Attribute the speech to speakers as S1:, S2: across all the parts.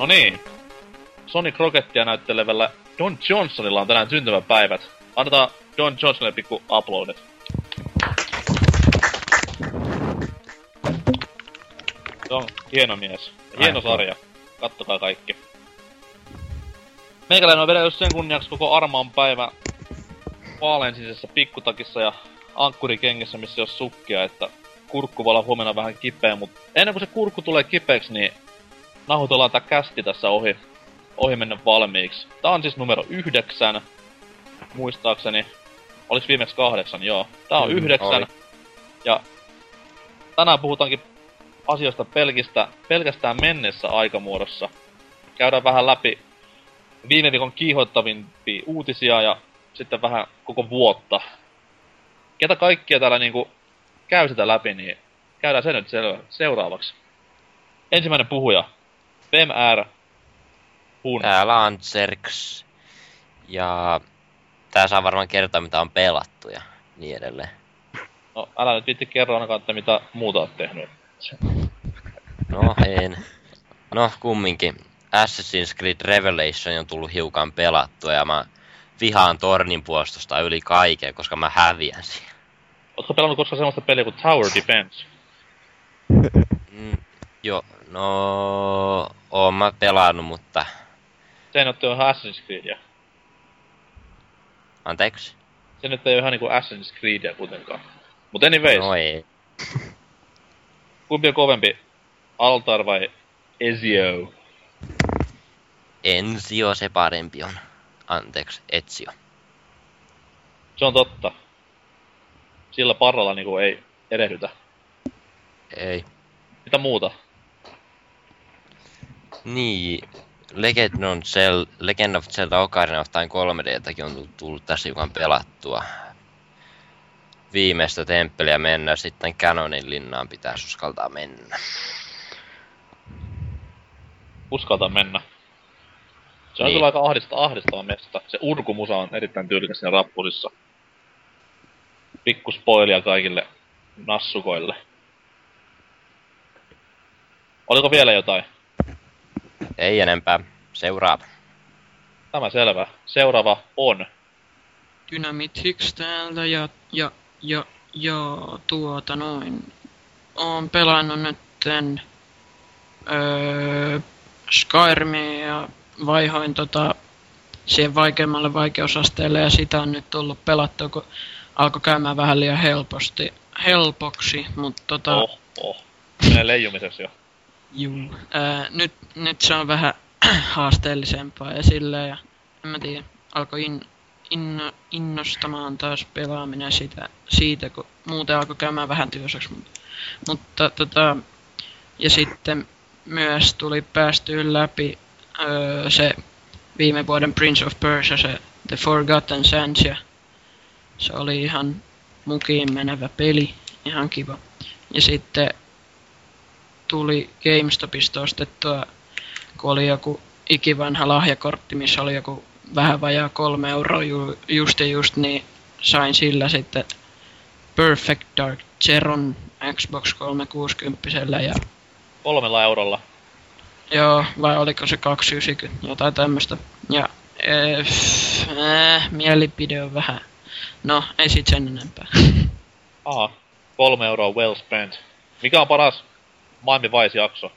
S1: No niin. Sonic Rocketia näyttelevällä Don Johnsonilla on tänään syntymäpäivät. Annetaan Don Johnsonille pikku uploadet. Se on hieno mies. Hieno sarja. Kattokaa kaikki. Meikäläinen on vedellyt sen kunniaksi koko Armaan päivä vaaleansinisessä pikkutakissa ja ankkurikengessä, missä ei oo sukkia, että kurkku voi olla huomenna vähän kipeä, mut ennen kuin se kurkku tulee kipeäksi, niin nahutellaan tää kästi tässä ohi mennä valmiiksi. Tää on siis numero 9, muistaakseni. Olis viimeksi 8, joo. Tää on 9. Ja tänään puhutaankin asioista pelkästään mennessä aikamuodossa. Käydään vähän läpi viime viikon kiihoittavimpia uutisia ja sitten vähän koko vuotta. Ketä kaikkia täällä niinku käy sitä läpi, niin käydään se nyt seuraavaksi. Ensimmäinen puhuja. Vem är hun?
S2: Täällä on Zerks. Ja tää saa varmaan kertoa mitä on pelattu ja niin edelleen.
S1: No älä nyt viitti kerro ainakaan, että mitä muuta oot tehnyt.
S2: No en. No kumminkin. Assassin's Creed Revelation on tullut hiukan pelattua ja mä vihaan tornin puolustusta yli kaiken, koska mä häviän siihen.
S1: Ootko pelannut koskaan semmoista peliä kuin Tower Defense?
S2: Joo, no oon mä pelannut, mutta...
S1: Se ei nyt oo ihan Assassin's Creedia.
S2: Anteeksi?
S1: Se nyt ei oo ihan niinku Assassin's Creedia kuitenkaan. Mut anyways.
S2: No ei.
S1: Kumpi on kovempi? Altar vai Ezio?
S2: Enzio se parempi on. Anteeksi, Ezio.
S1: Se on totta. Sillä parralla niinku ei erehdytä.
S2: Ei.
S1: Mitä muuta?
S2: Niin, Legend of Zelda Ocarina of Time 3D:täkin on tullut tässä hiukan pelattua. Viimeistä temppeliä mennä, sitten Canonin linnaan pitäisi uskaltaa mennä.
S1: Uskaltaa mennä. Se on
S2: niin.
S1: kyllä aika ahdistava mesta. Se urkumusa on erittäin tyylikäs siinä rappusissa. Pikku spoilia kaikille nassukoille. Oliko vielä jotain?
S2: Ei enempää. Seuraava.
S1: Tämä selvä. Seuraava on.
S3: Dynamit Hicks täältä ja oon pelannut nytten Skyrimia ja vaihoin siihen vaikeammalle vaikeusasteelle ja sitä on nyt tullut pelattua, kun alkoi käymään vähän liian helpoksi, mutta
S1: Menee leijumiseksi jo.
S3: Juu. Nyt se on vähän haasteellisempaa ja silleen ja en mä tiedä, alkoi innostamaan taas pelaaminen siitä, kun muuten alkoi käymään vähän tylsäksi. Mutta ja sitten myös tuli päästyä läpi se viime vuoden Prince of Persia, se The Forgotten Sands, ja se oli ihan mukiin menevä peli, ihan kiva. Ja sitten tuli GameStopista ostettua, kun oli joku ikivanha lahjakortti, missä oli joku vähän vajaa 3 euroa just, niin sain sillä sitten Perfect Dark Zeron Xbox 360 ja
S1: 3 eurolla.
S3: joo, vai oliko se 290, jotain tämmöstä. Ja mielipide on vähän. No, ei sit sen enempää.
S1: Aha, 3 euroa well spent. Mikä on paras Miami Vice-jakso?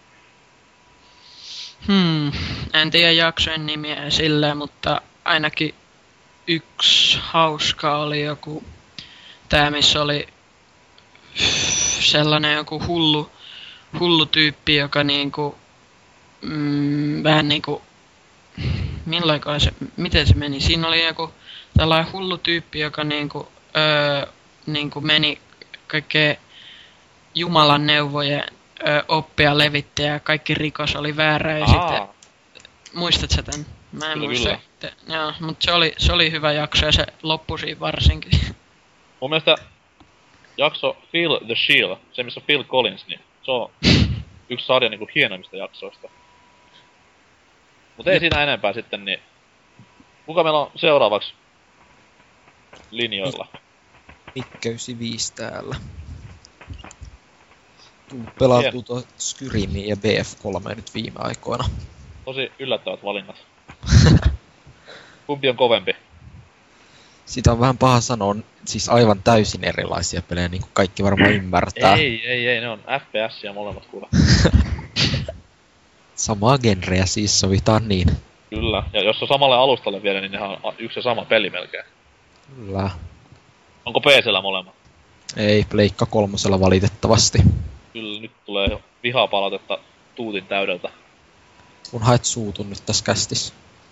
S3: En tiedä jaksojen nimiä silleen, mutta ainakin yksi hauska oli joku, tää missä oli sellainen joku hullu tyyppi, joka niinku vähän niinku, miten se meni? Siinä oli joku tällainen hullu tyyppi, joka niinku meni kaikkea Jumalan neuvojen oppia levitti ja kaikki rikos oli väärä ja sitten, muistat sä tän? Mä en muista. Joo, mutta se oli hyvä jakso ja se loppui siinä varsinkin.
S1: Mun mielestä jakso Phil the Shield, se missä on Phil Collins, niin se on yksi sarjan niinku hienoimmista jaksoista. Mut ei siinä enempää sitten, niin kuka meillä on seuraavaksi linjoilla?
S4: Mikke 95 täällä. Tullut pelattua Skyrimia ja BF3 nyt viime aikoina.
S1: Tosi yllättävät valinnat. Kumpi on kovempi?
S4: Sitä on vähän paha sanoa, siis aivan täysin erilaisia pelejä, niin kuin kaikki varmaan ymmärtää.
S1: Ei, ne on FPS-ia molemmat kuule.
S4: Samaa genreä siis sovitaan niin.
S1: Kyllä, ja jos on samalle alustalle vielä, niin nehän on yksi ja sama peli melkein.
S4: Kyllä.
S1: Onko PC:llä molemmat?
S4: Ei, Pleikka 3 valitettavasti.
S1: Kyllä, nyt tulee jo vihapalautetta tuutin täydeltä.
S4: Kun haet suutun nyt tässä kästissä.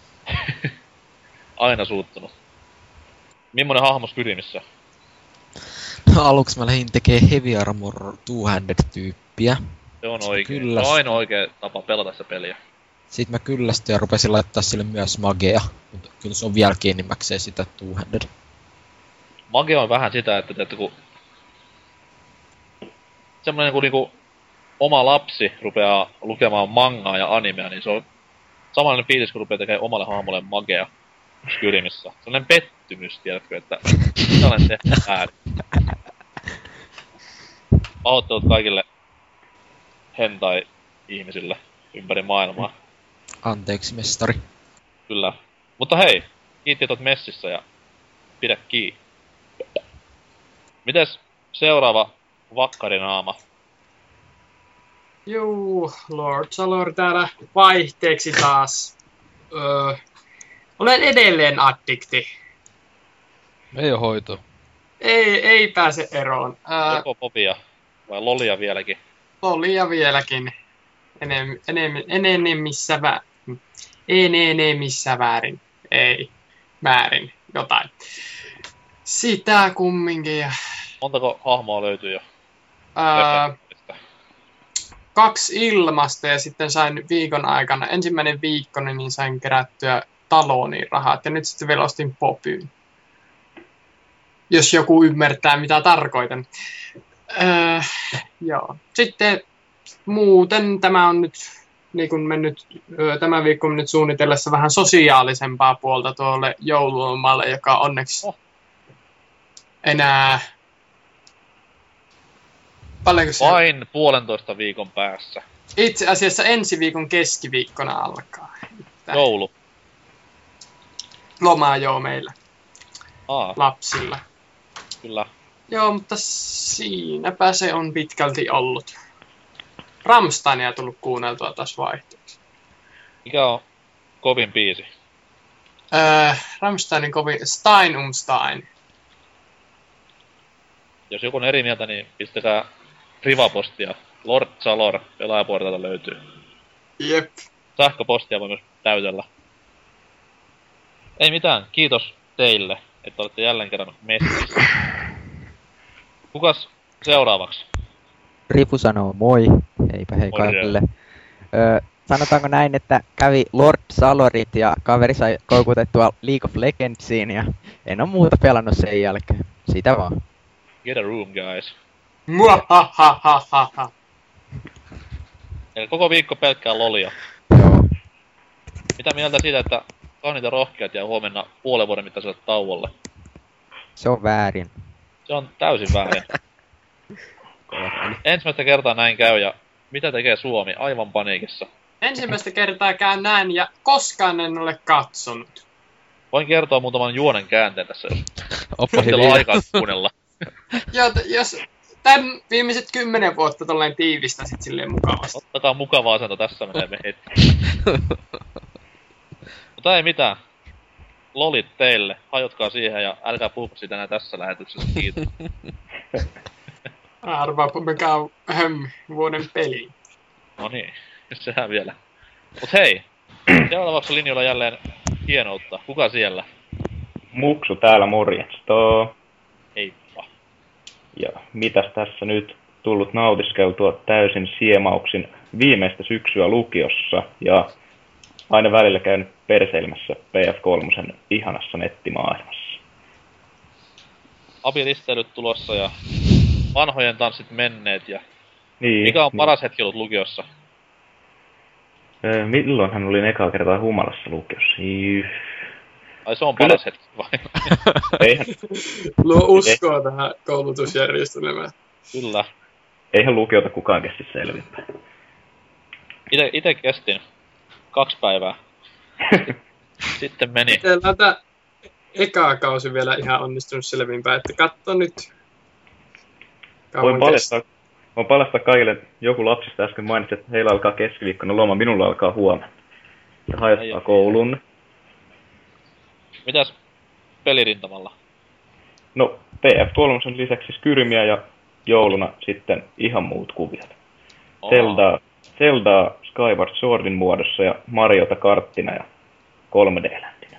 S1: Aina suuttunut. Mimmonen hahmo Skyrimissä?
S4: No, aluksi mä lähdin tekee Heavy Armor Two-Handed-tyyppiä.
S1: Se on oikein.
S4: Kyllä.
S1: Se on ainoa oikea tapa pelata sitä peliä.
S4: Sitten mä kyllästyin ja rupesin laittaa sille myös magea. Mutta kyllä se on vieläkin enimmäkseen sitä Two-Handed.
S1: Mage on vähän sitä, että teette kun... Semmoinen niinku oma lapsi rupeaa lukemaan mangaa ja animea, niin se on samanlainen fiilis, kun rupeaa tekemään omalle hahmolle magea Skyrimissä. Sellainen pettymys, tiedätkö, että mitä olen tehnyt väärin. Pahoittelut kaikille hentai-ihmisille ympäri maailmaa.
S4: Anteeksi, mestari.
S1: Kyllä. Mutta hei, kiitti, että oot messissä ja pidä kiinni. Mites seuraava vakkarinaama?
S5: Juu, Lord Salor täällä vaihteeksi taas. Olen edelleen addikti.
S6: Ei oo hoito.
S5: Ei pääse eroon.
S1: Joko popia vai lolia vieläkin?
S5: Lolia vieläkin. Enenemmissä väärin. Ei. Väärin. Jotain. Sitä kumminkin.
S1: Montako hahmoa löytyy jo?
S5: 2 ilmasta ja sitten sain viikon aikana, ensimmäinen viikko, niin sain kerättyä taloniin rahat ja nyt sitten vielä ostin popyyn. Jos joku ymmärtää, mitä tarkoitan. Joo. Sitten muuten tämä on nyt, niin kuin mennyt, tämä viikko on nyt suunnitellessa vähän sosiaalisempaa puolta tuolle joululomalle, joka onneksi enää... Paljonko se...
S1: Vain 1,5 viikon päässä.
S5: Itse asiassa ensi viikon keskiviikkona alkaa.
S1: Joulu.
S5: Lomaa joo meillä.
S1: Aa,
S5: Lapsilla.
S1: kyllä.
S5: Joo, mutta siinäpä se on pitkälti ollut. Rammsteinia tullut kuunneltua taas vaihteeksi.
S1: Mikä on kovin biisi?
S5: Rammsteinin kovin Stein um Stein.
S1: Jos joku on eri mieltä, niin pistäkää privapostia. Lord Salor pelaajapuolelta löytyy.
S5: Jep.
S1: Sähköpostia voi myös täytellä. Ei mitään, kiitos teille, että olette jälleen kerran messissä. Kukas seuraavaksi?
S7: Rifu sanoo moi, heipä hei
S1: Moi,
S7: kaikille. Sanotaanko näin, että kävi Lord Salorit ja kaveri sai koukutettua League of Legendsiin ja en oo muuta pelannut sen jälkeen. Sitä vaan.
S1: Get a room, guys.
S5: Muahahahaha.
S1: Eli koko viikko pelkkää lolia.
S7: Joo.
S1: Mitä mieltä siitä, että kauniita rohkeat jää huomenna puolen vuoden mittaiselle tauolle?
S7: Se on väärin.
S1: Se on täysin väärin. Ensimmäistä kertaa näin käy ja mitä tekee Suomi? Aivan paniikissa.
S5: Ensimmäistä kertaa käyn näin ja koskaan en ole katsonut.
S1: Voin kertoa muutaman juonen käänteen tässä, jos
S6: Oppa
S1: teillä on
S6: hiljaa.
S1: aikaa kuunnella.
S5: Jos tän viimeiset 10 vuotta tolleen tiivistäsit silleen mukavasti.
S1: Ottakaa mukava asento, tässä menee heti. Mutta ei mitään. Lolit teille, hajotkaa siihen ja älkää puhuko siitä enää tässä lähetyksessä, kiitos.
S5: Arvaapa mikä on vuoden peli.
S1: No niin, sehän vielä. Mut hei, seuraavaksi linjoilla jälleen hienoutta. Kuka siellä?
S8: Muksu täällä morjesta.
S1: Heippa.
S8: Ja mitäs tässä nyt tullut nautiskeltua täysin siemauksin viimeistä syksyä lukiossa ja aina välillä käynyt perseilemässä PF3 ihanassa nettimaailmassa.
S1: Abilistelyt tulossa ja vanhojen tanssit menneet ja...
S8: Niin,
S1: Mikä on paras hetki ollut lukiossa?
S8: Milloinhan olin ekaa kertaa humalassa lukiossa?
S1: Ai se on paras hetki vai?
S8: Eihän,
S5: Luo uskoa tähän koulutusjärjestelmään.
S1: Kyllä.
S8: eihän lukiota kukaan kesti selvinpäin.
S1: Ite kestin 2 päivää. Sitten meni.
S5: Itsellä tää eka kausi vielä ihan onnistunut selvinpäin, että katso nyt.
S8: Voin paljastaa kaikille, joku lapsista äsken mainitsi, että heillä alkaa keskiviikkona loma, minulla alkaa huomenna. Se hajottaa koulun.
S1: Mitäs pelirintamalla?
S8: No, PF3 lisäksi Skyrimiä ja jouluna sitten ihan muut kuviot. Zeldaa Skyward Swordin muodossa ja Mariota karttina ja 3D-ländinä.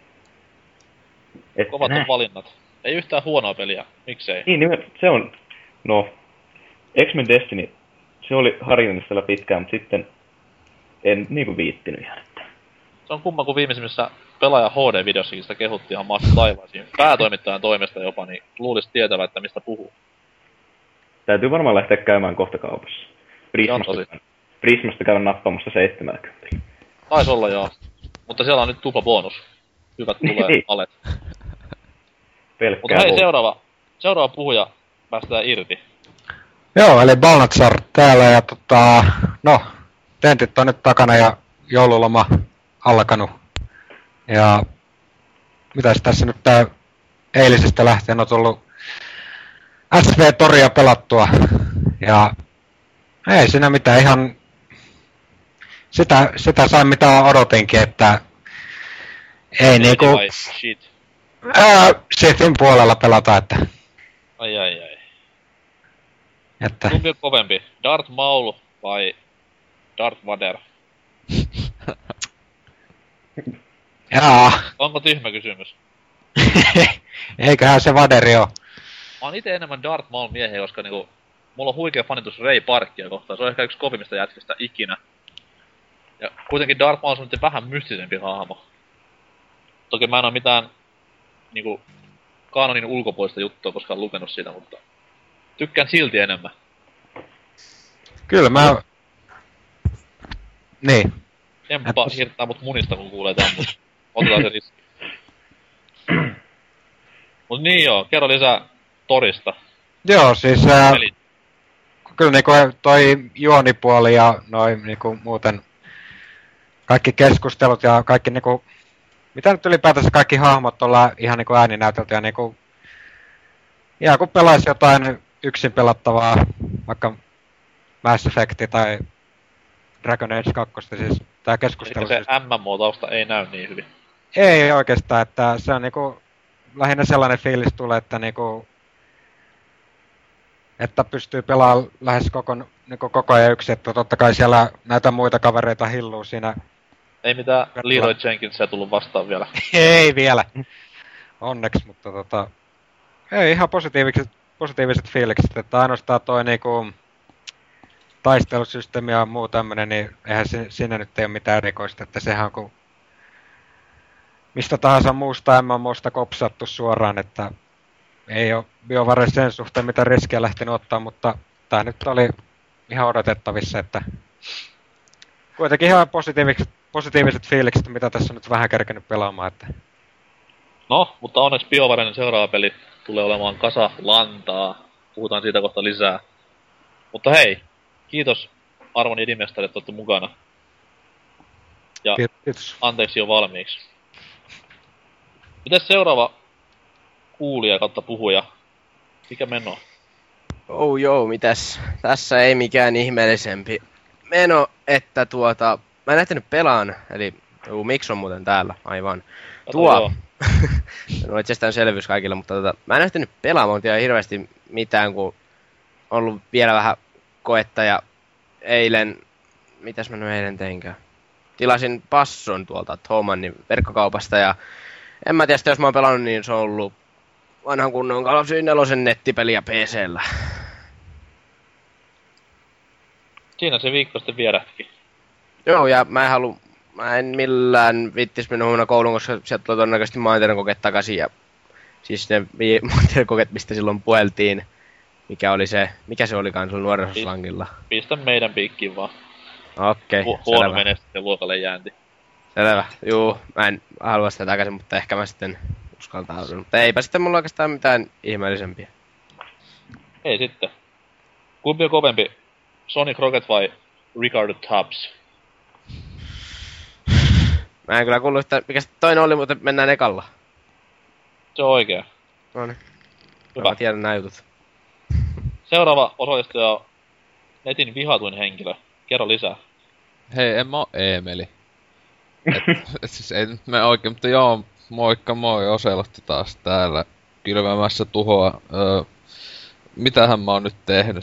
S1: Kovat on valinnat. Ei yhtään huonoa peliä. Miksei?
S8: Niin, se on... No, X-Men Destiny, se oli harjoinnistella pitkään, mutta sitten en niinku viittinyt ihan.
S1: Se on kumma, kun viimeisimmissä pelaaja HD-videossakin sitä kehuttiin ihan maasta taivaisiin. Päätoimittajan toimesta jopa, niin luulisi tietävä, että mistä puhuu.
S8: Täytyy varmaan lähteä käymään kohta kaupassa. Prismasta käydä nappaamassa 70.
S1: Taisi olla joo. Mutta siellä on nyt tupla-bonus. Hyvät tulee alet. Mutta hei, seuraava puhuja päästään irti.
S9: Joo, eli Balnatsar täällä ja no, tentit on nyt takana ja joululoma alkanut. Ja mitäs tässä nyt tää eilisestä lähtien on tullut SV-toria pelattua. Ja ei siinä mitään, ihan sitä sain mitä odotinkin, että ei niinku Shithin puolella pelata, että
S1: ai.
S9: Että
S1: kumpi on kovempi, Darth Maul vai Darth Vader?
S9: Jaa.
S1: Onko tyhmä kysymys?
S9: Eiköhän se Vaderi oo.
S1: Mä oon ite enemmän Darth Maul miehiä, koska niinku mulla on huikea fanitus Ray Parkia kohtaan. Se on ehkä yksi kovimmista jätkistä ikinä. Ja kuitenkin Darth Maul on nyt vähän mystisempi hahmo. Toki mä en oo mitään niinku kanonin ulkopuolista juttua, koska en lukenut siitä, mutta tykkään silti enemmän.
S9: Kyllä mä... Niin.
S1: Emppa hirttää mut munista, kun kuulee tän, mut otetaan se riski. Mut niin joo, kerro lisää Torista.
S9: Joo, siis kyllä niinku toi juonipuoli ja noin niinku muuten kaikki keskustelut ja kaikki niinku... Mitä nyt ylipäätänsä kaikki hahmot ollaan ihan niinku ääninäytöltä ja niinku... Ihan kun pelaisi jotain yksin pelattavaa, vaikka Mass Effect tai Dragon Age 2, siis tää keskustelu...
S1: Eli se MMO-tausta ei näy niin hyvin.
S9: Ei oikeastaan, että se on niinku... Lähinnä sellainen fiilis tulee, että niinku... Että pystyy pelaamaan lähes koko ajan yksin, että totta kai siellä näitä muita kavereita hilluu siinä.
S1: Ei mitään Leroy Jenkinsia tullut vastaan vielä.
S9: Ei vielä. Onneksi, mutta ei ihan positiiviset fiilikset, että ainoastaan toi niinku taistelusysteemi ja muu tämmönen, niin eihän siinä nyt ei ole mitään erikoista, että sehän on kun mistä tahansa muusta MMOsta kopsattu suoraan, että ei oo BioWare sen suhteen mitä riskiä lähtenyt ottaa, mutta tää nyt oli ihan odotettavissa, että kuitenkin ihan positiiviset fiilikset, mitä tässä on nyt vähän kerkenyt pelaamaan, että...
S1: No, mutta onneksi BioWaren seuraava peli tulee olemaan kasa lantaa. Puhutaan siitä kohta lisää. Mutta hei, kiitos arvon idimestari, että olette mukana. Ja
S9: kiitos.
S1: Anteeksi jo valmiiksi. Mites seuraava kuulija kautta puhuja? Mikä meno?
S10: Oh joo, mitäs? Tässä ei mikään ihmeellisempi meno, että mä en lähtenyt pelaan, eli miksi on muuten täällä, aivan. No itsestäänselvyys kaikille, mutta mä en lähtenyt pelaamaan, mutta ei hirveästi mitään, kun on ollut vielä vähän koetta ja eilen, mitäs mä nyt eilen teinkään? Tilasin passon tuolta Thomannin verkkokaupasta ja en mä tiedä, jos mä oon pelannut, niin se on ollut vanhan kunnon Call of Duty 4 nettipeliä PC:llä.
S1: Siinä se viikko sitten vierähtikin.
S10: Joo, ja mä en millään vittis mennä huomenna kouluun, koska sieltä tulee todennäköisesti maantieteen kokeet takaisin. Ja siis ne maantieteen kokeet, mistä silloin puheltiin. Mikä se olikaan sulla nuoressa slangilla?
S1: Pistä meidän piikkiin vaan.
S10: Okei,
S1: huono menestys luokalle jäänti.
S10: Selvä, juu, mä en halua sitä takaisin, mutta ehkä mä sitten uskaltaudun. Mutta eipä sitten mulla oikeastaan mitään ihmeellisempiä.
S1: Ei sitten. Kumpi on kovempi? Sonic Rocket vai Ricardo Tubbs?
S10: Mä en kyllä kuullut yhtä, mikä se toinen oli, mutta mennään ekalla.
S1: Se on oikee.
S10: Noniin.
S1: Hyvä.
S10: Mä tiedän nää jutut.
S1: Seuraava osoittaja on netin vihatuin henkilö. Kerro lisää.
S6: Hei, en mä oo Eemeli. Et siis ei nyt me oikein, mutta joo, moikka moi, Oselotti taas täällä kylvämässä tuhoa. Mitähän mä oon nyt tehnyt?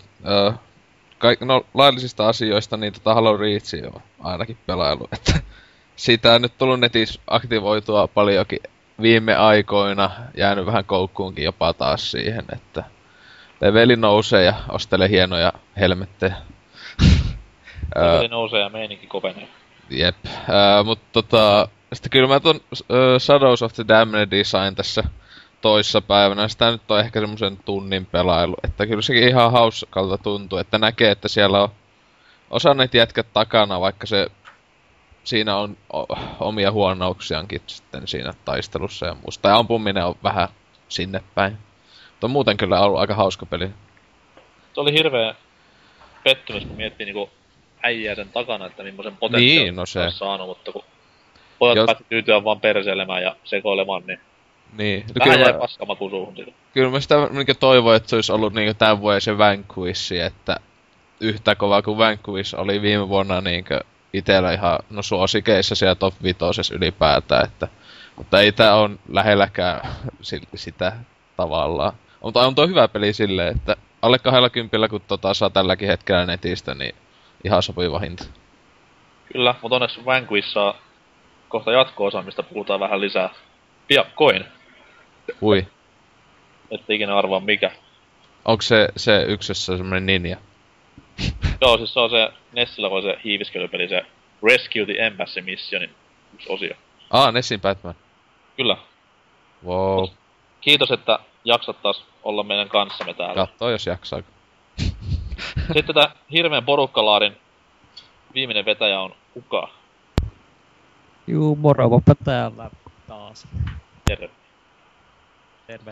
S6: Laillisista asioista niin Halo Reachia on ainakin pelailu, että siitä on nyt tullut netissä aktivoitua paljonkin viime aikoina, jäänyt vähän koukkuunkin jopa taas siihen, että leveli nousee ja ostelee hienoja helmettejä.
S1: Leveli nousee ja meininki kovenee.
S6: Jep, mutta sitten kyllä mä ton Shadows of the Damned Design tässä toissa päivänä, sitä nyt on ehkä semmosen tunnin pelailu, että kyllä sekin ihan hauskalta tuntuu, että näkee, että siellä on osa näitä jätkät takana, vaikka se siinä on omia huonouksiaankin sitten siinä taistelussa ja muusta. Ja ampuminen on vähän sinne päin. Mutta on muuten kyllä ollut aika hauska peli.
S1: Se oli hirveä pettymys, kun miettii niinku äijää sen takana, että millaisen potentiaalin
S6: niin, no se
S1: olisi saanut, mutta kun pojat pääsi tyytyä vaan perseilemään ja sekoilemaan, niin vähän jäi paskamaku suuhun siitä.
S6: Kyllä mä sitä toivoin, että se olisi ollut niinku tämän vuoden se Vanquish, että yhtä kova kuin Vanquish oli viime vuonna niinkö itellä ihan suosikeissa siellä top 5 ylipäätään, että mutta ei tää on lähelläkään sitä tavallaan. Mutta on tuo hyvä peli silleen, että alle 20 kun saa tälläkin hetkellä netistä, niin ihan sopiva hinta.
S1: Kyllä, mutta onneksi Vanquish saa kohta jatko-osa, mistä puhutaan vähän lisää piakkoin.
S6: Ui.
S1: Ette ikinä arvaa mikä.
S6: Onko se yksessä semmonen ninja?
S1: Joo, siis se on se Nessillä voi se hiiviskelypeli, se Rescue the Embassy Missionin yksi osio.
S6: Nessin Batman.
S1: Kyllä.
S6: Wow.
S1: Kiitos, että jaksat taas olla meidän kanssamme täällä.
S6: Kattoo, jos jaksaa.
S1: Sitten tää hirveän porukkalaarin viimeinen vetäjä on Uka.
S11: Juu, morovoppa täällä taas.
S1: Terve.
S11: Terve.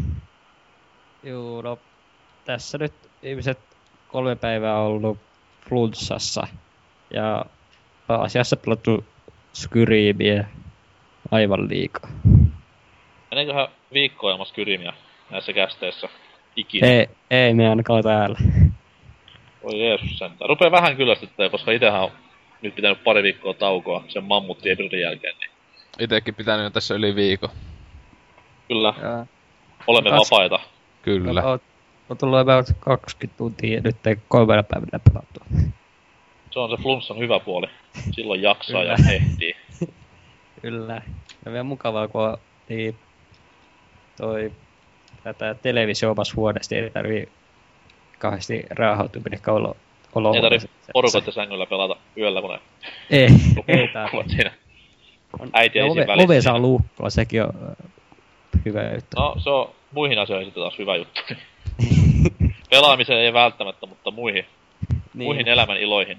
S11: Juu, no tässä nyt viimeiset 3 päivää on ollut flunssassa. Ja pääasiassa pelattu Skyrimia aivan liikaa.
S1: Meneeköhän viikkoa ilman Skyrimiä näissä kästeissä ikinä?
S11: Ei me ainakaan täällä.
S1: Oi Jeesus sentään. Rupee vähän kyllästyttää, koska itehän on nyt pitänyt pari viikkoa taukoa sen mammutti-epidin jälkeen. Niin.
S6: Itekin pitänyt jo tässä yli viikon.
S1: Kyllä. Ja. Olemme vapaita.
S6: Kyllä.
S11: On tullut about 20 tuntia nyt 3 päivänä pelattua.
S1: Se on se flunssan hyvä puoli. Silloin jaksaa ja ehtii.
S11: Kyllä. Ja vielä mukavaa, kun niin toi tätä televisio omassa huoneesta ei tarvii kahdesti raahautuminen olohuoneessa.
S1: Ei tarvii porukoita sängyllä pelata yöllä, kun ne...
S11: Ei tarvii.
S1: Siinä äiti ei siinä välissä.
S11: Ove saa luukkoa, sekin on hyvä juttu.
S1: No, se on muihin asioihin sitten taas hyvä juttu. Pelaamiseen ei välttämättä, mutta muihin elämän iloihin.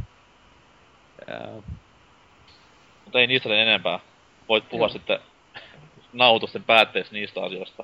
S1: Mutta ei niistä sen enempää. Voit puhua sitten nautusten päätteeksi niistä asioista.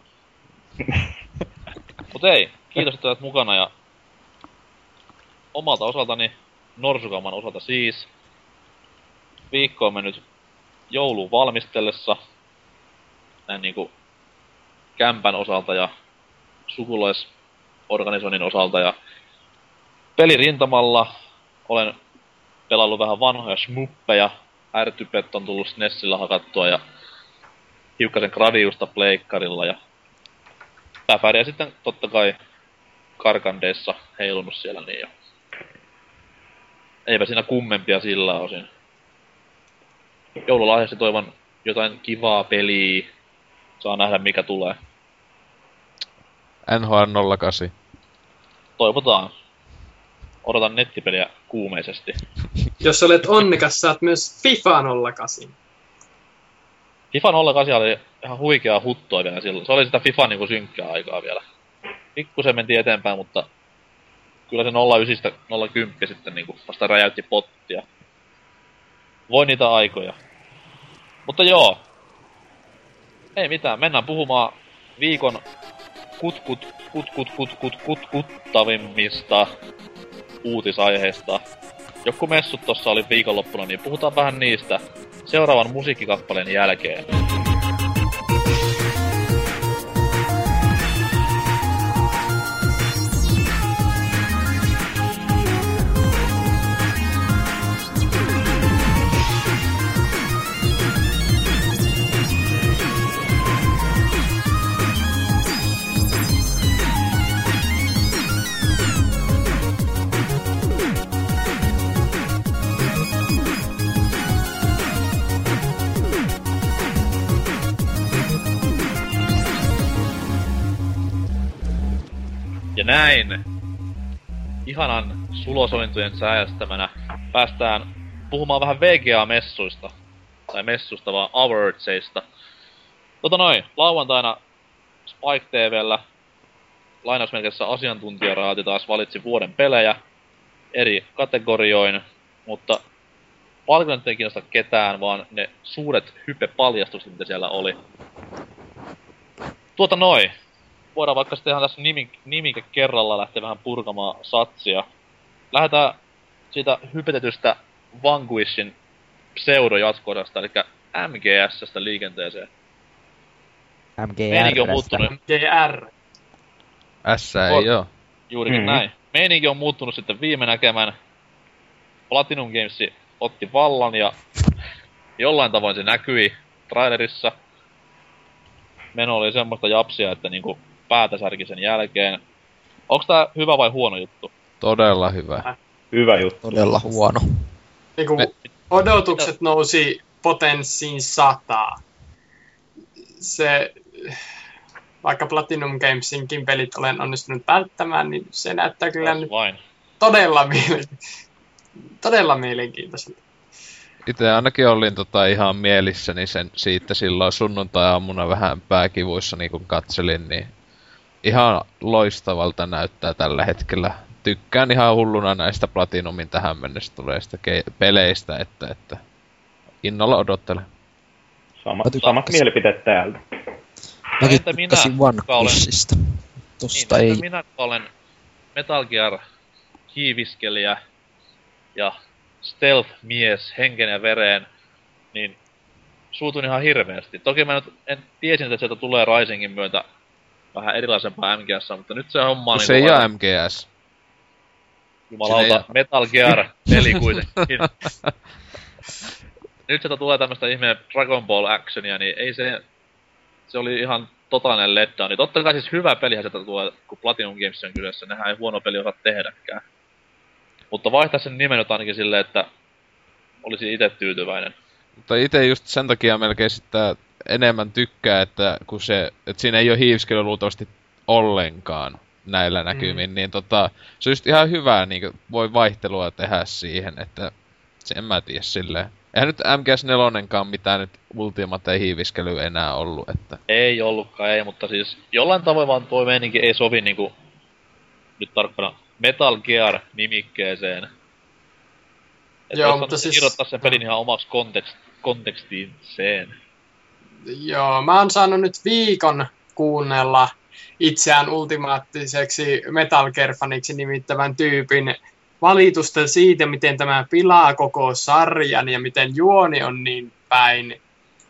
S1: Mut ei, kiitos, että olet mukana ja omalta osaltani, Norsukamman osalta siis. Viikko on mennyt jouluun valmistellessa. Näin niinku kämpän osalta ja sukulaisorganisoinnin osalta ja pelirintamalla olen pelannut vähän vanhoja smuppeja. R-typet on tullut SNESillä hakattua ja hiukkasen Gradiusta pleikkarilla ja Päfäriä sitten totta kai Karkandeissa heilunut siellä niin jo. Eipä siinä kummempia sillä osin. Joululahjasti toivon jotain kivaa peliä. Saa nähdä mikä tulee.
S6: NHL 08.
S1: Toivotaan. Odotan nettipeliä kuumeisesti.
S5: Jos olet onnekas, saat myös FIFA 08.
S1: FIFA 08 oli ihan huikeaa huttua vielä silloin. Se oli sitä FIFA niinku synkkää aikaa vielä. Pikkusen mentiin eteenpäin, mutta kyllä se 09-010 sitten niinku vasta räjäytti pottia. Voi niitä aikoja. Mutta joo. Ei mitään, mennään puhumaan viikon kutkuttavimmista uutisaiheista. Joku messut tossa oli viikonloppuna, niin puhutaan vähän niistä. seuraavan musiikkikappaleen jälkeen. Ja näin ihanan sulosointujen säästämänä päästään puhumaan vähän VGA-messuista. Tai messusta vaan Awardsista. Lauantaina Spike TV:llä lainausmerkissä asiantuntijaraati taas valitsi vuoden pelejä eri kategorioin, mutta palkinnot ei kiinnosta ketään, vaan ne suuret hype-paljastukset, mitä siellä oli. Voidaan vaikka sitten ihan tässä nimike kerralla lähteä vähän purkamaan satsia. Lähdetään siitä hypetetystä Vanquishin pseudo-jatko-osasta, eli MGS:stä liikenteeseen. Meininki on muuttunut.
S5: MGR.
S6: S ei oo.
S1: Juurikin näin. Meininki on muuttunut sitten viime näkemän. Platinum Games otti vallan ja jollain tavoin se näkyi trailerissa. Meno oli semmoista japsia, että niinku päätä särki sen jälkeen. Onks tää hyvä vai huono juttu?
S6: Todella hyvä.
S8: Hyvä juttu.
S4: Todella huono.
S5: Niinku odotukset nousi potenssiin 100. Se, vaikka Platinum Gamesinkin pelit olen onnistunut välttämään, niin se näyttää kyllä nyt todella mielenkiintoiselta.
S6: Itse ainakin olin ihan mielissäni siitä silloin sunnuntai-aamuna vähän pääkivuissa niin kun katselin, niin ihan loistavalta näyttää tällä hetkellä. Tykkään ihan hulluna näistä Platinumin tähän mennessä tuleista peleistä, että innolla odottelen.
S8: Samat mielipiteet täältä.
S4: Mäkin tykkäsin Vanquishista. Tosta ei.
S1: Minä olen Metal Gear kiiviskelijä ja stealth-mies henken ja vereen, niin suutun ihan hirveästi. Toki mä nyt en tiesin, että sieltä tulee Risingin myötä vähän erilaisempaa MGS, mutta nyt se homma on...
S6: Se ei oo MGS.
S1: Jumalauta, Metal Gear-peli kuitenkin. Nyt sieltä tulee tämmöstä ihmeen Dragon Ball actionia, niin ei se oli ihan totaalinen letdown. Niin totta kai siis hyvä pelihän sieltä tulee, kun Platinum Games on kyseessä. Nehän ei huono peli osaa tehdäkään. Mutta vaihtaa sen nimen nyt ainakin silleen, että olisi itse tyytyväinen.
S6: Mutta itse just sen takia melkein sitä enemmän tykkää, että kun että siinä ei oo hiiviskelyä luultavasti ollenkaan näillä näkymin, niin se on just ihan hyvää, niin voi vaihtelua tehdä siihen, että en mä tiedä silleen. Eihän nyt MGS4:nkaan mitään nyt ultimate hiiviskelyä enää ollut, että...
S1: Ei ollutkaan, ei, mutta siis jollain tavoin vaan toi meininki ei sovi niinku... Nyt tarkkana Metal Gear-nimikkeeseen.
S5: Joo, mutta siis...
S1: Kirjoittaa sen pelin ihan omaksi kontekstiinseen.
S5: Joo, mä oon saanut nyt viikon kuunnella itseään ultimaattiseksi Metal Gear-faniksi nimittävän tyypin valitusta siitä, miten tämä pilaa koko sarjan ja miten juoni on niin päin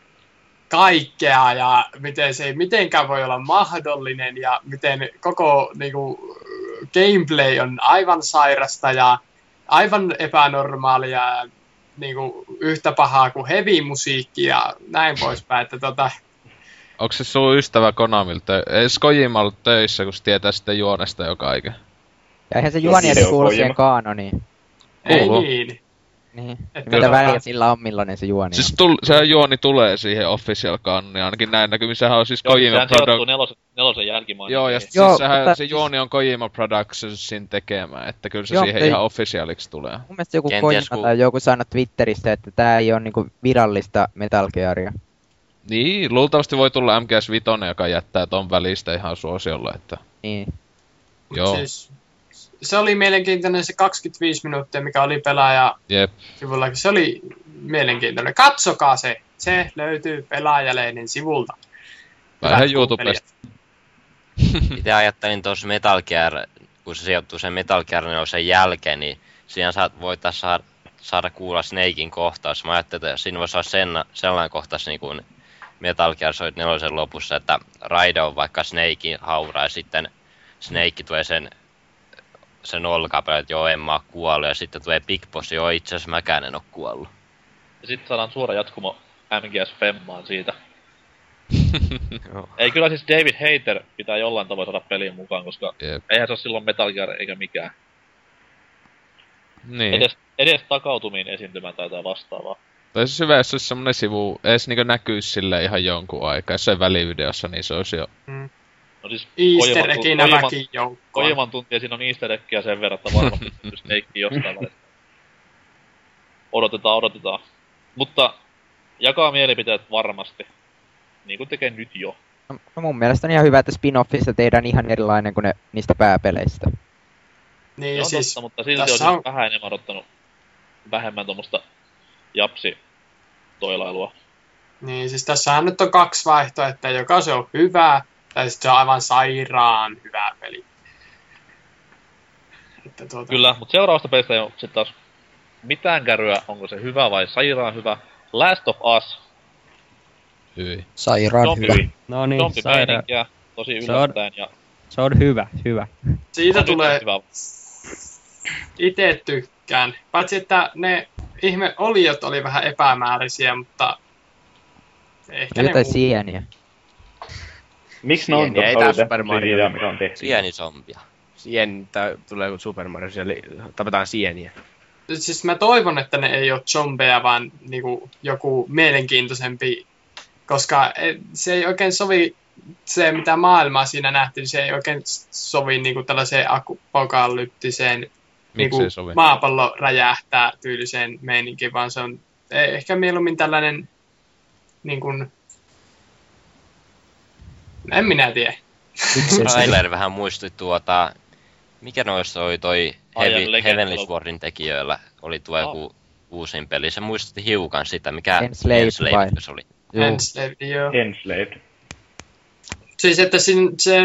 S5: kaikkea ja miten se ei mitenkään voi olla mahdollinen ja miten koko niinku, gameplay on aivan sairasta ja aivan epänormaalia niinku, yhtä pahaa kuin heavy-musiikki ja näin poispäin. Että
S6: Onko se sun ystävä Konamilta? Ei Kojimalta töissä, kun se tietää sitten juonesta jo kaiken.
S7: Ja eihän se juoni edes kuulu siihen kaanoniin.
S6: Kuuluu.
S5: Ei
S7: niin. Mitä väliä sillä on, millainen se juoni
S6: siis sehän juoni tulee siihen official kanoniin, ainakin näin näkymin. Sehän on siis Kojima
S1: Productions. Nelosen jälkimainin.
S6: Joo, ja siis se juoni on Kojima Productionsin tekemä, että kyllä se siihen ihan officialiksi tulee.
S7: Mun mielestä joku Kojima tai joku sanoi Twitterissä, että tää ei oo niinku virallista Metal Gearia.
S6: Niin, luultavasti voi tulla MGS5, joka jättää ton välistä ihan suosiolla, että...
S7: Niin.
S6: Joo.
S5: Siis, se oli mielenkiintoinen se 25 minuuttia, mikä oli pelaaja-sivulla. Se oli mielenkiintoinen. Katsokaa se! Se löytyy Pelaajalehden sivulta.
S6: Vähän YouTubesta.
S2: Itse ajattelin tuossa Metal Gear, kun se sijoittuu sen Metal Gear 4 jälkeen, niin siinä voitais saada saada kuulla Snakein kohtaus. Mä ajattelin, että siinä voisi olla sellainen kohtaus niin kuin Metal Gear Solid 4 lopussa, että Raiden on vaikka Snakein haura ja sitten Snake tulee sen olkapäälle, että joo, en mä oo kuollut. Ja sitten tulee Big Boss, joo, itse asiassa mäkään en oo kuollut.
S1: Ja sitten saadaan suora jatkumo MGS Femmaan siitä. Ei kyllä siis David Hayter pitää jollain tavoin saada peliin mukaan, koska eihän se ole silloin Metal Gear eikä mikään.
S6: Niin.
S1: Edes takautumiin esiintymään tai vastaavaa.
S6: Tai siis hyvä, jos olisi semmonen sivu, edes niinku näkyis silleen ihan jonkun aikaa. Jos se ei välivideossa, niin se olisi jo...
S1: No siis
S5: Easter egginä väkijoukkoon.
S1: Kojiman tuntia siinä on easter eggiä sen verran, että varmasti Snake jostain välistä. Odotetaan. Mutta jakaa mielipiteet varmasti. Niin kuin tekee nyt jo.
S7: No mun mielestä on ihan hyvä, että spin-offissa tehdään ihan erilainen kuin ne niistä pääpeleistä.
S5: Niin siis...
S1: Totta, mutta silti olisi on... vähän enemmän odottanut vähemmän tommoista japsi-toilailua.
S5: Niin siis tässähän nyt on 2 vaihtoehtoa, joka se on hyvä, tai sitten se on aivan sairaan hyvä peli. Että
S1: Kyllä, mutta seuraavasta pelistä ei ole sit taas mitään kärryä, onko se hyvä vai sairaan hyvä. Last of Us.
S6: Hyi.
S4: Sairaan hyvä.
S11: No niin, sairaan.
S1: Tosi yllättäen ja...
S11: Se on hyvä.
S5: Siitä tulee... Itse tykkään. Paitsi että ne ihme oliot oli vähän epämääräisiä, mutta... Ehkä
S7: jotain sieniä.
S8: Miksi ne on
S10: Super Mario,
S8: mikä on tehty?
S2: Sienizombia.
S10: Tulee joku Super Mario, siellä tapetaan sieniä.
S5: Siis mä toivon, että ne ei ole zombeja, vaan niinku joku mielenkiintoisempi, koska se ei oikein sovi, se mitä maailmaa siinä nähtiin, se ei oikein sovi niinku tällaiseen apokalyptiseen niinku maapallo räjähtää tyyliseen meininkiin, vaan se on ehkä mieluummin tällainen niinku, en minä tiedä.
S2: Trailer vähän muistui mikä noissa oli toi Heavenly Swordin tekijöillä, oli tuo joku uusin peli. Se muistutti hiukan sitä, mikä Enslaved se oli.
S5: Enslaved, joo.
S8: Enslaved.
S5: Siis että se...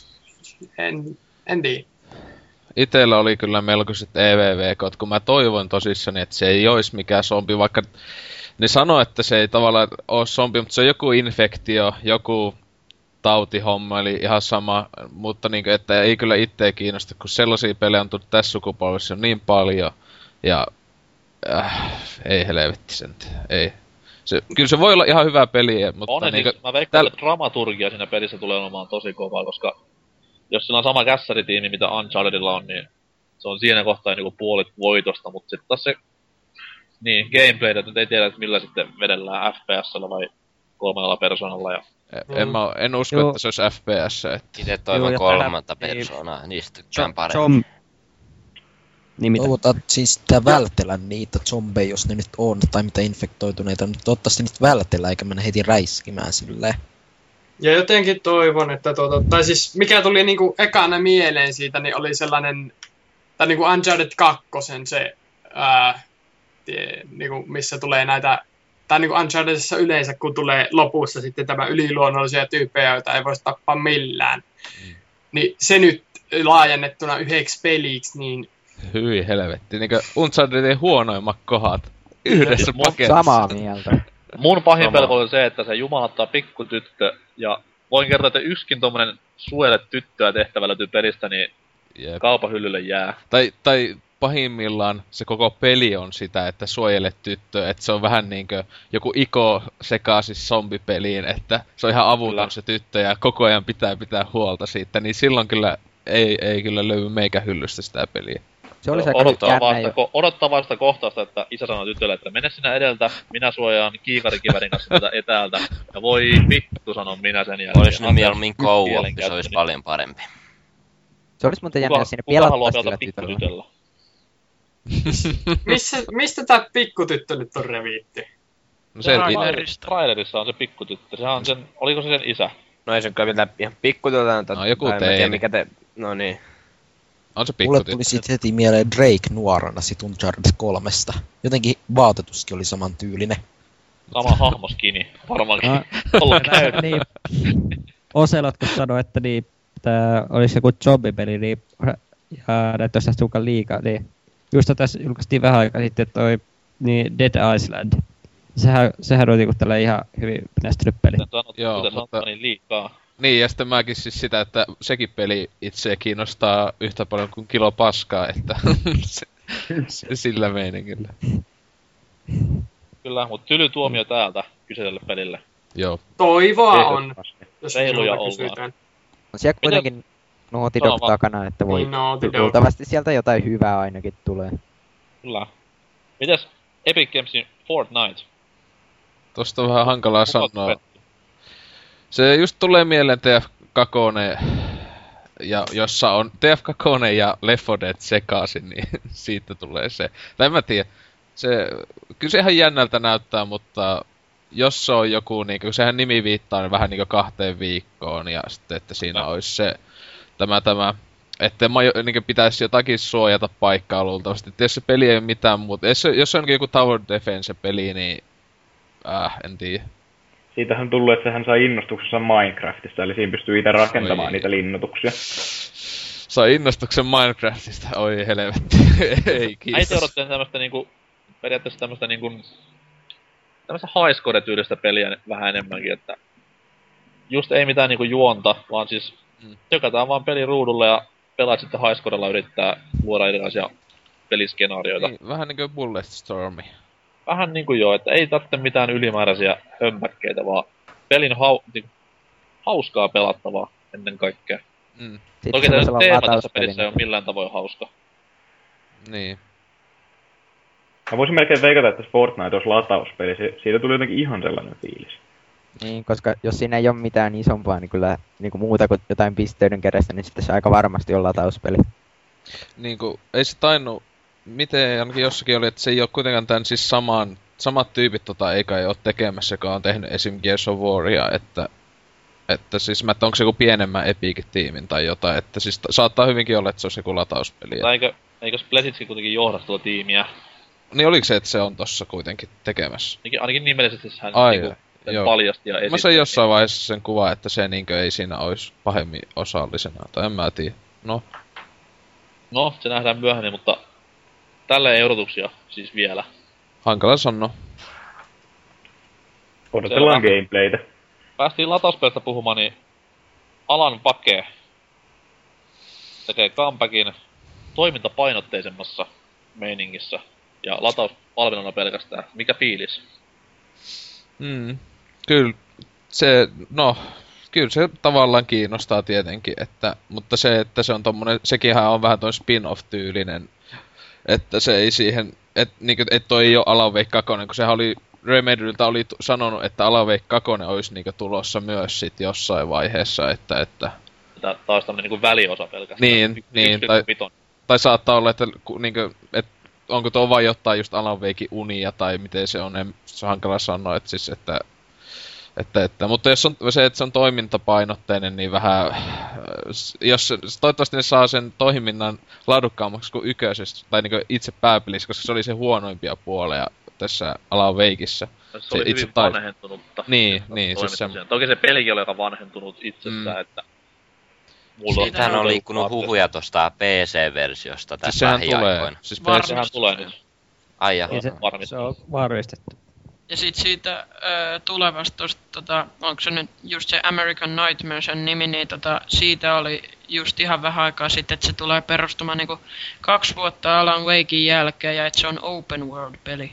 S5: En tiedä.
S6: Itellä oli kyllä melkoiset EVV-kot, kun mä toivon tosissani, että se ei ois mikään zombi, vaikka ne sanoo, että se ei tavallaan oo zombi, mutta se on joku infektio, joku tautihomma, eli ihan sama, mutta niinku, että ei kyllä itseä kiinnosta, kun sellaisia pelejä on tullut tässä sukupolvessa on niin paljon, ja ei helvetti sen, ei. Kyllä se voi olla ihan hyvä peli, mutta niinku...
S1: Mä veikkaan, että dramaturgia siinä pelissä tulee olemaan tosi kovaa, koska jos sillä on sama kässäritiimi, mitä Unchartedilla on, niin se on siinä kohtaa niinku puolit voitosta, mutta sitten taas se gameplaytä, että nyt ei tiedä, että millä sitten vedellään FPS:llä vai 3 persoonalla ja...
S6: En usko, että se olisi FPS.
S2: Itse toivon 3 persoonaa, niistä tykkään paremmin.
S4: Toivotaan siis vältellä niitä zombeja, jos ne nyt on, tai mitä infektoituneita, mutta toivottavasti nyt vältellä, eikä mennä heti räiskimään silleen.
S5: Ja jotenkin toivon, että tai siis mikä tuli niinku ekana mieleen siitä, niin oli sellainen, tai niinku Uncharted 2 se, niinku missä tulee näitä, tai niinku Unchartedissa yleensä, kun tulee lopussa sitten tämä yliluonnollisia tyyppejä, joita ei voisi tappaa millään. Niin se nyt laajennettuna 1 peliksi, niin...
S6: Hyi helvetti, niinkö Unchartedin huonoimmat kohdat yhdessä paketissa.
S7: Samaa mieltä.
S1: Mun pahin pelko oli se, että se jumalattaa pikkutyttö, ja voin kertoa, että yksikin tommonen suojele tyttöä tehtävä löytyy pelistä, niin kaupan hyllylle jää.
S6: Tai pahimmillaan se koko peli on sitä, että suojele tyttöä, että se on vähän niinkö joku Iko sekaisis zombipeliin, että se on ihan avuton se tyttö ja koko ajan pitää huolta siitä, niin silloin kyllä ei kyllä löydy meikä hyllystä sitä peliä.
S7: Se oli
S1: odottaa vasta kohtausta, että isä sanoo tytölle, että mene sinä edeltä, minä suojaan kiikarikivärin kanssa tätä etäältä. Ja voi vittu, sanon minä sen jälkeen.
S2: Olis nyt mieluummin co-op, se olisi paljon parempi.
S7: Se olisi muuten jännä, jos siinä pelattaisi sillä tytöllä.
S5: Mistä tää pikkutyttö nyt on reviitti?
S6: No se
S1: trailerissa on se pikkutyttö, sehän on sen, oliko se sen isä?
S10: No ei se kyllä mitään ihan pikkutytöltä.
S6: No joku teini.
S10: No niin.
S6: On se pikkutyttö.
S4: Mulle tuli sit heti mieleen Drake nuorana sit Uncharted 3:sta. Jotenkin vaatetuskin oli saman tyylinen.
S1: Sama hahmoskini, varmaankin.
S11: Niin. Oselot kun sanoi, että niin, tää olisi joku zombipeli, niin ja näyttäisi tästä hiukan liikaa, niin just tässä julkaistiin vähän aikaa sitten toi niin Dead Island. Sehän on niinku tällä ihan hyvin menestynyt peli.
S1: Joo, mutta niin liikaa.
S6: Niin, ja sitten mäkin siis sitä, että sekin peli itseä kiinnostaa yhtä paljon kuin kilo paskaa, että sillä meiningillä.
S1: Kyllä, mutta tyly tuomio täältä kyseiselle pelille.
S6: Joo.
S5: Toivoa on, jos
S1: reiluja
S5: kysytään.
S7: On siellä kuitenkin Naughty Dog takana, että voi luultavasti sieltä jotain hyvää ainakin tulee.
S1: Kyllä. Mites Epic Gamesin Fortnite?
S6: Tosta on vähän hankalaa sanoa. Se just tulee mieleen TF2, ja jossa on TF2 ja Left 4 Dead sekaisin, niin siitä tulee se. Tai en mä tiedä. Kyllä se ihan jännältä näyttää, mutta jos se on joku, niin kun sehän nimi viittaa niin vähän niin kuin 2 viikkoon, ja sitten, että siinä olisi se, tämä, että niin pitäisi jotakin suojata paikkaa luultavasti. Että jos se peli ei ole mitään muuta, jos se on joku Tower Defense-peli, niin en tiedä.
S8: Siitähän on tullut, että sehän sai innostuksensa Minecraftista, eli siinä pystyy itse rakentamaan niitä linnoituksia.
S6: Sai innostuksen Minecraftista, oi helvetti, ei kiitos.
S1: Äiti odottiin tämmöstä niinku, periaatteessa tämmöstä niinku, tämmöstä highscore-tyylistä peliä vähän enemmänkin, että just ei mitään niinku juonta, vaan siis tökätään vaan peli ruudulle ja pelaat sitten highscorella yrittää luoda erilaisia peliskenaarioita.
S6: Niin, vähän niinku Bulletstormi.
S1: Vähän niinku joo, että ei tarvitse mitään ylimääräisiä hömpäkkeitä, vaan pelin hauskaa pelattavaa ennen kaikkea. Toki tämä teema tässä pelissä ei ole millään tavoin hauska.
S6: Niin.
S8: Mä voisin melkein veikata, että Fortnite olisi latauspeli. Siitä tuli jotenkin ihan sellainen fiilis.
S7: Niin, koska jos siinä ei ole mitään isompaa, niin kyllä niin kuin muuta kuin jotain pisteyden kerästä, niin sitten se aika varmasti on latauspeli.
S6: Niinku, ei se tainnut, miten ainakin jossakin oli, että se ei ole kuitenkaan tämän siis samat tyypit eikä ei ole tekemässä, joka on tehnyt esim. Gears of Waria, että siis mä, että onko se joku pienemmän Epic-tiimin tai jotain, että siis saattaa hyvinkin olla, että se olisi joku latauspeli.
S1: Tai eikö Spletsitski kuitenkin johda tuota tiimiä?
S6: Niin oliko se, että se on tossa kuitenkin tekemässä?
S1: Ainakin nimellisesti hän niinku paljasti ja esitti.
S6: Mä sain jossain vaiheessa sen kuvan, että se niinkö ei siinä olisi pahemmin osallisena, tai en mä tiedä.
S1: No, se nähdään myöhemmin, mutta tälle ei odotuksia siis vielä.
S6: Hankala sanoa.
S8: Odotellaan gameplaytä.
S1: Päästiin latauspelistä puhumaan, niin Alan Wake tekee comebackin toimintapainotteisemmassa meiningissä ja latauspalveluna pelkästään. Mikä fiilis?
S6: Kyllä se tavallaan kiinnostaa tietenkin, mutta se, että se on tommonen, sekinhän on vähän toi spin-off-tyylinen, että se ei siihen, että toi ei oo Alan Wake 2, kun sehän oli, Remedyltä oli sanonut, että Alan Wake 2 olisi niinku tulossa myös sit jossain vaiheessa, että
S1: taas tämmönen niinku väliosa pelkästään.
S6: Niin, tai saattaa olla, että niinku, onko tuo vaan jotain just Alan Wakein unia, tai miten se on, se on hankala sanoa, että siis, mutta jos on se, että se on toimintapainotteinen, niin vähän, jos toivottavasti ne saa sen toiminnan laadukkaammaksi kuin ykkösessä, tai niinku itse pääpelissä, koska se oli se huonoimpia puolia tässä Alan Wakeissa.
S1: Se oli hyvin vanhentunutta.
S6: Niin, siis se.
S1: Toki se pelikin oli aika vanhentunut itsessään, että
S2: siitähän on liikkunut huhuja tosta PC-versiosta tässä lähiaikoina.
S1: Sehän tulee nyt.
S2: Ai ja.
S11: Se on varmistettu.
S3: Ja sit siitä tulevasta onko se nyt just se American Nightmare sen nimi, niin siitä oli just ihan vähän aikaa sitten, että se tulee perustumaan niinku 2 vuotta Alan Wakein jälkeen ja että se on open world-peli.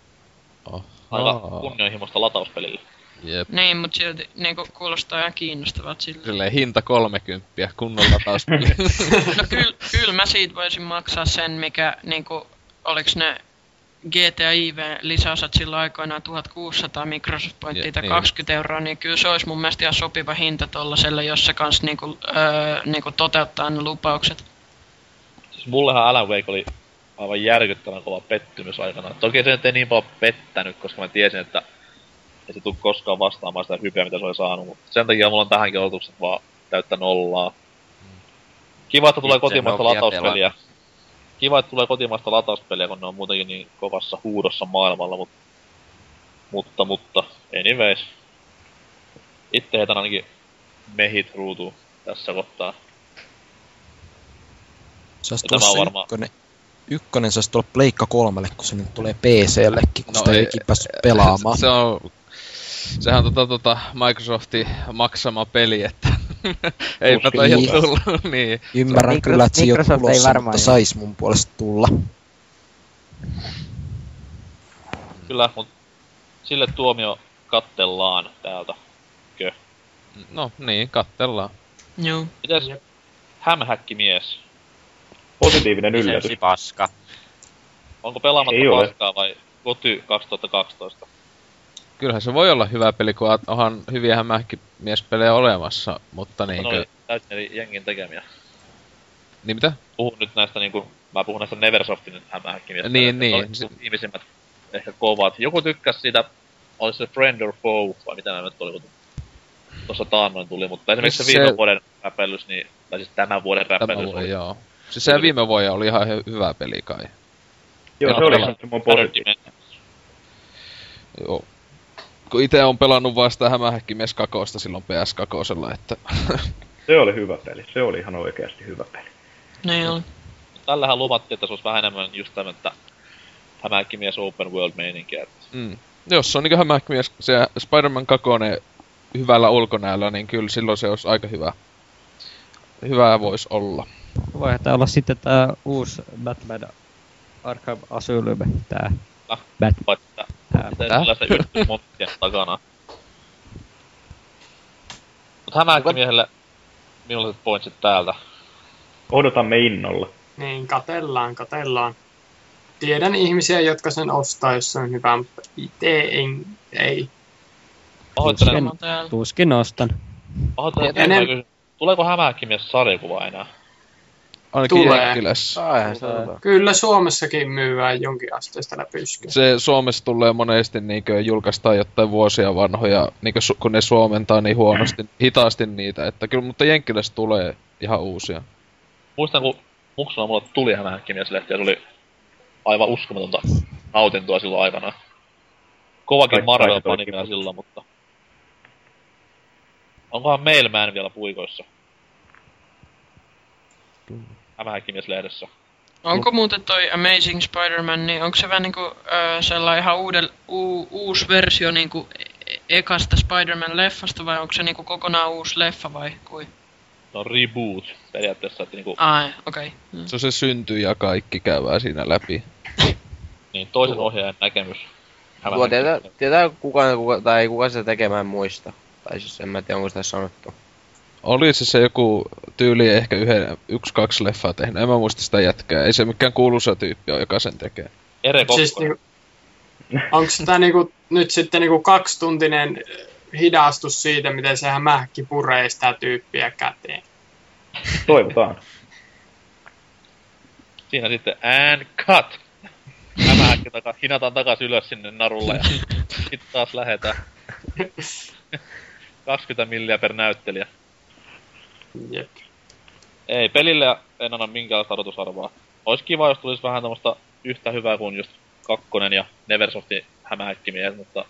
S1: Aika kunnianhimoista latauspelille.
S6: Jep.
S3: Niin, mut silti niinku kuulostaa ihan kiinnostavalta sille.
S6: Silleen hinta 30, kunnon latauspeli.
S3: No kyllä mä siitä voisin maksaa sen, mikä niinku, oliks ne GTA IV-lisäosat silloin aikoinaan 1600 Microsoft Pointtia tai 20 €, niin kyllä se olisi mun mielestä ihan sopiva hinta tollaselle, jos se kans niinku toteuttaa ne lupaukset.
S1: Siis mullehan Alan Wake oli aivan järkyttävän kova pettymys aikanaan. Toki se ei niin paljon pettänyt, koska mä tiesin, että ei se tule koskaan vastaamaan sitä hypeä, mitä se oli saanut, mutta sen takia mulla on tähänkin odotukset vaan täyttä nollaa. Kiva, että tulee kotimaista latauspeliä. Kiva, että tulee kotimaista latauspeliä, kun ne on muutenkin niin kovassa huudossa maailmalla, mutta anyways. Itse heitän ainakin mehit ruutuun tässä kohtaa.
S4: Se olisi tuossa ykkönen saisi tulla Pleikka 3, kun se nyt tulee PC:llekin, kun sitä ei päässyt pelaamaan.
S6: Sehän Microsoftin maksama peli, että eipä toi ihan tullut, niin.
S4: Ymmärrän kyllä, että se ei oo tulossa, mutta sais mun puolesta tulla.
S1: Kyllä, mut sille tuomio kattellaan täältä. Kö?
S6: No niin, kattellaan.
S3: Joo.
S1: Mites hämähäkkimies?
S8: Positiivinen yllätys.
S2: Paska.
S1: Onko pelaamatta paskaa vai Goty 2012?
S6: Kyllähän se voi olla hyvä peli, kun onhan hyviä hämähäkkimiespelejä olemassa, mutta niinkö...
S1: No oli täysin eli jengin tekemiä.
S6: Niin mitä?
S1: Puhun nyt näistä mä puhun näistä Neversoftin hämähäkkimiespelejä.
S6: Niin.
S1: Viimeisimmät ehkä kovat. Joku tykkäs siitä, oli se Friend or Foe, vai mitä nämä nyt oli, kun tossa taannoin tuli, mutta esimerkiksi se viime vuoden räpellys, niin, tai siis tämän vuoden räpellys oli.
S6: Joo. Siis se viime vuoden oli ihan hyvä peli kai.
S8: Joo, se oli semmoinen positiivinen.
S6: Joo. Kun ite on pelannut vaan sitä hämähäkkimies kakosta silloin PS2, että...
S8: Se oli hyvä peli, se oli ihan oikeasti hyvä peli.
S3: Niin oli.
S1: Tällähän luvattiin, että se olisi vähän enemmän just tämmötä hämähäkkimies open world meininkiä.
S6: Jos se on niinku hämähäkkimies, se Spider-Man 2 hyvällä ulkonäöllä, niin kyllä silloin se olisi aika hyvä. Hyvää vois olla.
S11: Voihan tää olla sitten tää uusi Batman Arkham Asylum, tää
S1: Batman. Tällaista yritysmonttien takana. Mut hämähäkkimiehelle millaiset pointsit täältä?
S8: Odotamme innolla.
S5: Niin, katellaan. Tiedän ihmisiä, jotka sen ostaa, jos se on hyvä, mutta itse ei.
S11: Tuskin ostan.
S1: Tuleeko hämähäkkimies sarjakuva enää?
S6: Ainakin Jenkkilässä.
S5: Kyllä Suomessakin myyvään jonkin asteista läpyskyä.
S6: Se Suomessa tulee monesti niinkö julkaistaan jotain vuosia vanhoja, niinkö kun ne suomentaa niin huonosti, hitaasti niitä, että kyllä, mutta Jenkkilässä tulee ihan uusia.
S1: Muistan, kun muksuna mulle tuli hämähäkkimieslehti ja se oli aivan uskomatonta nautintoa silloin aikana. Kovakin Marvel-panikää silloin, mutta... Onkohan Mailman vielä puikoissa? Hämähäkkimies-lehdessä.
S3: Onko muuten toi Amazing Spider-Man, niin onko se vähän niinku sellainen ihan uusi versio niinku ekasta Spider-Man-leffasta vai onko se niinku kokonaan uusi leffa vai kui?
S1: No reboot periaatteessa, että niinku...
S3: Ai, okei.
S6: Se syntyy ja kaikki käydään siinä läpi.
S1: Niin, toisen ohjaajan näkemys.
S10: Tietää kuka sitä tekemään muista. Tai siis en mä tiedä, onko sitä sanottu.
S6: Oli se joku tyyli ehkä 1-2 leffaa tehnyt. En mä muista sitä jätkää. Ei se mikään kuuluisa tyyppi ole, joka sen tekee.
S1: Ere Kokkonen.
S5: Siis onko tää niinku, nyt sitten niinku 2-tuntinen hidastus siitä, miten se hämähäkki puree sitä tyyppiä käteen?
S8: Toivotaan.
S1: Siinä sitten and cut! Hämähäkki hinataan takas ylös sinne narulle ja sit taas lähetään. 20 milliä per näyttelijä.
S5: Jep.
S1: Ei, pelille en anna minkäänlaista odotusarvoa. Ois kiva, jos tulisi vähän tämmöstä yhtä hyvää kuin just 2 ja Neversoftin hämähäkkimiehet, mutta...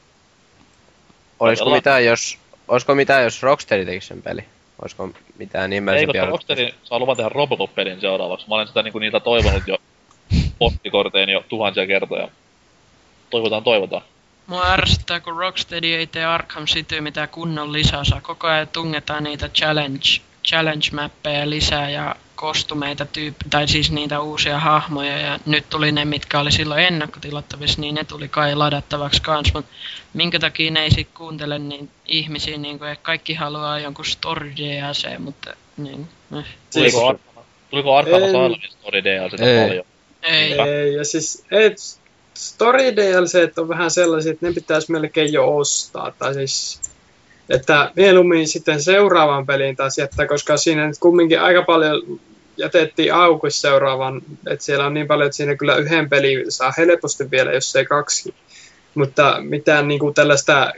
S10: Oisko mitään, jos Rocksteady tekis sen peli? Oisko mitään nimellisempiä?
S1: Ei, koska Rocksteady saa luvan tehdä Robocop-pelin seuraavaksi. Mä olen sitä niinku niiltä toivonut jo postikorteen jo tuhansia kertoja. Toivotaan.
S3: Mua ärsyttää, kun Rocksteady ei tee Arkham City mitään kunnon lisäosaa. Koko ajan tungetaan niitä challenge-mappeja lisää ja kostumeita tai siis niitä uusia hahmoja. Ja nyt tuli ne, mitkä oli silloin ennakkotilattavissa, niin ne tuli kai ladattavaksi kans. Mut minkä takia ne ei sit kuuntele niin ihmisiä, niin kuin kaikki haluaa jonkun story DLC, mutta niin.
S1: Tuliko Arkham Asylumin story DLCtä paljon?
S5: Ei, ja siis story DLCt on vähän sellaisia, että ne pitäisi melkein jo ostaa, tai siis, että mieluummin sitten seuraavan peliin taas jättää, koska siinä nyt kumminkin aika paljon jätettiin auki seuraavan, että siellä on niin paljon, että siinä kyllä yhden pelin saa helposti vielä, jos ei 2. Mutta mitään niinku tällaista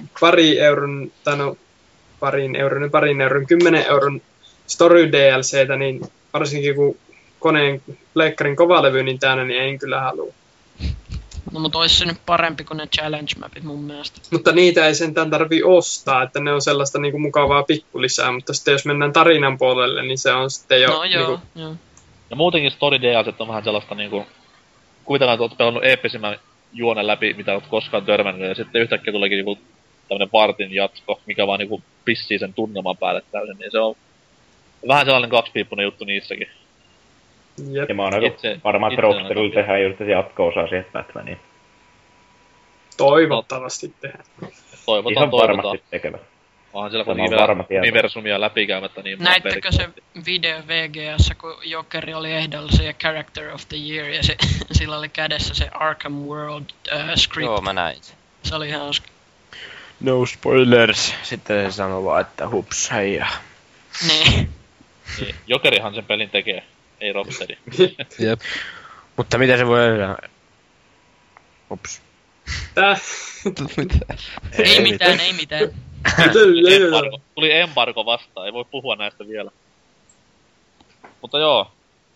S5: 10 euron story DLCtä, niin varsinkin kun koneen pleikkarin kovalevy niin täynnä, niin en kyllä halua.
S3: No mutta ois se nyt parempi kuin ne challenge mapit mun mielestä.
S5: Mutta niitä ei sentään tarvii ostaa, että ne on sellaista niinku mukavaa pikkulisää, mutta sitten jos mennään tarinan puolelle, niin se on sitten jo...
S3: No joo,
S5: niinku,
S3: joo.
S1: Ja muutenkin story DLCt on vähän sellaista niinku... Kuvitellaan, että oot pelannut eeppisimmän juonen läpi, mitä oot koskaan törmännyt, ja sitten yhtäkkiä tuleekin niinku tämmönen vartin jatko, mikä vaan niinku pissii sen tunnelman päälle täysin, niin se on vähän sellainen kaksipiippunen juttu niissäkin.
S5: Jep.
S8: Ja mä oon aika varmaan, että Rocksteadilla tehdään just se jatko-osaa siihen Batmaniin.
S5: Toivottavasti tehdään.
S8: Ihan varmasti tekevät.
S1: Onhan siellä kuitenkin universumia läpikäymättä niin...
S3: Näittekö se video VGS, kun Jokeri oli ehdolla se Character of the Year ja sillä oli kädessä se Arkham World script.
S2: Joo, mä näin.
S3: Se oli hauska.
S10: No spoilers. Sitten se sanoo vaan, että hups, heijaa.
S3: Niin.
S1: Jokerihan sen pelin tekee, ei Rocksteadi.
S6: Jep.
S10: Mutta mitä se voi olla? Hups.
S3: Ei mitään.
S1: Tuli embargo vastaan, ei voi puhua näistä vielä. Mutta joo.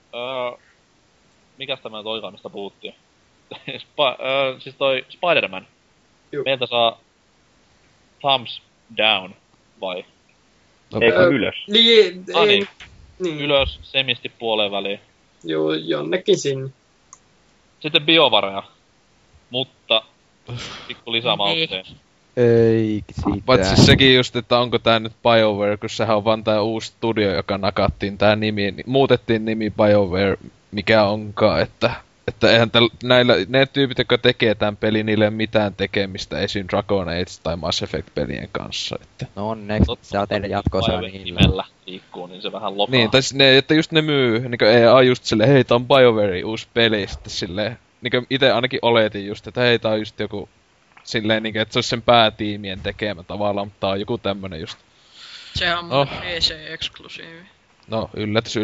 S1: Mikäs tämä toikaan, mistä puhuttiin? Siis toi Spider-Man. Meiltä saa thumbs down, vai?
S8: Eikö ylös?
S5: Niin.
S1: Ylös, semisti puoleen väliin.
S5: Joo, jonnekin sinne.
S1: Sitten BioWarea. Mutta pikku lisämaukseen.
S7: Ei siitä.
S6: Paitsi sekin just, että onko tää nyt BioWare, kun sehän on vaan tää uusi studio, joka nakattiin tää nimi, muutettiin nimi BioWare, mikä onkaan, että eihän näillä, ne tyypit, jotka tekee tän pelin, niille ei ole mitään tekemistä esim. Dragon Age tai Mass Effect-pelien kanssa, että...
S7: No onneksi, se on teille jatko-osaa niillä.
S1: Nimellä liikkuu, niin se vähän lokaa.
S6: Niin, tai ne, että just ne myy, niinku EA just silleen, hei tää on BioWare uusi peli, sitten silleen, niinku ite ainakin oletin just, että hei tää on just joku, silleen niinku, että se olisi sen päätiimien tekemä tavallaan, mutta tää on joku tämmönen just.
S3: Se on mun PC-eksklusiivi.
S6: No, yllätys.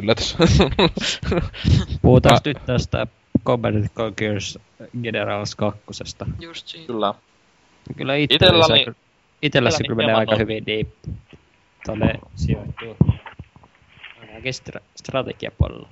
S11: Puhutaan nyt tästä Command & Conquer's Generals 2.
S3: Just siinä.
S1: Kyllä.
S11: Kyllä itellä se kyllä menee aika hyvin niin tonne sijoittuu. Ainakin strategiapuolella.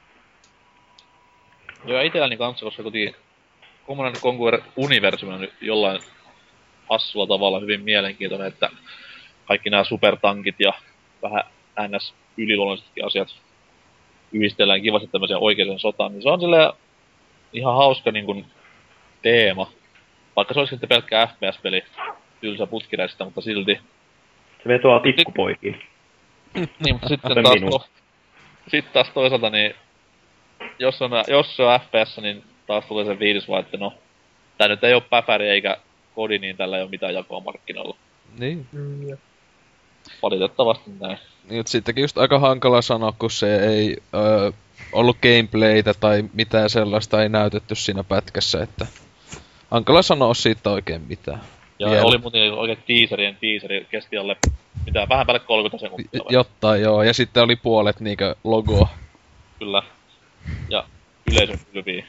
S1: Joo, itelläni kanssa, koska Command & Conquer Universum on nyt jollain hassulla tavalla hyvin mielenkiintoinen, että kaikki nämä supertankit ja vähän ns. Yliluonnollisetkin asiat yhdistellään kivasti tämmöiseen oikeaan sotaan, niin se on silleen ihan hauska niin kuin teema. Vaikka se olisi sitten pelkkä FPS-peli tylsä putkireista, mutta silti.
S8: Se vetoaa pikkupoikiin.
S1: Niin, mutta sitten taas toisaalta niin jos se on FPS, niin taas tulee se fiilis vaan, että no, tää nyt ei oo päpäri eikä kodi, niin tällä ei oo mitään jakoa markkinoilla.
S6: Niin.
S1: Valitettavasti näin.
S6: Niin, et siitäkin just aika hankala sanoa, kun se ei ollut gameplaytä tai mitään sellaista ei näytetty siinä pätkässä, että hankala sanoa siitä oikein mitään.
S1: Ja vielä. Oli muuten oikein teaseri kesti alle mitään vähän päälle 30 sekuntia.
S6: Jotain joo, ja sitten oli puolet niinkö logoa.
S1: Kyllä. Ja yleisön kylviä.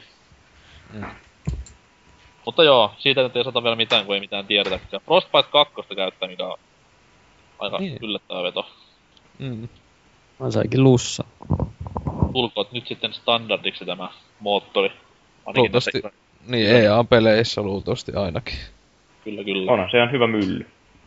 S1: Mutta joo, siitä nyt ei osata vielä mitään, kun ei mitään tiedetäkään. Frostbite 2 käyttää, mikä on aika yllättävä veto.
S11: Mä saikin lussa.
S1: Tulkoot nyt sitten standardiksi tämä moottori.
S6: Luultavasti, niin EA-peleissä luultavasti ainakin.
S1: Kyllä.
S8: Onhan se ihan hyvä mylly.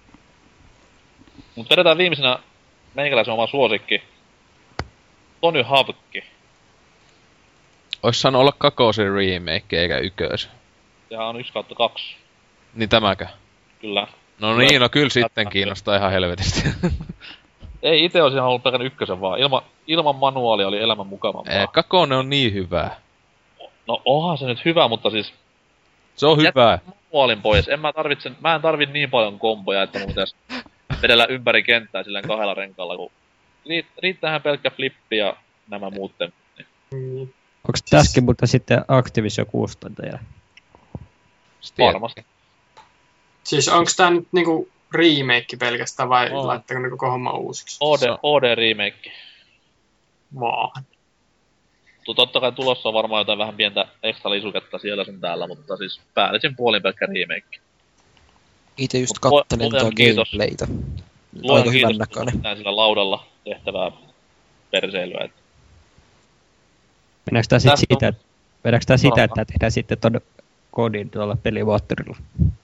S1: Mut vedetään viimeisenä meikäläisen oma suosikki. Tony Hawkki.
S6: Ois saanut olla kakosen remake eikä ykkös.
S1: Sehän on 1/2.
S6: Niin tämäkö?
S1: Kyllä.
S6: No niin, no kyllä sitten kiinnostaa ihan helvetisti.
S1: Ei, ite olisin halunnut pelkän ykkösen vaan. Ilman manuaalia oli elämän mukavampaa.
S6: Kakone on niin hyvää.
S1: No onhan se nyt hyvä, mutta siis...
S6: Se on hyvää.
S1: Manuaalin pois. Mä en tarvi niin paljon komboja, että mun pitäis vedellä ympäri kenttää silleen 2 renkaalla, kun... Riittäähän pelkkä flippi ja nämä muut temput.
S11: Onks tässäkin mutta sitten Activision kustantaja?
S1: Varmasti.
S5: Siis onks tää nyt niinku remake pelkästään vai laittaako ne koko homma uusiksi?
S1: HD remake.
S5: Maahan.
S1: Totta kai tulossa on varmaan jotain vähän pientä ekstra lisuketta siellä sun täällä, mutta siis päällisin puolin pelkkä remake.
S4: Ite just kattelin gameplaytä.
S1: Aika hyvän näköinen. Näin sillä laudalla tehtävää perseilyä.
S11: Mennäänkö tää sitä, että tehdään sitten ton kodin tuolla pelimoottorilla?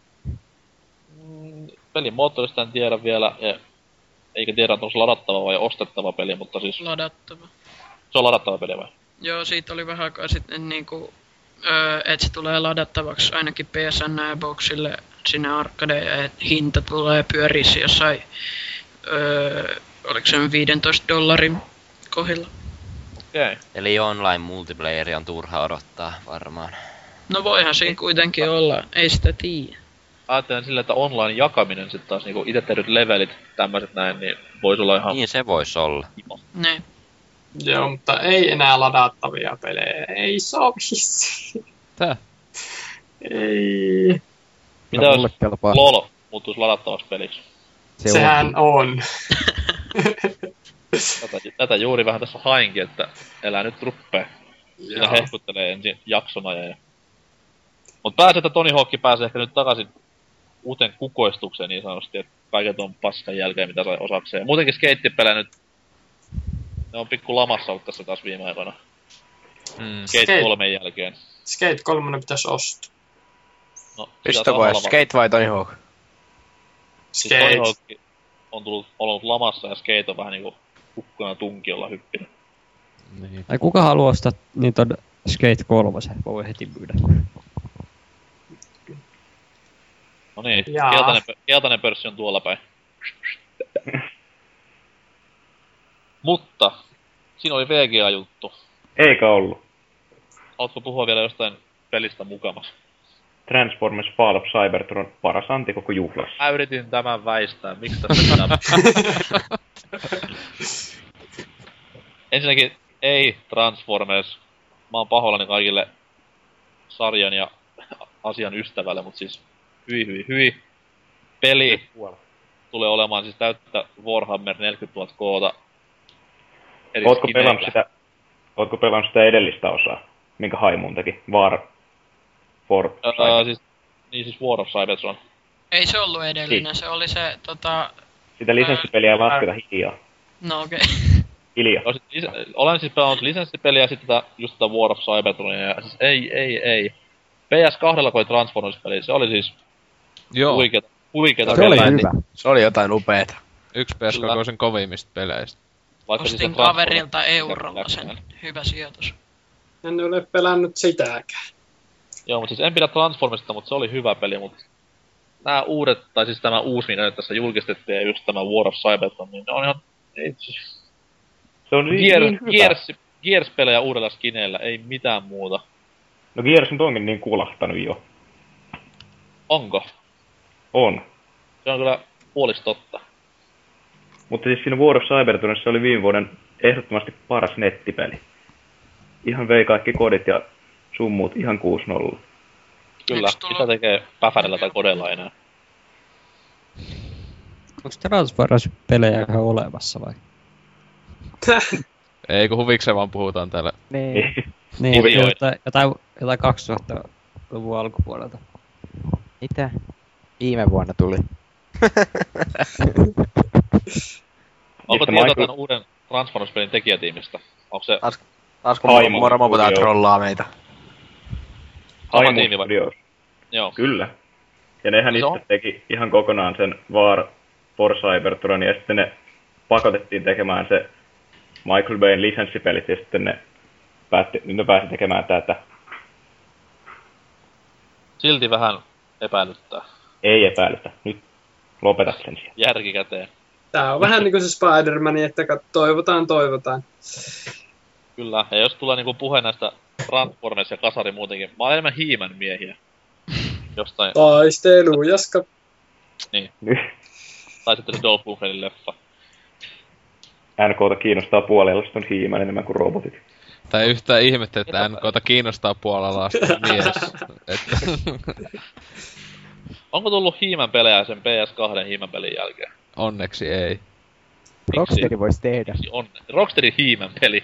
S1: Pelimoottorista en tiedä vielä, eikä tiedä, onko se ladattava vai ostettava peli, mutta siis...
S3: Ladattava.
S1: Se on ladattava peli vai?
S3: Joo, siitä oli vähän aikaa sitten niinku, että se tulee ladattavaksi ainakin PSN-boxille sinne arcadeen ja et hinta tulee pyörisi jossain, oliko se $15 kohdilla.
S1: Okei.
S2: Eli online multiplayeri on turha odottaa varmaan.
S3: No voihan siinä kuitenkin olla, ei sitä tiedä.
S1: Ajattelen sillä, että online jakaminen sit taas niinku ite tehdyt levelit, tämmöset näin, niin vois olla ihan...
S2: Niin se vois olla.
S3: Ne.
S5: Joo, mutta ei enää ladattavia pelejä. Ei sovisi.
S6: Tää?
S5: Ei.
S1: Mitä jos LOL muuttuis ladattavaksi peliksi?
S5: Sehän on.
S1: Tätä juuri vähän tässä hainkin, että elää nyt ruppee. Siinä hehkuttelee ensin jaksona ja... Mut pääsee, että Tony Hawk pääsee ehkä nyt takaisin uuteen kukoistukseen niin sanotusti, että kaiken tuon paskan jälkeen mitä sai osakseen. Muutenkin skeittipelejä nyt... Ne on pikku lamassa ollut tässä taas viime aikoina. Skate 3 jälkeen.
S5: Skate 3 pitäis ostaa.
S1: No,
S10: Pistä voi, Skate vai Tony Hawk?
S1: Siis Tony Hawk on ollut lamassa ja Skate on vähän niinku kukkona tunkiolla hyppinyt.
S11: Niin. Ai kuka haluaa ostaa niin ton Skate 3, voi heti myydä.
S1: No niin, keltainen pörssi on tuolla päin. Mutta, siinä oli VGA-juttu.
S8: Eikä ollut.
S1: Haluatko puhua vielä jostain pelistä mukamas?
S8: Transformers Fall of Cybertron, paras anti koko juhlassa.
S1: Mä yritin tämän väistää, miksi tässä pitää... Ensinnäkin, ei Transformers. Mä oon pahoillani kaikille sarjan ja asian ystävälle, mut siis hyi. Peli tulee olemaan siis täyttä Warhammer 40 000 koota.
S8: Ootko pelannut sitä edellistä osaa, minkä Haimuun teki? War
S1: of Cybertron.
S3: Ei se ollut edellinen, se oli se
S8: sitä lisenssipeliä ei lasketa hiljaa.
S3: No okei.
S8: Hiljaa.
S1: No, olen siis pelannut lisenssipeliä ja sitten just tätä War of Cybertronia ja siis ei. PS2 kun oli Transformers-peli, se oli siis huikeeta
S10: se oli hyvä. Se oli jotain upeeta.
S6: Yksi PS2 kovimmista peleistä.
S3: Ostin kaverilta eurolla sen. Hyvä sijoitus.
S5: En ole pelannut sitäkään.
S1: Joo, mutta siis en pidä Transformersista, mutta se oli hyvä peli, mutta nämä uudet, tai siis tämä uusi, mikä nyt tässä julkistettiin, ja just tämä War of Cybertron, niin ne on ihan...
S8: Se on niin hyvä.
S1: Gears-pelejä uudella skineillä, ei mitään muuta.
S8: No Gears nyt onkin niin kulahtanut jo.
S1: Onko?
S8: On.
S1: Se on kyllä puolis totta.
S8: Mutta siis siinä War of Cybertronissa oli viime vuoden ehdottomasti paras nettipeli. Ihan vei kaikki kodit ja summut ihan 6-0.
S1: Kyllä, mitä tekee päfärillä tai kodella enää?
S11: Onko Transformers-pelejä ihan olemassa vai?
S6: Ei, kun huvikseen vaan puhutaan täällä.
S11: Niin, jotain 2000-luvun alkupuolelta.
S7: Mitä? Viime vuonna tuli.
S1: Onko tietoa tämän uuden Transformers-pelin tekijätiimistä? Onko se...
S10: Taas kun Moromo pitää trollaa meitä.
S1: Sama tiimi vai?
S8: Joo. Kyllä. Ja nehän itse teki ihan kokonaan sen War for Cybertron, ja sitten ne pakotettiin tekemään se Michael Bayn lisenssipelit, ja sitten ne pääsi tekemään tätä.
S1: Silti vähän epäilyttää.
S8: Ei epäilytä. Nyt lopetat sen siellä.
S1: Järki käteen.
S5: Tää on vähän niinku se Spider-Man, että toivotaan.
S1: Kyllä, ja jos tulee niinku puhe näistä Transformers ja kasari muutenkin, mä olen enemmän He-Man miehiä. Jostain...
S5: Taistelu, jaska.
S1: Niin. Tai sitten se Dolph Lundgrenin leffa.
S8: NK:ta kiinnostaa puolella He-Man enemmän kuin robotit.
S6: Tai yhtään ihmettä, että NK:ta kiinnostaa puolella mies.
S1: Onko tullut He-Man pelejä sen PS2 He-Man pelin jälkeen?
S6: Onneksi ei.
S7: Rocksteady voisi tehdä.
S1: Rocksteady He-Man peli.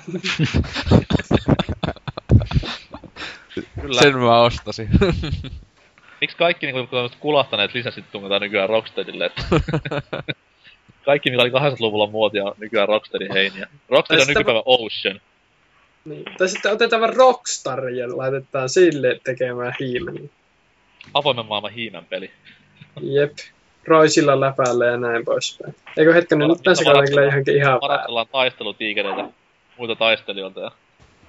S6: Kyllä. Sen mä ostasin.
S1: Miksi kaikki niinku kulahtaneet lisenssit tungetaan nykyään Rocksteadylle? Kaikki mikä oli 80-luvulla muotia on nykyään Rocksteadyn heiniä. Rocksteady on nykypäivä Ocean.
S5: Niin. Tai sitten otetaan vaan Rockstar ja laitetaan sille tekemään He-Mania.
S1: Avoimen maailman He-Man peli.
S5: Jep. Roisilla läpällä ja näin poispäin. Eikö hetkinen, nyt tässä kyllä johonkin ihan päälle.
S1: Varastellaan taistelutiikereitä muita taistelijoilta ja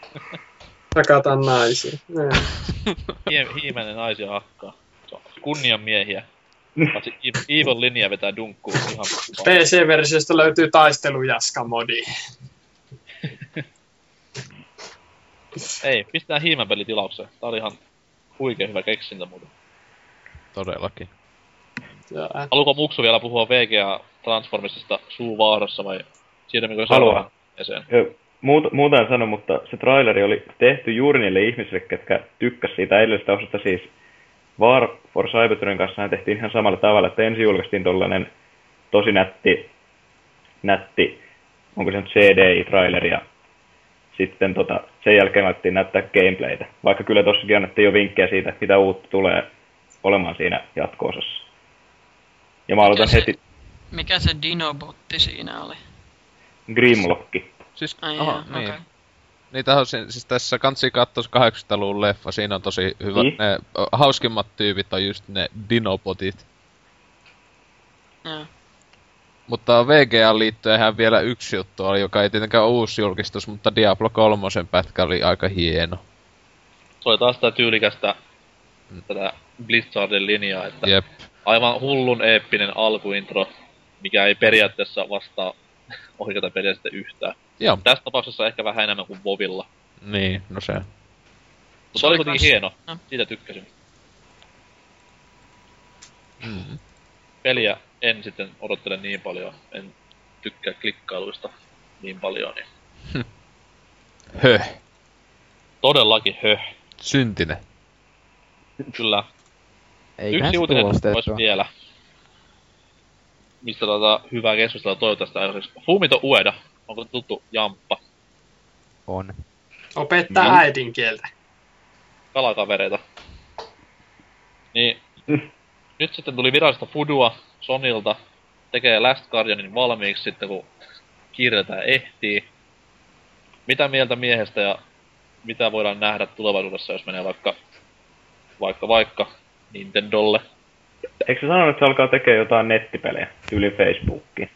S5: Hakataan naisia.
S1: Hiimäinen naisia hakkaa. Se on kunnian miehiä. Paitsi Evil linja vetää dunkkuun ihan...
S5: PC-versiosta löytyy taistelujaska-modi.
S1: Ei, pistää hiimäpeli tilaukseen. Tää oli ihan huikea hyvä keksintä muuten.
S6: Todellakin.
S1: Haluuko Muksu vielä puhua VGA Transformisista suuvaahdossa vai siirrymmekö
S8: Haluaa.
S1: Eseen?
S8: Muuta en sano, mutta se traileri oli tehty juuri niille ihmisille, ketkä tykkäs siitä edellisestä osasta siis. War for Cybertron kanssa tehtiin ihan samalla tavalla, että ensin julkaistiin tollanen tosi nätti, onko se nyt CDI-traileri, ja sitten sen jälkeen alettiin näyttää gameplaytä. Vaikka kyllä tossakin annettiin jo vinkkejä siitä, että mitä uutta tulee olemaan siinä jatko-osassa. Ja mä aloitan heti...
S3: Mikä se Dinobotti siinä oli?
S8: Grimlocki.
S6: Siis,
S3: niin.
S6: Okay. Niitä on siis tässä kansi katsoa 80-luvun leffa, siinä on tosi hyvä.
S8: Niin?
S6: Ne hauskimmat tyypit on just ne Dinobotit.
S3: Joo.
S6: Mutta VGA liittyen vielä yksi juttu oli, joka ei tietenkään ole uusi julkistus, mutta Diablo 3 pätkä oli aika hieno.
S1: Se oli taas sitä tyylikästä tätä Blizzardin linjaa, että
S6: Jep.
S1: aivan hullun eeppinen alkuintro, mikä ei periaatteessa vastaa oikeata peliä sitten yhtään.
S6: Joo.
S1: Tässä tapauksessa ehkä vähän enemmän kuin WoWilla.
S6: Niin, no se.
S1: Mutta se oli kuitenkin hieno. Siitä tykkäsin.
S6: Mm.
S1: Peliä en sitten odottele niin paljon. En tykkää klikkailuista niin paljon. Niin.
S6: Höh.
S1: Todellakin höh.
S6: Syntinen.
S1: Kyllä.
S7: Eiköhän
S1: Yksi
S7: se
S1: uutinen
S7: tulostettua.
S1: olisi vielä. Mistä hyvää keskustelua toivottavasti aikaiseksi. Fumito Ueda. Onko tuttu jamppa?
S7: On.
S5: Opettaa äidinkieltä.
S1: Kalakavereita. Niin. Nyt sitten tuli virallista Fudua Sonilta. Tekee Last Guardianin valmiiksi sitten kun kiireetään ehtii. Mitä mieltä miehestä ja mitä voidaan nähdä tulevaisuudessa, jos menee vaikka Nintendolle?
S8: Eikö se sanonut, että se alkaa tekemään jotain nettipelejä yli Facebookiin?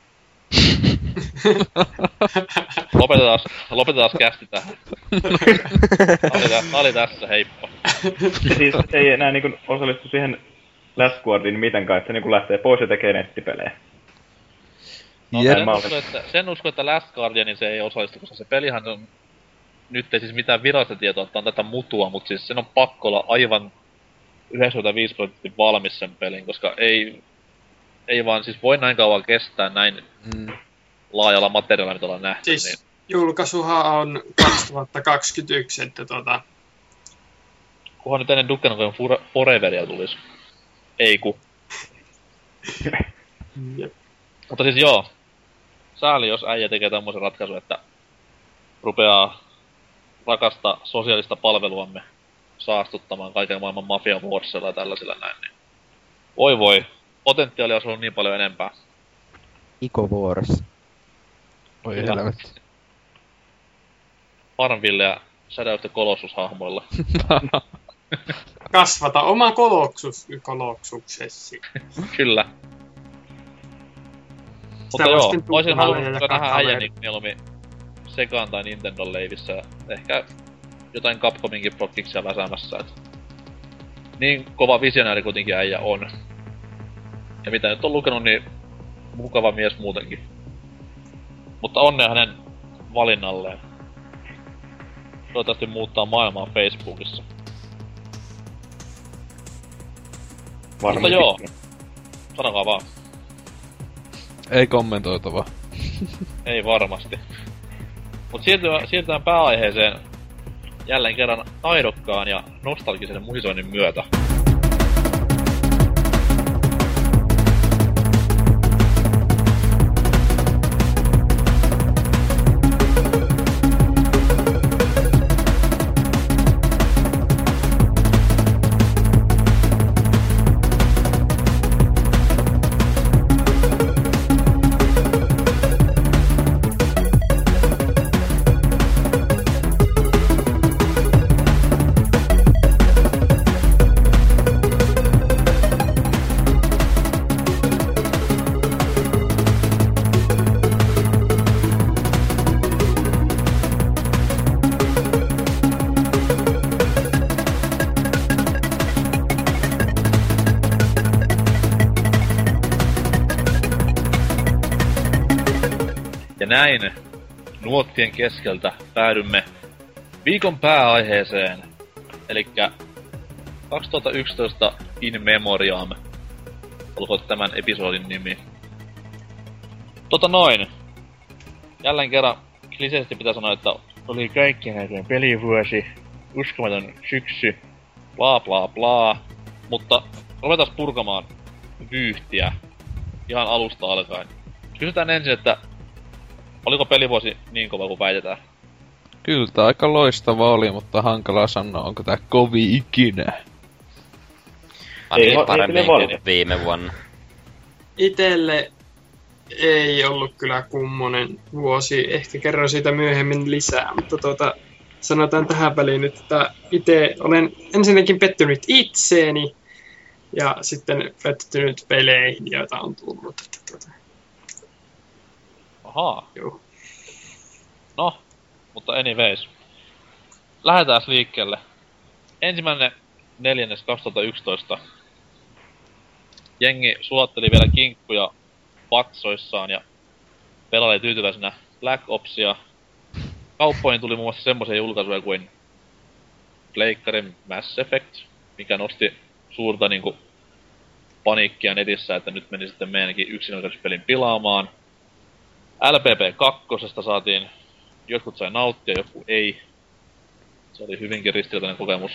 S1: Lopetetaan kästi tähän. Tää oli tässä, heippa.
S8: Ja siis ei enää niinku osallistu siihen Last Guardiin mitenkään, että se niinku lähtee pois ja tekee nettipelejä.
S1: No, sen usko, että Last Guardianin se ei osallistu, koska se pelihan on... Nyt ei siis mitään virallista tietoa, että on tätä mutua, mutta siis sen on pakko olla aivan 95% valmis sen pelin, koska ei vaan siis voi näin kauan kestää näin laajalla materiaalilla, mitä ollaan nähty.
S5: Siis
S1: niin.
S5: julkaisuhan on 2021, että
S1: Kunhan nyt ennen Duke Nukem Foreveria tulis. Ei ku. Mutta siis joo. Sääli, jos äijä tekee tämmöisen ratkaisun, että rupeaa rakasta sosiaalista palveluamme saastuttamaan kaiken maailman mafia-vuorsilla ja tällaisilla näin. Niin. Voi. Potentiaalia olisi ollut niin paljon enempää.
S7: Ico Wars.
S6: Oi helvetti.
S1: Farmville ja Shadow of the Colossus-hahmoilla.
S5: kasvata oma koloksuksesi.
S1: Kyllä. Mutta joo, olisin halunnut nähdä äijän niin mieluummin Segaan tai Nintendo leivissä. Ehkä jotain Capcominkin prokkiksia väsäämässä. Et niin kova visionääri kuitenkin äijä on. Ja mitä nyt on lukenut, niin mukava mies muutenkin. Mutta onnea hänen valinnalleen. Toivottavasti muuttaa maailmaa Facebookissa. Mutta joo, sanokaa vaan.
S6: Ei kommentoitavaa.
S1: Ei varmasti. Mut siirrytään pääaiheeseen jälleen kerran taidokkaan ja nostalgisen musisoinnin myötä. Ja näin nuottien keskeltä päädymme viikon pääaiheeseen. Elikkä 2011 In Memoriam. Olkoon tämän episodin nimi. Jälleen kerran kliseisesti pitää sanoa, että oli kaikkien aikojen pelivuosi, uskomaton syksy, bla bla bla. Mutta ruvetaan purkamaan vyyhtiä ihan alusta alkaen. Kysytään ensin, että oliko pelivuosi niin kova kuin väitetään?
S6: Kyllä tää aika loistava oli, mutta hankala sanoa, onko tää kovin ikinä.
S2: Oli paremmin kuin viime vuonna.
S5: Itelle ei ollut kyllä kummonen vuosi. Ehkä kerron siitä myöhemmin lisää, mutta sanotaan tähän väliin nyt, että itse olen ensinnäkin pettynyt itseeni ja sitten pettynyt peleihin, joita on tullut.
S1: Ahaa.
S5: Joo.
S1: No, mutta anyways. Lähdetään liikkeelle. 1.4.2011. Jengi sulatteli vielä kinkkuja vatsoissaan ja pelaili tyytyväisenä Black Opsia. Kauppoihin tuli muun muassa semmoisia julkaisuja kuin Pleikkarin Mass Effect, mikä nosti suurta niinku paniikkia netissä, että nyt meni sitten meidänkin yksinäisyyspelin pilaamaan. LPP 2 saatiin, jotkut sai nauttia, joku ei. Se oli hyvinkin ristiriitainen kokemus.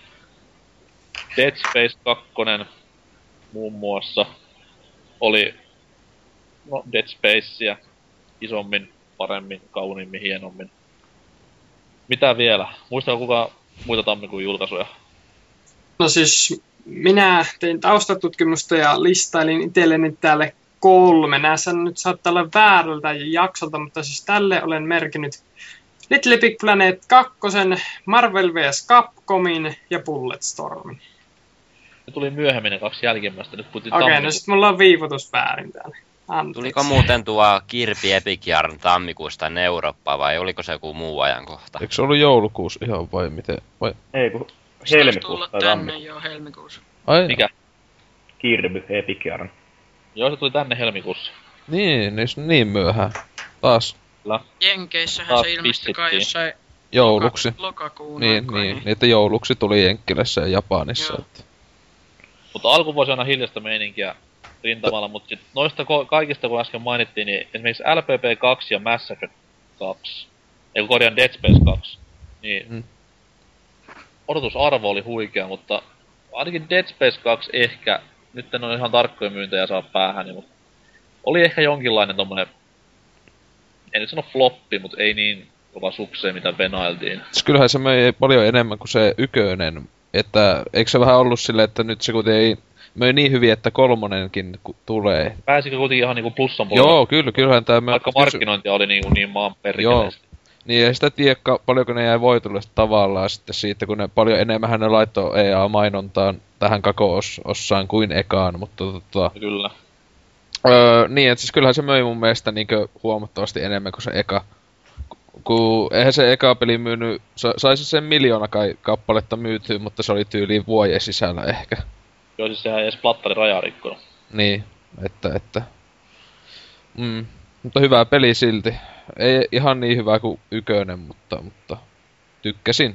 S1: Dead Space 2 muun muassa oli Dead Spacea isommin, paremmin, kauniimmin, hienommin. Mitä vielä? Muistatko kukaan muita tammikuun julkaisuja?
S5: No siis minä tein taustatutkimusta ja listailin itselleni täällä 3. Näissä nyt saattaa olla väärältä jaksolta, mutta siis tälle olen merkinnyt Little Big Planet 2, Marvel vs. Capcomin ja Bulletstormin.
S1: Ne tuli myöhemmin ne 2 jälkimmäistä. Nyt puhuttiin
S5: Okei, no sit mulla on viivotus väärin täällä. Anteeksi.
S2: Tuliko muuten tuo Kirby Epic Yarn tammikuusta tänne Eurooppaan vai oliko se joku muu ajankohta?
S6: Eikö se ollut joulukuussa ihan vai miten? Vai?
S8: Ei kun
S3: helmikuussa
S8: tai
S3: tänne jo helmikuussa.
S6: Ai
S1: mikä?
S8: Kirby Epic Yarn.
S1: Joo, se tuli tänne helmikuussa.
S6: Niin myöhään. Taas.
S3: Jenkeissähän
S1: Taas
S3: se ilmestyi kai jossain
S6: jouluksi.
S3: lokakuun
S6: Niin, että jouluksi tuli Jenkkilässä ja Japanissa. Että.
S1: Mutta alkuvuosi on aina hiljasta meininkiä rintamalla, mutta sit noista kaikista kun äsken mainittiin, niin esimerkiksi LPP 2 ja Mass Effect 2, eiku korjaan Dead Space 2, niin odotusarvo oli huikea, mutta ainakin Dead Space 2 ehkä, nyt en ole ihan tarkkoja myyntejä saa päähän, mutta oli ehkä jonkinlainen tommonen, en nyt sano floppi, mutta ei niin kova sukseen mitä venailtiin.
S6: Kyllähän se möi paljon enemmän kuin se ykönen, että eikö se vähän ollut silleen, että nyt se kuitenkin ei möi niin hyvin, että 3:nkin tulee.
S1: Pääsikö kuitenkin ihan niinku plussan puolella?
S6: Joo, kyllähän tää
S1: vaikka markkinointia oli niin maan perkeleesti.
S6: Niin ei sitä tiedä, paljonko ne jäi voitolle tavallaan sitten siitä, kun ne paljon enemmän ne laittoi EA-mainontaan tähän kako-ossaan kuin ekaan, mutta
S1: Kyllä.
S6: Niin, että siis kyllähän se möi mun mielestä niinkö huomattavasti enemmän kuin se eka. Kun eihän se eka peli myynyt, saisi sen 1 miljoona kappaletta myytyä, mutta se oli tyyliin vuoden sisällä ehkä.
S1: Joo, siis sehän ei edes plattari rajaa rikkonut.
S6: Niin, että. Mutta hyvä peli silti. Ei ihan niin hyvä kuin ykönen, mutta tykkäsin.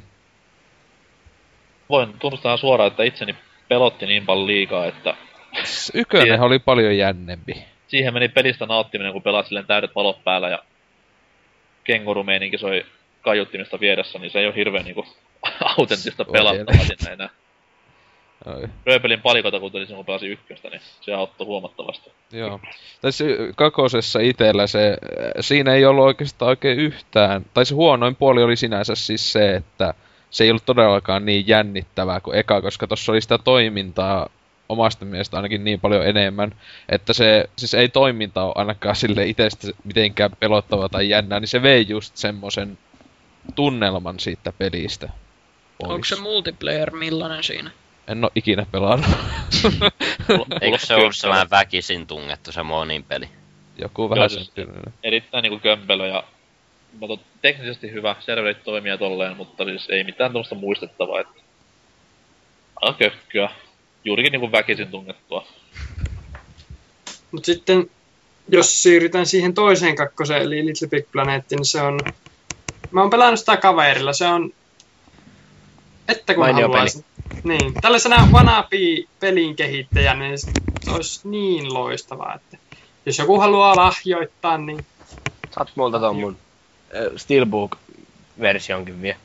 S1: Voin tunnustaa suoraan, että itseni pelotti niin paljon liikaa, että
S6: Ykönen oli paljon jännempi.
S1: Siihen meni pelistä nauttiminen, kun pelaat silleen täydet valot päällä ja kengurumeininki soi kaiuttimista vieressä, niin se ei ole hirveen niinku autenttista pelattavaa sinne enää. Rööpelin palikota, kun tuli kun pelasin ykköstä, niin se auttoi huomattavasti.
S6: Joo. Tässä kakosessa itellä siinä ei ollut oikein yhtään, tai se huonoin puoli oli sinänsä siis se, että se ei ollut todellakaan niin jännittävää kuin eka, koska tossa oli sitä toimintaa omasta mielestä ainakin niin paljon enemmän, että se siis ei toiminta ole ainakaan sille itsestä mitenkään pelottavaa tai jännää, niin se vei just semmosen tunnelman siitä pelistä.
S3: Onko se multiplayer millainen siinä?
S6: En oo ikinä pelannut.
S2: Eikö se ollut sellainen väkisin tungettu se monin peli?
S6: Joku vähän
S1: siis erittäin niinku kömpelö ja teknisesti hyvä, serverit toimii ja tolleen, mutta siis ei mitään tommoista muistettavaa, että aika kökkyä. Juurikin niinku väkisin tungettua.
S5: Mut sitten jos siirrytään siihen toiseen kakkoseen, eli Little Big Planet, niin se on... Mä oon pelannut sitä kaverilla, se on... Että kun haluaisin. Niin, tällaisena wannabe-pelin kehittäjänä, niin se olisi niin loistavaa, että jos joku haluaa lahjoittaa, niin...
S10: Saat multa ton mun Steelbook-versionkin vielä.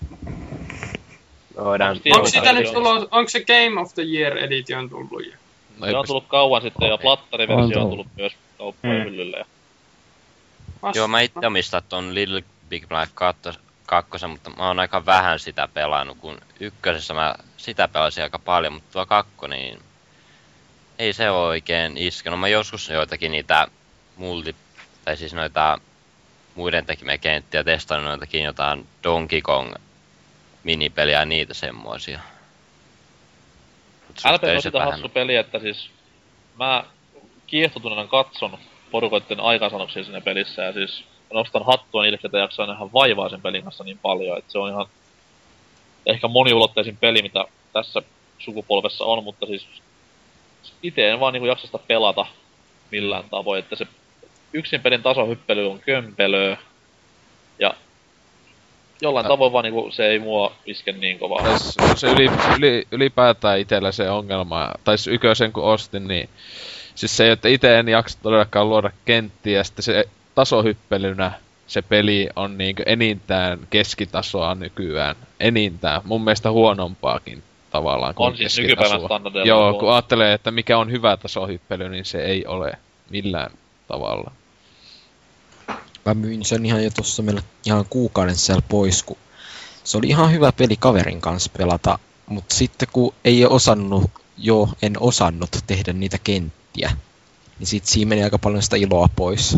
S5: Onko sitä nyt tullut, onko se Game of the Year Edition tullut jo?
S1: No se on tullut kauan sitten ja plattariversio on tullut myös kauppojen hyllylle.
S2: Joo, mä itse omistan ton Little Big Planet 2, mutta mä oon aika vähän sitä pelannut, kun ykkösessä mä sitä pelasin aika paljon, mutta tuo 2, niin ei se oo oikein iskenut. Mä joskus joitakin niitä tai siis noita muiden tekemiä kenttiä testannut noitakin jotain Donkey Kong minipeliä ja niitä semmoisia.
S1: LP on sitä hassu peli, että siis mä kiehtotuneena katson porukoitten aikaansaannoksia siinä pelissä ja siis nostan hattua niille, että jaksaa nähdä vaivaa sen pelin kanssa niin paljon, että se on ihan ehkä moniulotteisin peli, mitä tässä sukupolvessa on, mutta siis itse en vaan niinku jaksa sitä pelata millään tavoin, että se yksin pelin tasohyppely on kömpelöä ja jollain tavoin vaan niinku se ei mua iske niin kovaa.
S6: Se ylipäätään itellä se ongelma, tai ykösen kun ostin, niin siis se, että ite en jaksa todellakaan luoda kenttiä, ja sitten se tasohyppelynä se peli on niinkö enintään keskitasoa nykyään. Enintään. Mun mielestä huonompaakin tavallaan kuin
S1: on siis nykypäivän standardeilla.
S6: Joo, kun ajattelee, että mikä on hyvä tasohyppely, niin se ei ole millään tavalla.
S4: Mä myin sen ihan jo tossa meillä ihan kuukauden sisällä pois, kun se oli ihan hyvä peli kaverin kanssa pelata, mutta sitten kun en osannut tehdä niitä kenttiä, niin sit siinä meni aika paljon sitä iloa pois.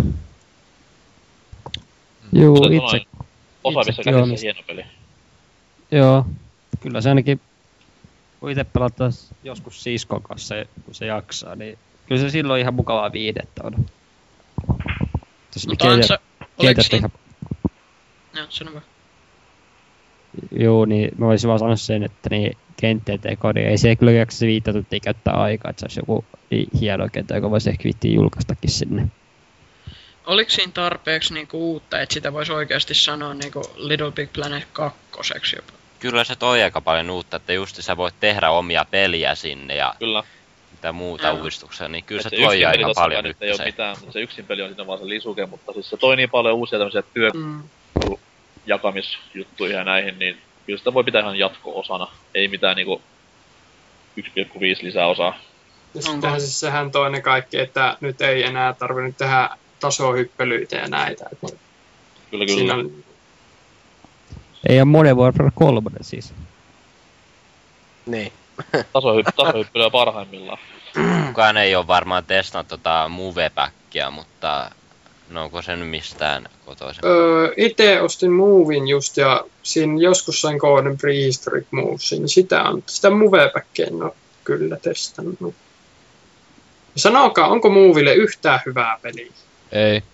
S11: Juu,
S1: osaavissa käsissä hieno peli.
S11: Joo, kyllä se ainakin, kun itse pelattaisi joskus siskon kanssa, kun se jaksaa, niin kyllä se silloin ihan mukavaa viihdettä on.
S3: Mutta oliko siinä... Joo, sano vaan.
S11: Joo, niin mä voisin vaan sanoa sen, että niin kenttien teko, niin ei se kyllä jaksa 5 tuntia käyttää aikaa, että se olisi joku hieno kenttä, joka voisi ehkä viittiä julkaistakin sinne.
S3: Oliko siinä tarpeeksi niinku uutta, että sitä voisi oikeasti sanoa niinku Little Big Planet 2 jopa?
S2: Kyllä se toi aika paljon uutta, että just sä voit tehdä omia peliä sinne ja
S1: kyllä.
S2: Mitä muuta uudistuksia, niin kyllä se toi aika paljon nyt.
S1: Ei ole mitään, se yksin peli on siinä vaan se lisuke, mutta siis se toi niin paljon uusia tämmöisiä jakamisjuttuja ja näihin, niin kyllä sitä voi pitää ihan jatko-osana. Ei mitään niinku 1,5 lisäosaa.
S5: Ja sittenhän siis sehän toinen kaikki, että nyt ei enää tarvinnut tehdä tasohyppelyitä ja näitä.
S1: Kyllä.
S11: On... Ei ole Modern Warfare 3 siis.
S10: Niin.
S1: Tasohyppelyä parhaimmillaan.
S2: Kukaan ei ole varmaan testannut Move-packia, mutta no onko se nyt mistään kotoisin?
S5: Ite ostin Movin just ja siinä joskus sain koodin Prehistoric Movesin. Sitä Move-packia en ole kyllä testannut. Sanokaa, onko Moville yhtään hyvää peliä?
S6: Ei.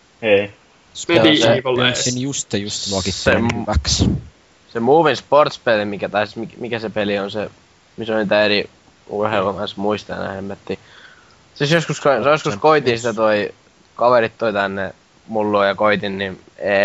S4: Sen just luokittelin hyväksi.
S10: Se Movin Sports-peli, mikä se peli on se, missä on niitä eri urheilumassa muista ja hemmettiin. Siis joskus koitin sitä kaverit toi tänne mulluun ja koitin, niin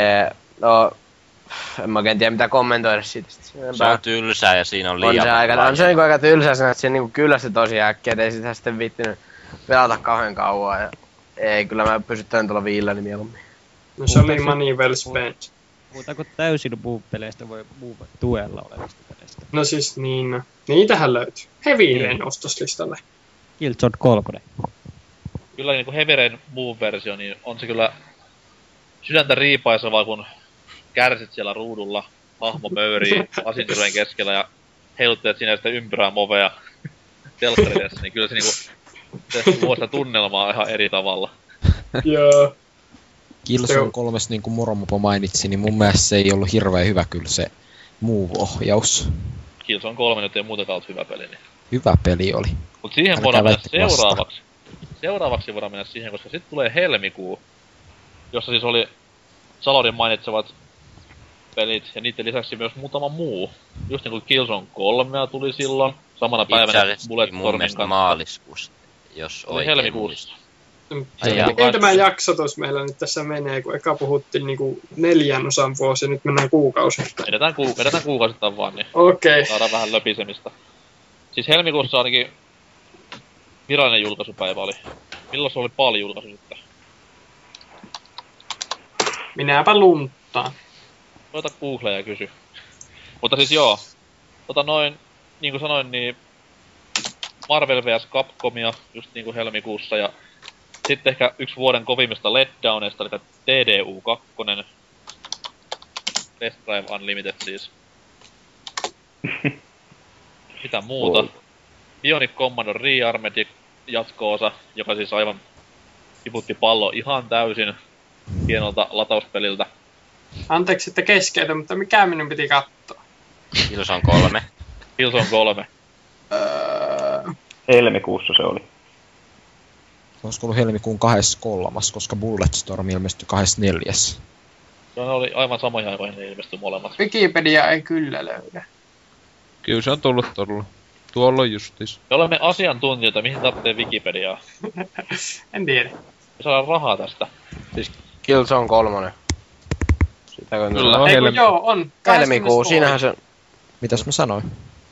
S10: en mä oikein tiedä mitä kommentoida siitä.
S2: Se on tylsää ja siinä on liian
S10: on se aika tylsää sen, että se niinku kyllästi tosi äkkiä, et ei sitä sitten viittinyt pelata kauhean kauan. Ja ei, kyllä mä pysyttänyt tuolla viilläni mieluummin.
S5: No se oli money well spent.
S11: Puhutaanko täysin Move-peleistä vai Move-tuella olevista peleistä?
S5: No siis niin, niitähän löytyy. Heavy Rain ostoslistalle.
S11: Killzone 3.
S1: Kyllä niinku Heavy Rain Move-versio, niin on se kyllä sydäntä riipaisevaa, kun kärsit siellä ruudulla, hahmo möyrii asintilojen keskellä ja heiluttelet siinä sitä ympyrää movea telkkaridessa, niin kyllä se niinku se luo sitä tunnelmaa ihan eri tavalla.
S5: Joo.
S4: Killzone 3, niin kuin Moromopo mainitsi, niin mun mielestä se ei ollut hirveän hyvä kyllä se Move-ohjaus.
S1: Killzone 3 nyt ei muutenkaan ollut hyvä peli. Niin.
S4: Hyvä peli oli.
S1: Mut siihen voidaan mennä seuraavaksi. Seuraavaksi voidaan mennä siihen, koska sit tulee helmikuu, jossa siis oli Salorin mainitsevat pelit ja niiden lisäksi myös muutama muu. Just niin kuin Killzone 3 tuli silloin, samana päivänä Bulletstormin kanssa.
S2: Mun mielestä maaliskuussa, jos
S1: oikein helmikuussa.
S5: Miten tämä jaksotus meillä nyt tässä menee, kun eka puhuttiin niinku 4 osan vuosi ja nyt mennään kuukausittain.
S1: Edetään kuukausittain vaan, niin saadaan vähän löpisemistä. Siis helmikuussa ainakin virallinen julkaisupäivä oli. Milloin se oli paljon julkaisu sitten?
S5: Minäpä lunttaan.
S1: Koita Googlea ja kysy. Mutta siis joo. Niin kuin sanoin, niin Marvel vs. Capcomia just niinku helmikuussa ja sitten ehkä yksi vuoden kovimmista letdowneista, eli TDU 2. Test Drive Unlimited siis. Mitä muuta? Bionic Commando Rearmed jatko-osa, joka siis aivan tiputti pallo ihan täysin hienolta latauspeliltä.
S5: Anteeksi, että keskeytä, mutta mikä minun piti katsoa?
S2: Killzone 3.
S1: Killzone 3.
S8: Helmikuussa se oli.
S4: Olisiko ollut helmikuun 23, koska Bulletstorm ilmestyi 24.
S1: Se oli aivan samoja aikoihin, ne ilmestyi molemmat.
S5: Wikipedia ei kyllä löydä.
S6: Kyllä se on tullut todella. Tuolla on justis.
S1: Me olemme asiantuntijoita, mihin tarvitsee Wikipediaa.
S5: En tiedä.
S1: Me saadaan rahaa tästä.
S10: Siis Killzone 3. Sitäkö
S1: kyllä.
S5: Joo, on.
S10: Helmikuu, siinähän se...
S4: Mitäs mä sanoin?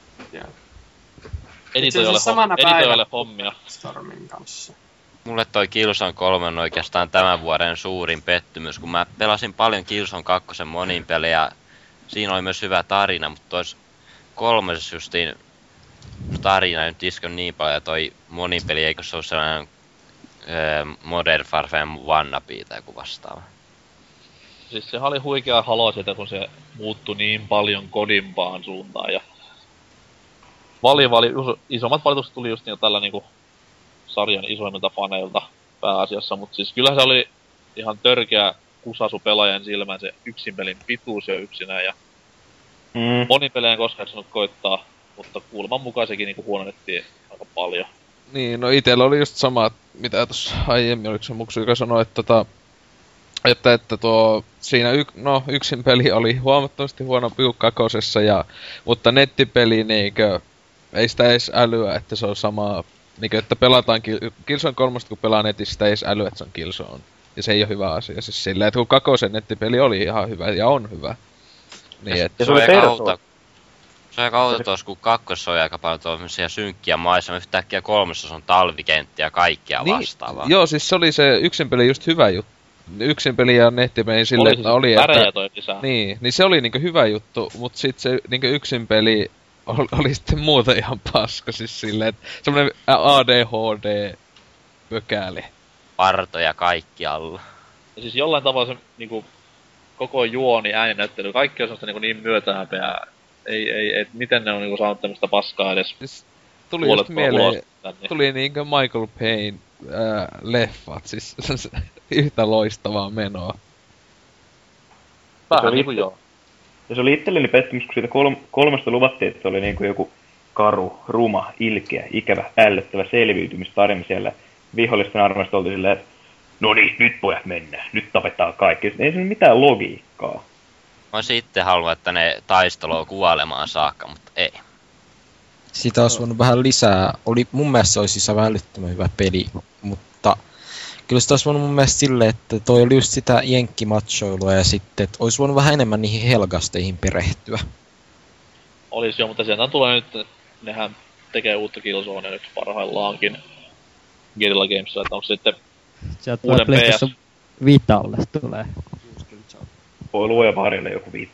S1: Editoijalle hommia.
S5: Stormin kanssa.
S2: Mulle toi Killzone 3 on oikeastaan tämän vuoden suurin pettymys, kun mä pelasin paljon Killzone 2 monin peliä ja siinä oli myös hyvä tarina, mutta tois 3 justiin tarina nyt iskon niin paljon ja toi monin peli eikö se ole sellainen Modern Warfare wannabe tai joku vastaava.
S1: Siis se oli huikea halo siitä, kun se muuttui niin paljon kodimpaan suuntaan ja isommat valitukset tuli just tällä niinku sarjan isoimmilta faneilta pääasiassa, mutta siis kyllähän se oli ihan törkeä kusasu pelaajan silmään se yksin pelin pituus jo yksinään ja monin pelejä en koskaan sanonut koittaa, mutta kuuleman mukaan sekin niinku huononnettiin aika paljon.
S6: Niin, no itellä oli just sama, mitä tossa aiemmin, oliko se Muksu, joka sanoi, että tuo siinä yksin peli oli huomattavasti huonompi kuin kakosessa, mutta nettipeli niinkö ei sitä edes älyä, että se on sama, niinkö, että pelataan Killzone 3, kun pelaa netissä, sitä ei edes älyä, että se on Killzone. Ja se ei ole hyvä asia. Siis silleen, että kun kakosen nettipeli oli ihan hyvä ja on hyvä. Niin,
S2: että se on aika outo tuossa, kun kakkosessa on aika paljon tuollaisia synkkiä maissa, yhtäkkiä 3 on talvikenttiä ja kaikkea vastaavaa.
S6: Joo, siis se oli se yksin peli just hyvä juttu. Yksin peli ja nettipeli silleen, että oli, että... Niin se oli niinku hyvä juttu, mut sit se niinku yksin peli oli sitten muuta ihan paska, siis silleen, että semmonen ADHD-pökäli.
S2: Partoja kaikkialla. Ja
S1: siis jollain tavalla se niinku koko juoni, ääninäyttely, kaikki on semmoista niin myötähäpeää. Ei, miten ne on niinku saanut tämmöstä paskaa edes.
S6: Siis tuli just mieleen, tuli niinkö Michael Payne leffat, siis yhtä loistavaa menoa.
S1: Vähän niinku joo.
S8: Ja se oli itselleni pettymys, kun siitä kolmesta luvattiin, että se oli niinku joku karu, ruma, ilkeä, ikävä, ällöttävä selviytymistarina siellä. Vihollisten armeista oltiin silleen, että no niin, nyt pojat mennään, nyt tapetaan kaikki. Ei se ole mitään logiikkaa.
S2: Mä olisin itse halunnut, että ne taistelua kuolemaan saakka, mutta ei.
S4: Sitä olisi voinut vähän lisää. Mun mielestä se olisi siis älyttömän hyvä peli, mutta kyllä sitä olisi voinut mun mielestä silleen, että toi oli just sitä jenkkimatsoilua ja sitten, että olisi voinut vähän enemmän niihin helgasteihin perehtyä.
S1: Olisi jo, mutta sieltä tulee nyt, nehän tekee uutta Killzonea nyt parhaillaankin Guerrilla Gamesissa, että onko sitten
S11: sieltä uuden PS... Vitalle tulee.
S8: Voi luoja varille joku Vita.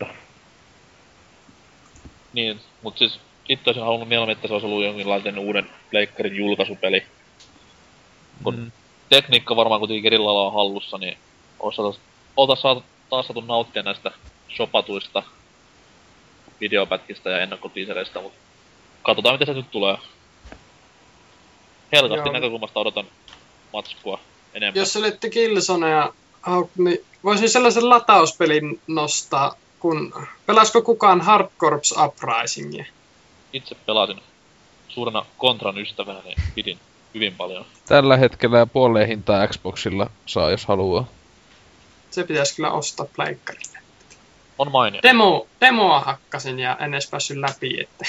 S1: Niin, mut siis itse olisin halunnut mieluummin, että se olisi ollut jonkinlainen uuden pleikkarin julkaisupeli. Kun tekniikka varmaan kuitenkin Guerrillalla on hallussa, niin oltais taas saatu nauttia näistä shopatuista videopätkistä ja ennakkotiisereistä, mutta katsotaan miten se nyt tulee. Helkasti näkökulmasta odotan matskua enemmän.
S5: Jos olitte Killzonea, niin voisin sellaisen latauspelin nostaa, kun pelasko kukaan Hard Corps Uprisingia?
S1: Itse pelasin suurena Contran ystävänä, niin pidin hyvin paljon.
S6: Tällä hetkellä puoleen hintaa Xboxilla saa, jos haluaa.
S5: Se pitäisi kyllä ostaa pleikkarille.
S1: On mainio.
S5: Demoa hakkasin ja en edes päässyt läpi, että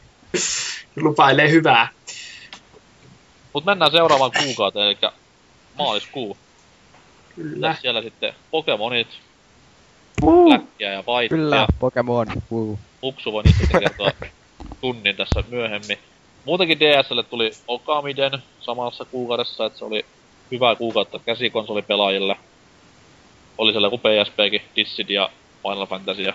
S5: lupailee hyvää.
S1: Mut mennään seuraavaan kuukauteen, eli maaliskuu.
S5: Kyllä.
S1: Ja siellä sitten Pokemonit, Blackia ja Whitea.
S7: Kyllä, Pokemon.
S1: Muksu voi niistä sitten kertoa tunnin tässä myöhemmin. Muutenkin DS:lle tuli Okamiden samassa kuukaudessa, että se oli hyvää kuukautta käsikonsolipelaajille. Oli siellä joku PSPkin, Dissidia ja Final Fantasya.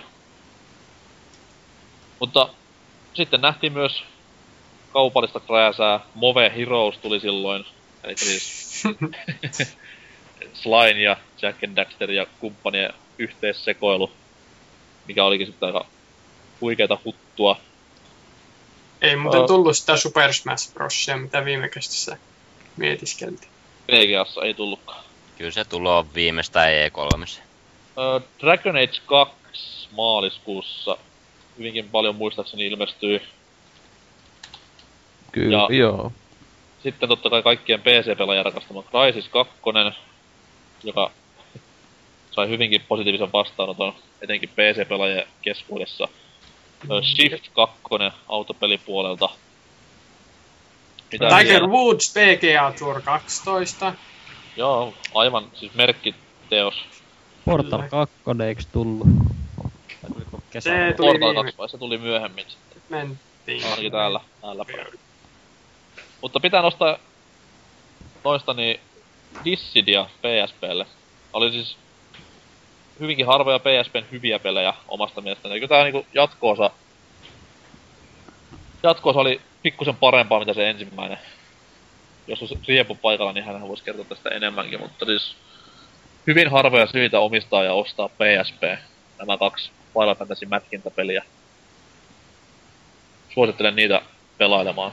S1: Mutta sitten nähtiin myös kaupallista krääsää. Move Heroes tuli silloin. Eli siis Slime ja Jack and Daxter ja kumppanien yhteissekoilu. Mikä olikin sitten aika huikeeta huttua.
S5: Ei muuten tullut sitä Super Smash Brosia, mitä viime kästissä mietiskeltiin.
S1: VGAssa ei tullutkaan.
S2: Kyllä se tuloo viimeistään E3.
S1: Dragon Age 2 maaliskuussa hyvinkin paljon muistaakseni ilmestyy.
S6: Kyllä,
S1: ja
S6: joo.
S1: Sitten totta kai kaikkien PC-pelaajan rakastama Crysis 2, joka sai hyvinkin positiivisen vastaanoton, etenkin PC-pelaajien keskuudessa. Shift 2 autopelipuolelta.
S5: Tiger Woods PGA Tour 12.
S1: Joo, aivan siis merkkiteos.
S11: Portal 2 eiks tullu? Vai tuliko kesällä?
S5: Se tuli
S1: Portal 2 vai se tuli myöhemmin sitten.
S5: Mentiin.
S1: Ainakin täällä päin. Mutta pitää nostaa noista niin Dissidia PSPlle. Oli siis hyvinkin harvoja PSPn hyviä pelejä omasta mielestäni. Eikö tää niinku jatko-osa oli pikkusen parempaa mitä se ensimmäinen. Jos olisi Riepu paikalla, niin hän voisi kertoa tästä enemmänkin, mutta siis hyvin harvoja syitä omistaa ja ostaa PSP. Nämä 2 Final Fantasy mätkintäpeliä. Suosittelen niitä pelailemaan.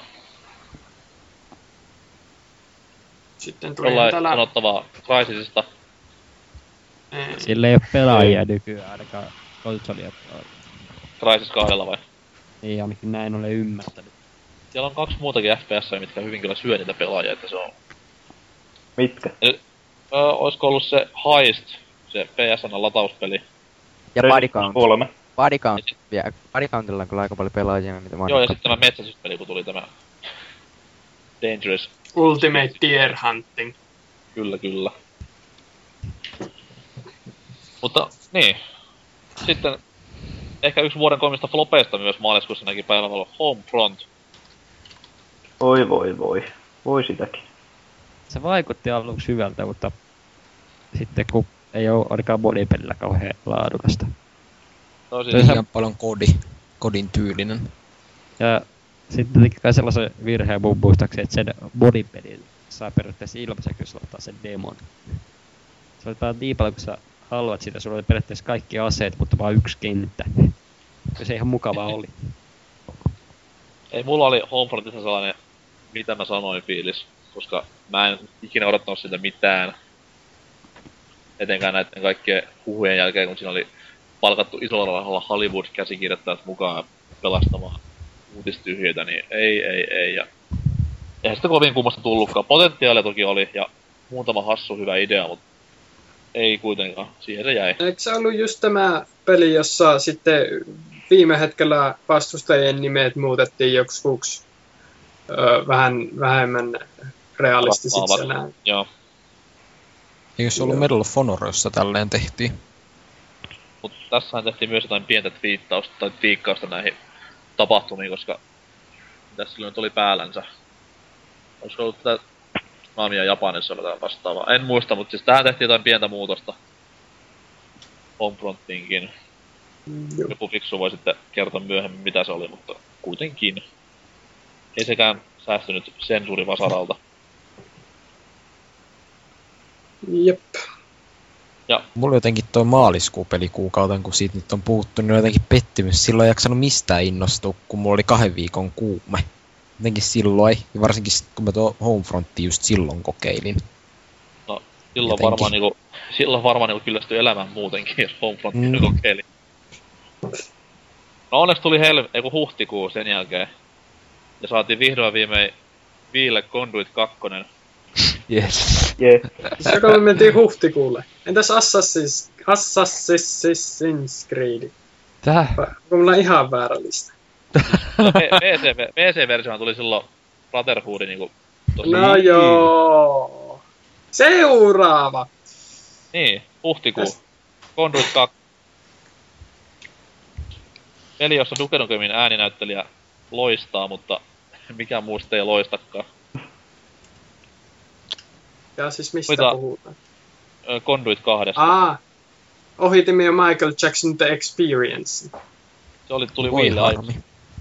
S5: Sitten tuli
S1: jollain
S5: täällä
S1: sanottavaa Crysisista.
S11: Sillä ei oo pelaajia nykyään ainakaan konsolia.
S1: Crysis 2 vai?
S11: Niin ainakin näin olen ymmärtänyt.
S1: Siellä on 2 muutakin FPS, mitkä hyvin kyllä syö niitä pelaajia, että se on...
S8: Mitkä?
S1: Oisko ollut se Heist, se PSN latauspeli?
S7: Ja Body Count.
S8: 3.
S7: Body Count. Body Countilla on kyllä aika paljon pelaajia, mitä mä
S1: Joo, ja sitten tämä metsästyspeli, kun tuli tämä Dangerous.
S5: Ultimate Deer Hunting.
S1: Kyllä, kyllä. Mutta, niin. Sitten ehkä yksi vuoden komista flopeista myös maaliskuussa näki päivävalo Homefront.
S8: Voi. Voi sitäkin.
S11: Se vaikutti aluksi hyvältä, mutta sitten kun ei oo ainakaan bodypelillä kauhean laadukasta.
S1: No siis
S4: liian paljon kodin tyylinen.
S11: Ja sitten teki kai sellaisen virheen mun muistaakseni, että sen bodypelin saa periaatteessa ilmaiseksi, jos ottaa sen demon. Se oli vaan niin paljon, kun sä haluat sitä, sulla oli periaatteessa kaikki aseet, mutta vaan yksi kenttä. Ja se ihan mukavaa oli.
S1: Ei, mulla oli Homefrontissa sellainen, mitä mä sanoin fiilis, koska mä en ikinä odottanut siitä mitään. Etenkään näiden kaikkien huhujen jälkeen, kun siinä oli palkattu isolla rahalla Hollywood-käsikirjoittajat mukaan pelastamaan uutistyhjiöitä, niin ei. Ja eihän sitä kovin kummasta tullutkaan. Potentiaalia toki oli, ja muutama hassu hyvä idea, mutta ei kuitenkaan. Siihen se jäi.
S5: Eikö se ollut just tämä peli, jossa sitten viime hetkellä vastustajien nimet muutettiin joksikuksi vähän vähemmän realistisiksi näin?
S1: Joo.
S4: Eikö se ollut Medal of Honor, jossa tälleen tehtiin?
S1: Mutta tässähän tehtiin myös jotain pientä twiikkausta näihin tapahtumiin, koska tässä silloin oli päällänsä. Olisiko ollut tätä Naamia Japanissa jotain vastaavaa? En muista, mutta siis tähän tehtiin jotain pientä muutosta. Homefrontiinkin. Joku fiksu voi sitten kertoa myöhemmin mitä se oli, mutta kuitenkin. Ei sekään säästynyt sensuurivasaralta.
S5: Jep.
S4: Ja mulla jotenkin toi maaliskuun pelikuukauten, kun siitä nyt on puhuttu, niin on jotenkin pettymys. Silloin ei jaksanut mistään innostua, kun mulla oli 2 viikon kuume. Jotenkin silloin, ja varsinkin kun mä tuo Homefrontia just silloin kokeilin.
S1: No, silloin varmaan niinku kyllästyi elämään muutenkin, jos Homefrontia kokeili. No onneksi tuli huhtikuu sen jälkeen. Ja saatiin vihdoin viimein Viille Conduit 2.
S4: Yes.
S8: Yeah.
S5: Joka me mentiin huhtikuulle. Entäs Assassin's Creed?
S11: Tää?
S5: Mulla on ihan väärä lista.
S1: PC-versiohan tuli silloin Brotherhood niinku tosi...
S5: No joo. Seuraava!
S1: Niin, huhtikuu. Conduit 2. Peli, jossa Duke Nukemin ääninäyttelijä loistaa, mutta mikään muu ei loistakaan.
S5: Ja siis mistä puhutaan?
S1: Conduit 2.
S5: Ohitimme jo Michael Jackson The Experience.
S1: Se tuli Wiille aiemmin.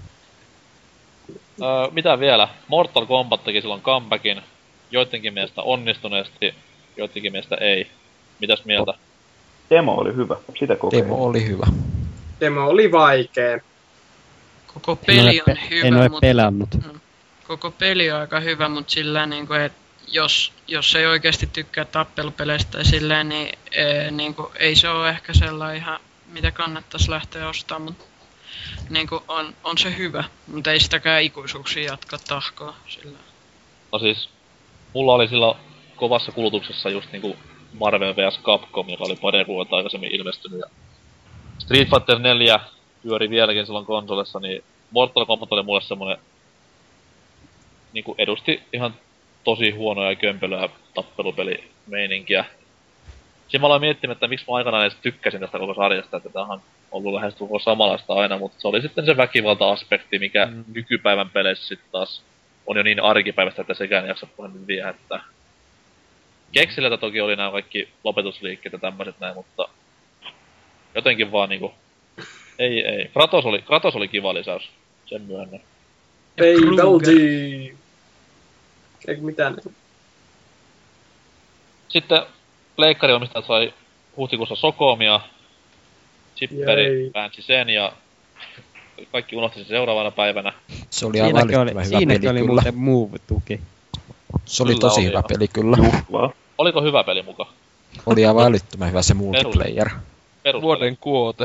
S1: Mitä vielä? Mortal Kombat teki silloin comebackin. Joidenkin mielestä onnistuneesti, joidenkin mielestä ei. Mitäs mieltä?
S8: Demo oli hyvä. Sitä kokeilin.
S4: Demo oli hyvä.
S5: Demo oli vaikee.
S3: Koko peli on hyvä,
S11: en ole pelannut.
S3: Koko peli on aika hyvä, mutta sillä niinku, että jos ei oikeasti tykkää tappelupeleistä tai silleen, niin, niinku, ei se ole ehkä sellainen ihan, mitä kannattaisi lähteä ostamaan, mutta niinku, on se hyvä, mutta ei sitäkään ikuisuuksia jatka tahkoa sillä.
S1: No siis, mulla oli silloin kovassa kulutuksessa just niinku Marvel vs. Capcom, joka oli pari vuotta aikaisemmin ilmestynyt. Ja Street Fighter 4 pyöri vieläkin silloin konsolissa, niin Mortal Kombat oli mulle semmonen niinku edusti ihan tosi huonoja ja kömpelöä tappelupelimeininkiä. Siinä mä aloin miettimään, että miksi mä aikanaan edes tykkäsin tästä koko sarjasta, että tää on ollut lähes koko samanlaista aina, mutta se oli sitten se väkivalta-aspekti, mikä nykypäivän peleissä sitten taas on jo niin arkipäivästä, että sekään ei jaksa puhelimmin viehättää. Keksilältä toki oli nämä kaikki lopetusliikkeet ja tämmöiset näin, mutta jotenkin vaan niinku ei. Kratos oli kiva lisäys, sen myönnän.
S5: Ei Baldi! Eikö mitään?
S1: Sitten pleikkariomistajat sai huhtikuussa Sokomia, Chipperi väänsi sen ja kaikki unohti sen seuraavana päivänä.
S4: Se oli aivan älyttömän hyvä peli
S11: siinäkin oli
S4: kyllä.
S11: muuten Move-tuki.
S4: Se oli tosi hyvä peli kyllä.
S1: Oliko hyvä peli muka?
S4: Oli aivan älyttömän hyvä se multiplayer.
S6: Vuoden kuote.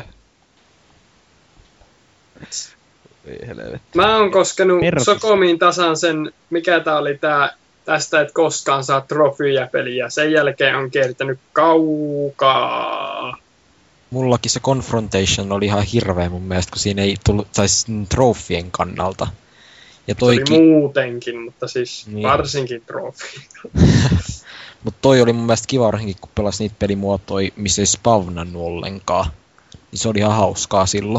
S6: Ei helvetti.
S5: Mä oon koskenut Sokomiin tasan sen, mikä tää oli tästä, et koskaan saa trofyjä peliä. Sen jälkeen on kiertänyt kaukaa.
S4: Mullakin se Confrontation oli ihan hirveä mun mielestä, kun siinä ei tullut, tai trofien kannalta. Ja toikin...
S5: Se oli muutenkin, mutta siis niin. Varsinkin trofien.
S4: Mut toi oli mun mielestä kiva varsinkin, kun pelasi niitä pelimuotoja, missä ei spawnannut ollenkaan. Niin se oli ihan hauskaa silloin.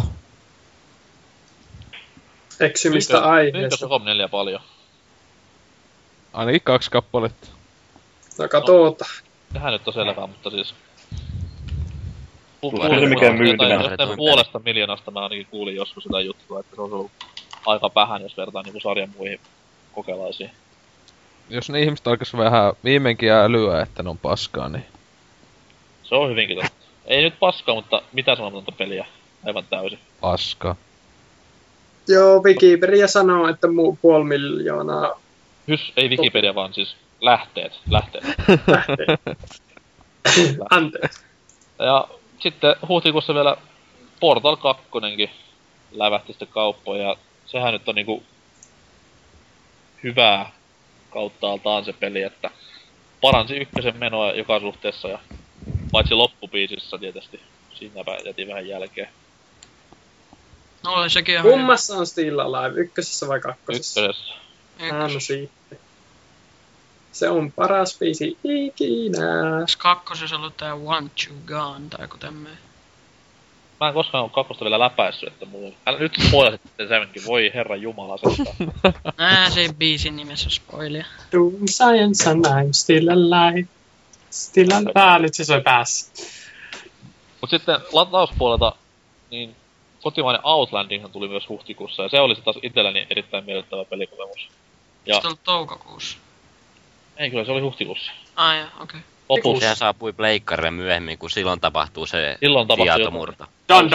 S5: Eksymistä aiheesta.
S1: Niinkö Socom 4 paljon?
S6: Ainakin 2 kappaletta.
S5: No katsotaan.
S1: Sehän nyt on selvää, mutta siis...
S8: Ei se mikään myyntinä.
S1: Jostain puolesta miljoonasta mä ainakin kuulin joskus sitä juttua, että se on ollut aika vähän, jos vertaa niinku sarjan muihin kokelaisiin.
S6: Jos ne ihmiset alkaisi vähän viimeinkin älyä, että ne on paskaa, niin...
S1: Se on hyvinkin totta. Ei nyt paskaa, mutta mitä sanomatonta peliä. Aivan täysin.
S6: Paskaa.
S5: Joo, Wikipedia sanoo, että 500 000...
S1: Ei Wikipedia, vaan siis lähteet.
S5: Anteeksi.
S1: Ja sitten huhtikuussa vielä Portal 2:nenkin lävähti sitten kauppoja, ja sehän nyt on niinku hyvää kauttaaltaan se peli, että paransi ykkösen menoa joka suhteessa, ja paitsi loppubiisissä tietysti, siinäpä jätin vähän jälkeen.
S3: No oli sekin ihan
S5: kummassa on Still Alive, ykkösessä vai kakkosessa?
S1: Ykkösessä.
S5: No sitten. Se on paras biisi ikinä.
S3: Onks kakkosessa ollut tää Want You Gone tai joku tämmöinen?
S1: Mä en koskaan oo kakkosta vielä läpäissyt, että mulla... Nyt spoilasit senkin, voi herran jumala sentä.
S3: Se ei biisin nimessä spoilia.
S5: Doom science and I'm still alive. Still alive. Nyt se soi päässä.
S1: Mut sitten latauspuolelta, niin kotimainen Outlandinghan tuli myös huhtikuussa, ja se oli taas itselläni erittäin miellyttävä pelikokemus.
S3: Ja... Se oli toukokuussa?
S1: Ei kyllä, se oli huhtikuussa.
S3: Joo, okei.
S1: Lopussa.
S2: Sehän saapui pleikkarille myöhemmin, kun silloin tapahtuu se tietomurto.
S5: Don.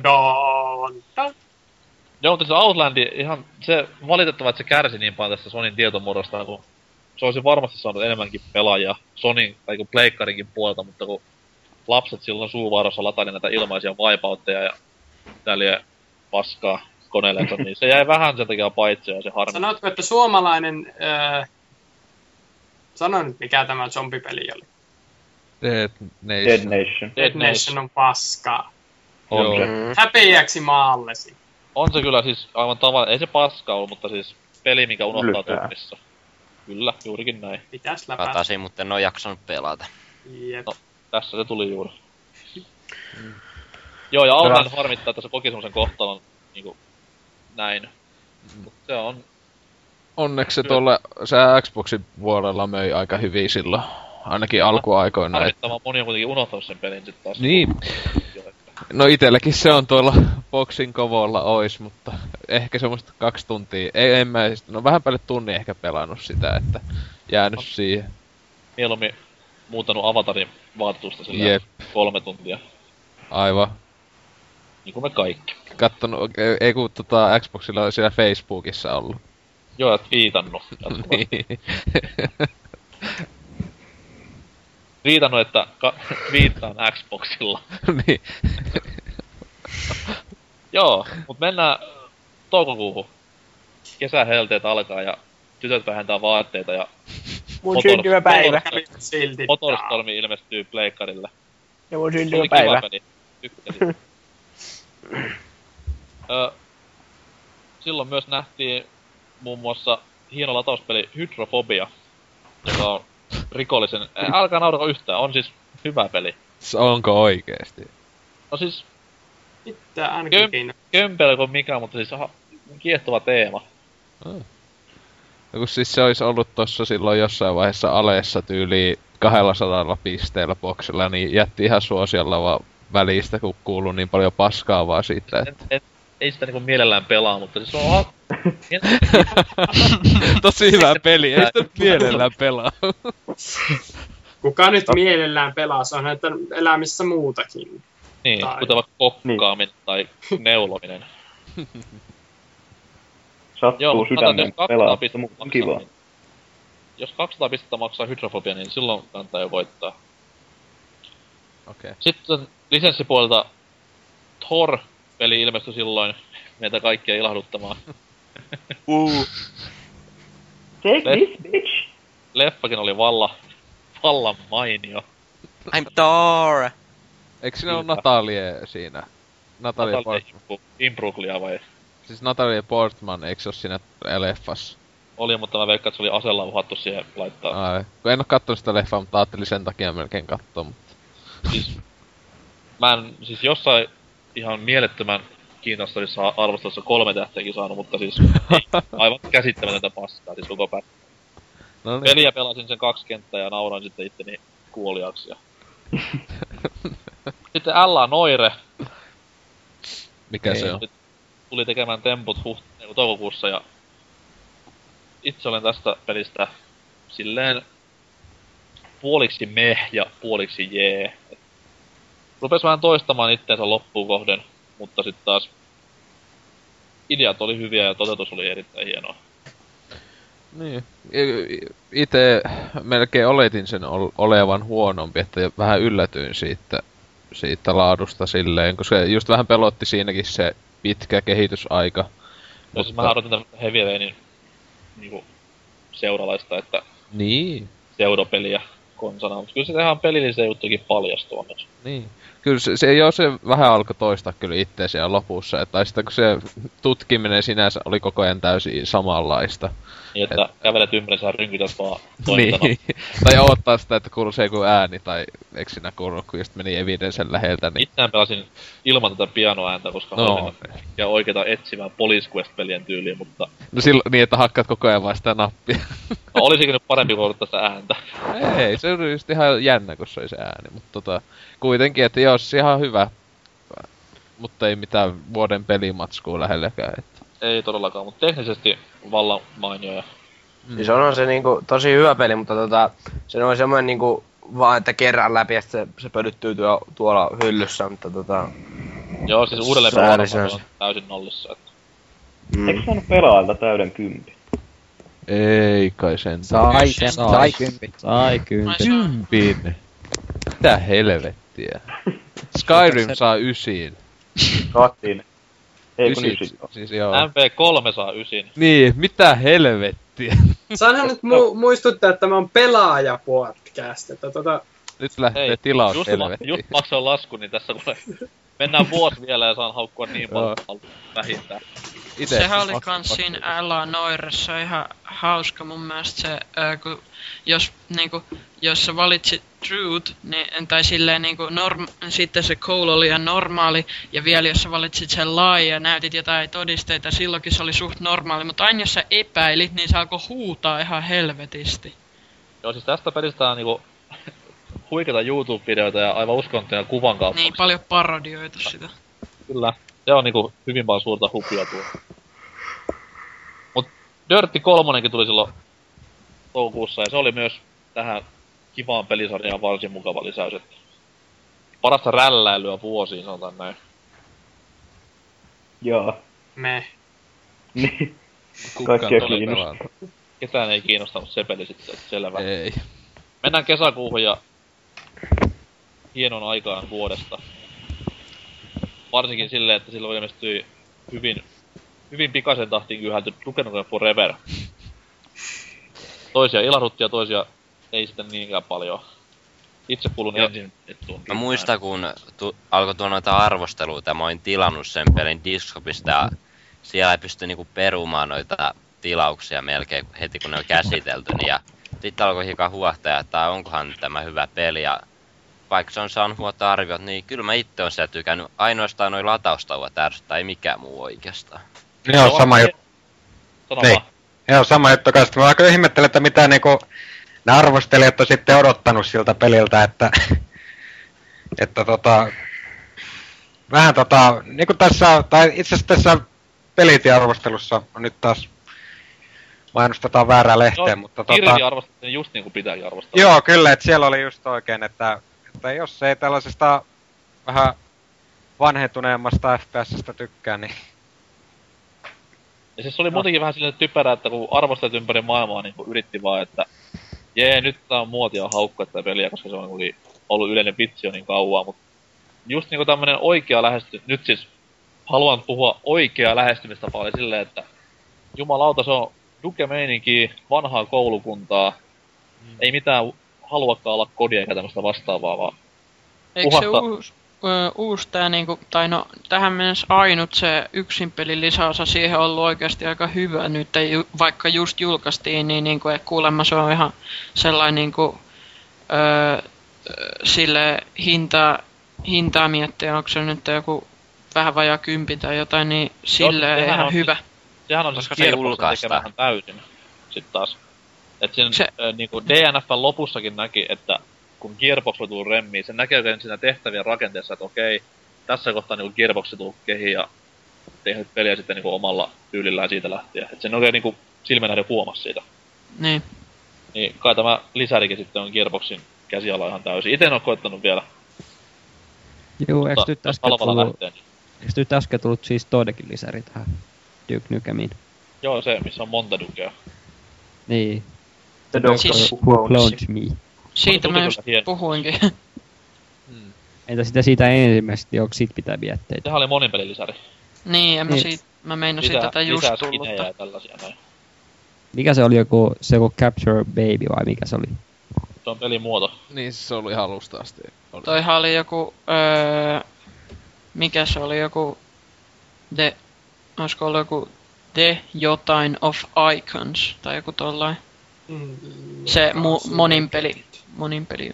S1: Joo, mutta se Outlandi, ihan se valitettava, että se kärsi niin paljon tästä Sonin tietomurrosta, kun se olisi varmasti saanut enemmänkin pelaajia Sonin tai kun pleikkarinkin puolta, mutta kun lapset silloin suuvaarossa lataili näitä ilmaisia wipeoutteja ja täällä paskaa koneellensa, niin se jäi vähän sen takia paitsi ja se harmi.
S5: Sanotko, että suomalainen... Sano nyt, mikä tämä zombipeli oli.
S8: Dead Nation.
S5: Dead Nation on paskaa.
S8: On se.
S5: Häpeäksi maallesi.
S1: On se kyllä siis aivan tavallaan, ei se paska ollut, mutta siis peli, mikä unohtaa tunnissa. Kyllä, juurikin näin.
S5: Pitäis läpäistä.
S2: Katasin, mutta en oo jaksanut pelata.
S5: Jep.
S1: No, tässä se tuli juuri. Joo, ja Alman harmittaa, että se koki semmosen kohtalon niinku näin. Mut se on...
S6: Onneksi se se Xboxin puolella möi aika hyvin silloin. Ainakin alkuaikoina.
S1: Harmittavaa moni on kuitenkin unohtanut sen pelin sit taas.
S6: Niin. No itelläkin se on tuolla boxin kovolla ois, mutta ehkä semmoista 2 tuntia. En mä vähän päälle tunnin ehkä pelannut sitä, että jäänyt siihen.
S1: Mieluummin muuttanut Avatarin vaatetusta sillä 3 tuntia.
S6: Aivan.
S1: Niin kuin me kaikki.
S6: Kattonut, ei kun Xboxilla oli siellä Facebookissa ollut.
S1: Joo, et viitannut.
S6: Niin.
S1: Viitannut, että viittaan Xboxilla.
S6: Niin.
S1: Joo, mut mennään toukokuuhun. Kesähelteet alkaa ja tytöt vähentää vaatteita ja...
S5: Mun syntymäpäivä.
S1: Motorstormi ilmestyy pleikkarille.
S5: Ja mun syntymäpäivä.
S1: Tykkäsin. Silloin myös nähtiin muun muassa hieno latauspeli Hydrophobia, joka on rikollisen... Älkää naurako yhtään, on siis hyvä peli.
S6: Onko oikeesti?
S1: No siis...
S5: Pitää ainakin
S1: kömpelö kuin mikä, mutta siis kiehtova teema.
S6: No kun siis se olisi ollut tossa silloin jossain vaiheessa aleessa tyyliin 200 pisteellä boksilla, niin jätti ihan suosiolla vaan välistä, kun kuuluu niin paljon paskaa vaan siitä, että...
S1: Ei sitä niinku mielellään pelaa, mutta siis on...
S6: Tosi hyvä peli, ei sitä mielellään pelaa.
S5: Kuka nyt mielellään pelaa, se on näitä elämissä muutakin.
S1: Niin, kuten vaikka kokkaaminen tai neulominen.
S8: Sattuu sydämen pelaa, mutta kiva.
S1: Niin, jos 200 pistettä maksaa Hydrophobia, niin silloin kannattaa jo voittaa.
S6: Okay.
S1: Sitten lisenssipuolelta Thor-peli ilmestyi silloin meitä kaikkia ilahduttamaan.
S8: Take this, bitch!
S1: Leffakin oli vallan mainio.
S2: I'm Thor!
S6: Eikö siinä ole Natalie siinä? Natalie Portman.
S1: Imbruglia vai?
S6: Siis Natalie Portman, eikö se oo siinä leffassa?
S1: Oli, mutta mä veikkaan, että se oli asella uhattu siihen laittaa.
S6: Ai, kun en oo kattonut sitä leffaa, mutta ajattelin sen takia melkein kattoo, mutta...
S1: Siis jossain ihan mielettömän kiinnostavissa arvostelussa 3 tähteäkin saanut, mutta siis aivan käsittämätöntä paskaa, siis koko päivä. No niin. Peliä pelasin sen 2 kenttää ja nauroin sitten itteni kuoliaksi. Sitten L.A. Noire.
S6: Mikä se on?
S1: Tuli tekemään temput toukokuussa ja itse olen tästä pelistä silleen puoliksi meh ja puoliksi jee. Rupes vähän toistamaan itteensä loppuun kohden, mutta sitten taas ideat oli hyviä ja toteutus oli erittäin hienoa.
S6: Niin. Ite melkein oletin sen olevan huonompi, että vähän yllätyin siitä laadusta silleen, koska just vähän pelotti siinäkin se pitkä kehitysaika.
S1: No siis mä odotin tämän Heavy Rainin niinku seuralaista, että...
S6: Niin.
S1: Pseudopeliä konsana, mutta kyllä se ihan pelillisen juttukin paljastui onneksi.
S6: Niin. Kyllä se vähän alkoi toistaa kyllä itse siellä lopussa, tai sitten kun se tutkiminen sinänsä oli koko ajan täysin samanlaista.
S1: Niin, että kävelet ympäri, sä rynkytät vaan toimintana.
S6: Niin. Tai odottaa sitä, että kuuluu se joku ääni, tai eikö sinä kuulunut, kun just meni Evidencen läheltä. Niin...
S1: Itseään pelasin ilman tätä pianoääntä, koska halusin ja oikeeta etsimään Police Quest-pelien tyyliä, mutta...
S6: No silloin niin, että hakkaat koko ajan vaan sitä nappia.
S1: No olisikin nyt parempi kuin odottaa sitä ääntä.
S6: Ei, se oli just ihan jännä, kun se oli se ääni, mutta kuitenkin, että joo, se ihan hyvä. Mutta ei mitään vuoden pelimatskua lähellekään, että... Ei
S1: todellakaan, mutta teknisesti vallan mainio ja...
S10: Siis onhan se niinku tosi hyvä peli, mutta se on semmoinen niinku vaan, että kerran läpi ja se pölyttyy tuolla hyllyssä, mutta
S1: Joo, siis uudelleen pelaamalla on täysin nollissa, että...
S8: Eikö saanut pelaajalta täyden 10?
S6: Ei kai sen.
S7: Sai 10.
S11: Sai 10.
S6: 10. Mitä helvettiä. Skyrim saa 9.
S8: Kattiin. Ei kun 9.
S6: Siis joo.
S1: MP3 saa 9.
S6: Niin, mitä helvettiä.
S5: Saanhan nyt muistuttaa, että tämä on pelaaja-podcast, että
S6: Nyt lähtee tilaus helvettiin.
S1: Just maksaa lasku, niin tässä kuule Mennään vuosi vielä ja saan haukkua niin paljon vähintään.
S3: Sehän oli kans siinä Älä Noiressa ihan hauska mun mielestä se, kun jos sä valitsit truth, niin, tai silleen niinku sitten se Cole oli ihan normaali, ja vielä jos sä valitsit sen lie ja näytit jotain todisteita, silloinkin se oli suht normaali, mutta aina jos sä epäilit, niin se alkoi huutaa ihan helvetisti.
S1: Joo, siis tästä pelistä on niinku huikeita YouTube-videoita ja aivan uskontoja kuvan kautta.
S3: Niin, paljon parodioitu sitä.
S1: Kyllä, se on niinku hyvin paljon suurta hupia tuo. Mut Dirty 3:nkin tuli silloin toukokuussa, ja se oli myös tähän kivaan pelisarjaan varsin mukava lisäys, että parasta rälläilyä vuosiin, sanotaan näin.
S8: Joo.
S5: Me.
S8: Niin. Kaikkia kiinnostaa.
S1: Ketään ei kiinnostanut se peli sitten, että selvä.
S6: Ei.
S1: Mennään kesäkuuhun ja hienon aikaan vuodesta. Varsinkin silleen, että silloin ilmestyi hyvin pikaisen tahtiin kyhälty Duke Nukem Forever. Toisia ilahdutti ja toisia ei sitten niinkään paljon. Itse kuulun ensin ettuun.
S2: Mä muistan, kun alkoi tuoda noita arvosteluita, mä olin tilannut sen pelin Discopista ja siellä ei pysty niinku perumaan noita tilauksia melkein heti kun ne on käsitelty. Ja sitten alkoi hiukan huohtaa, että onkohan tämä hyvä peli. Ja vaikka se on saanut huolta arviot, niin kyllä mä itse on sieltä tykännyt. Ainoastaan noi lataustauvat ärsyttää, ei mikään muu oikeastaan.
S9: Joo, sama juttu. Niin. Joo, sama juttu kanssa. Mä aika ihmettelen, että mitä niinku ne arvostelijat on sitten odottanut siltä peliltä, että vähän niinku tässä, tai itse asiassa tässä pelitiarvostelussa on nyt taas mainostetaan väärää lehteä, mutta
S1: Kirjoitin arvostettiin just niinku pitääkin arvostaa.
S9: Joo, kyllä, että siellä oli just oikein, että jos ei tällaisesta vähän vanhentuneemmasta FPS:stä tykkää, niin...
S1: Ja siis oli muutenkin vähän silleen typerää, että kun arvostajat ympäri maailmaa niin yritti vaan, että nyt tää on muotia haukkaa tätä peliä, koska se on ollut yleinen vitsi jo niin kauan, mutta just niinku tämmönen oikea nyt siis haluan puhua oikea lähestymistapa oli silleen, että jumalauta, se on Duke-meininkiä, vanhaa koulukuntaa, ei mitään haluakaan olla kodia eikä tämmöstä vastaavaa, vaan
S3: eikö se uusi tää niinku, tai no tähän mennessä ainut se yksin pelin lisäosa siihen on ollut oikeasti aika hyvä nyt, vaikka just julkaistiin, niin niinku, kuulemma se on ihan sellainen niinku, sille hintaa miettiä, onko se nyt joku vähän vajaa 10 tai jotain, niin sille ihan on, hyvä.
S1: Sehän on koska se Gearboxin tekemähän täysin, sit taas. Et sen niinku DNF:n lopussakin näki, että kun Gearbox oli tullut remmiin, sen näkee oikein siinä tehtävien rakenteessa, että okei, tässä kohtaa niinku Gearbox tullut kehiin ja tehnyt peliä sitten niinku omalla tyylillään siitä lähtien. Et sen oikein niinku silmänähden huomasi siitä.
S3: Niin.
S1: Niin kai tämä lisärikin sitten on Gearboxin käsiala ihan täysin. Ite en oo koettanut vielä.
S11: Juu, eiks nyt äsken tullut siis toinenkin lisäri tähän Duke Nukemiin?
S1: Joo, se missä on monta Dukea.
S11: Niin.
S8: The Doctor
S11: Who Cloned Me.
S3: Siitä mä just puhuinkin.
S11: Entä siitä ensimmäisesti, onko siitä pitää vietteitä?
S1: Sehän oli monin pelin lisäri.
S3: Niin, mä meinasin tätä just tullutta.
S1: Ja tällaisia näin.
S11: Mikä se oli joku Capture Baby vai mikä se oli?
S1: Se on pelimuoto.
S6: Niin, se oli alusta asti.
S3: Toihan oli joku, mikä se oli joku, olisiko ollut joku The jotain of Icons, tai joku tollain. Se monin peli.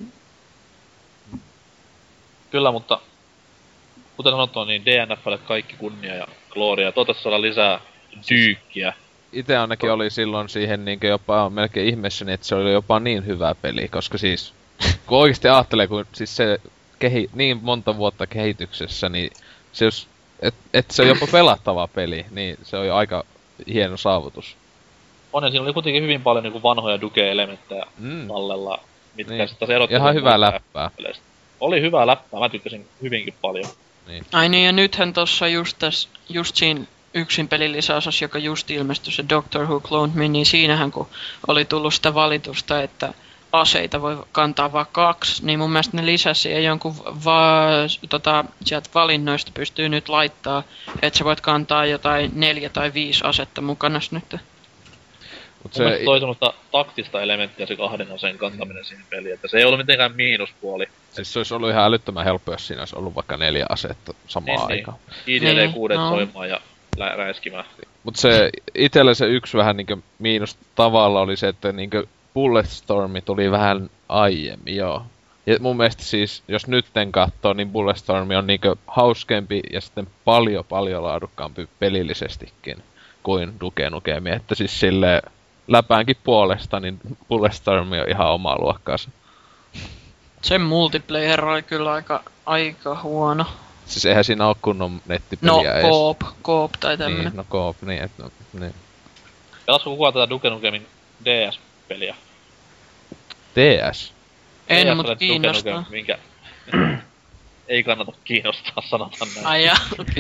S1: Kyllä, mutta kuten sanottu, niin DNF:lle kaikki kunnia ja gloria. Toivottavasti saadaan lisää dyykkiä.
S6: Ite ainakin oli silloin siihen niinkö jopa melkein ihmeessäni, että se oli jopa niin hyvä peli, koska siis kun oikeesti ajattelee, kun siis se niin monta vuotta kehityksessä, niin se jos, et se on jopa pelattava peli, niin se on jo aika hieno saavutus.
S1: On, ja siinä oli kuitenkin hyvin paljon niinku vanhoja Duke-elementtejä tallella, mitkä
S6: niin.
S1: sitten taas erottuu.
S6: Ihan hyvää läppää.
S1: Oli hyvää läppää, mä tykkäsin hyvinkin paljon.
S6: Niin.
S3: Ai niin, ja nythän tossa just siinä yksin pelin lisäosassa, joka just ilmestyi se Doctor Who Cloned Me, niin siinähän kun oli tullut sitä valitusta, että aseita voi kantaa vaan 2, niin mun mielestä ne lisäsi ja jonkun sieltä valinnoista pystyy nyt laittaa, että sä voit kantaa jotain 4 tai 5 asetta mukana nyt.
S6: Mut
S1: Mun mielestä toi semmoista taktista elementtiä se 2 aseen kantaminen siihen peliin, että se ei ollut mitenkään miinuspuoli.
S6: Siis se olisi ollut ihan älyttömän helppo, jos siinä olisi ollut vaikka 4 asetta samaan aikaan.
S1: IDD 6 soimaan ja räiskimään.
S6: Mut se itellä se yksi vähän niinkö miinus tavalla oli se, että niinkö Bulletstormi tuli vähän aiemmin, joo. Ja mun mielestä siis, jos nytten katsoo, niin Bulletstormi on niinkö hauskempi ja sitten paljon laadukkaampi pelillisestikin kuin Duke Nukemi. Että siis silleen läpäänkin puolesta, niin Bulletstorm on ihan omaa luokkaansa. Sen
S3: multiplayer oli kyllä aika huono.
S6: Siis eihän siinä oo kunnon nettipeliä edes.
S3: Coop tai tämmönen.
S6: Niin, no Coop, niin et no, niin.
S1: Pelasko kukaan tätä Duke Nukemin DS-peliä?
S6: DS?
S3: En, mut kiinnostaa.
S1: Minkä ei kannata kiinnostaa, sanotaan näin.
S3: Ai jaa, okei.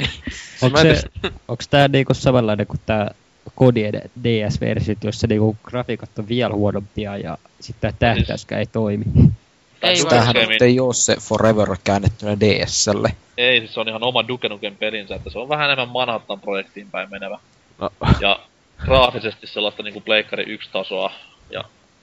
S11: Onks tää niinku samanlainen kuin tää kodien DS-versiot, jossa niinku grafiikat on vielä huonompia ja sitten tää tähtäyskään ei toimi?
S4: Tämähän ei oo se Forever käännettynä DS:lle.
S1: Ei, siis se on ihan oma Duke Nukem pelinsä, että se on vähän enemmän Manhattan-projektiin päin menevä.
S6: No.
S1: Ja graafisesti sellaista niinku Pleikkari 1 tasoa ja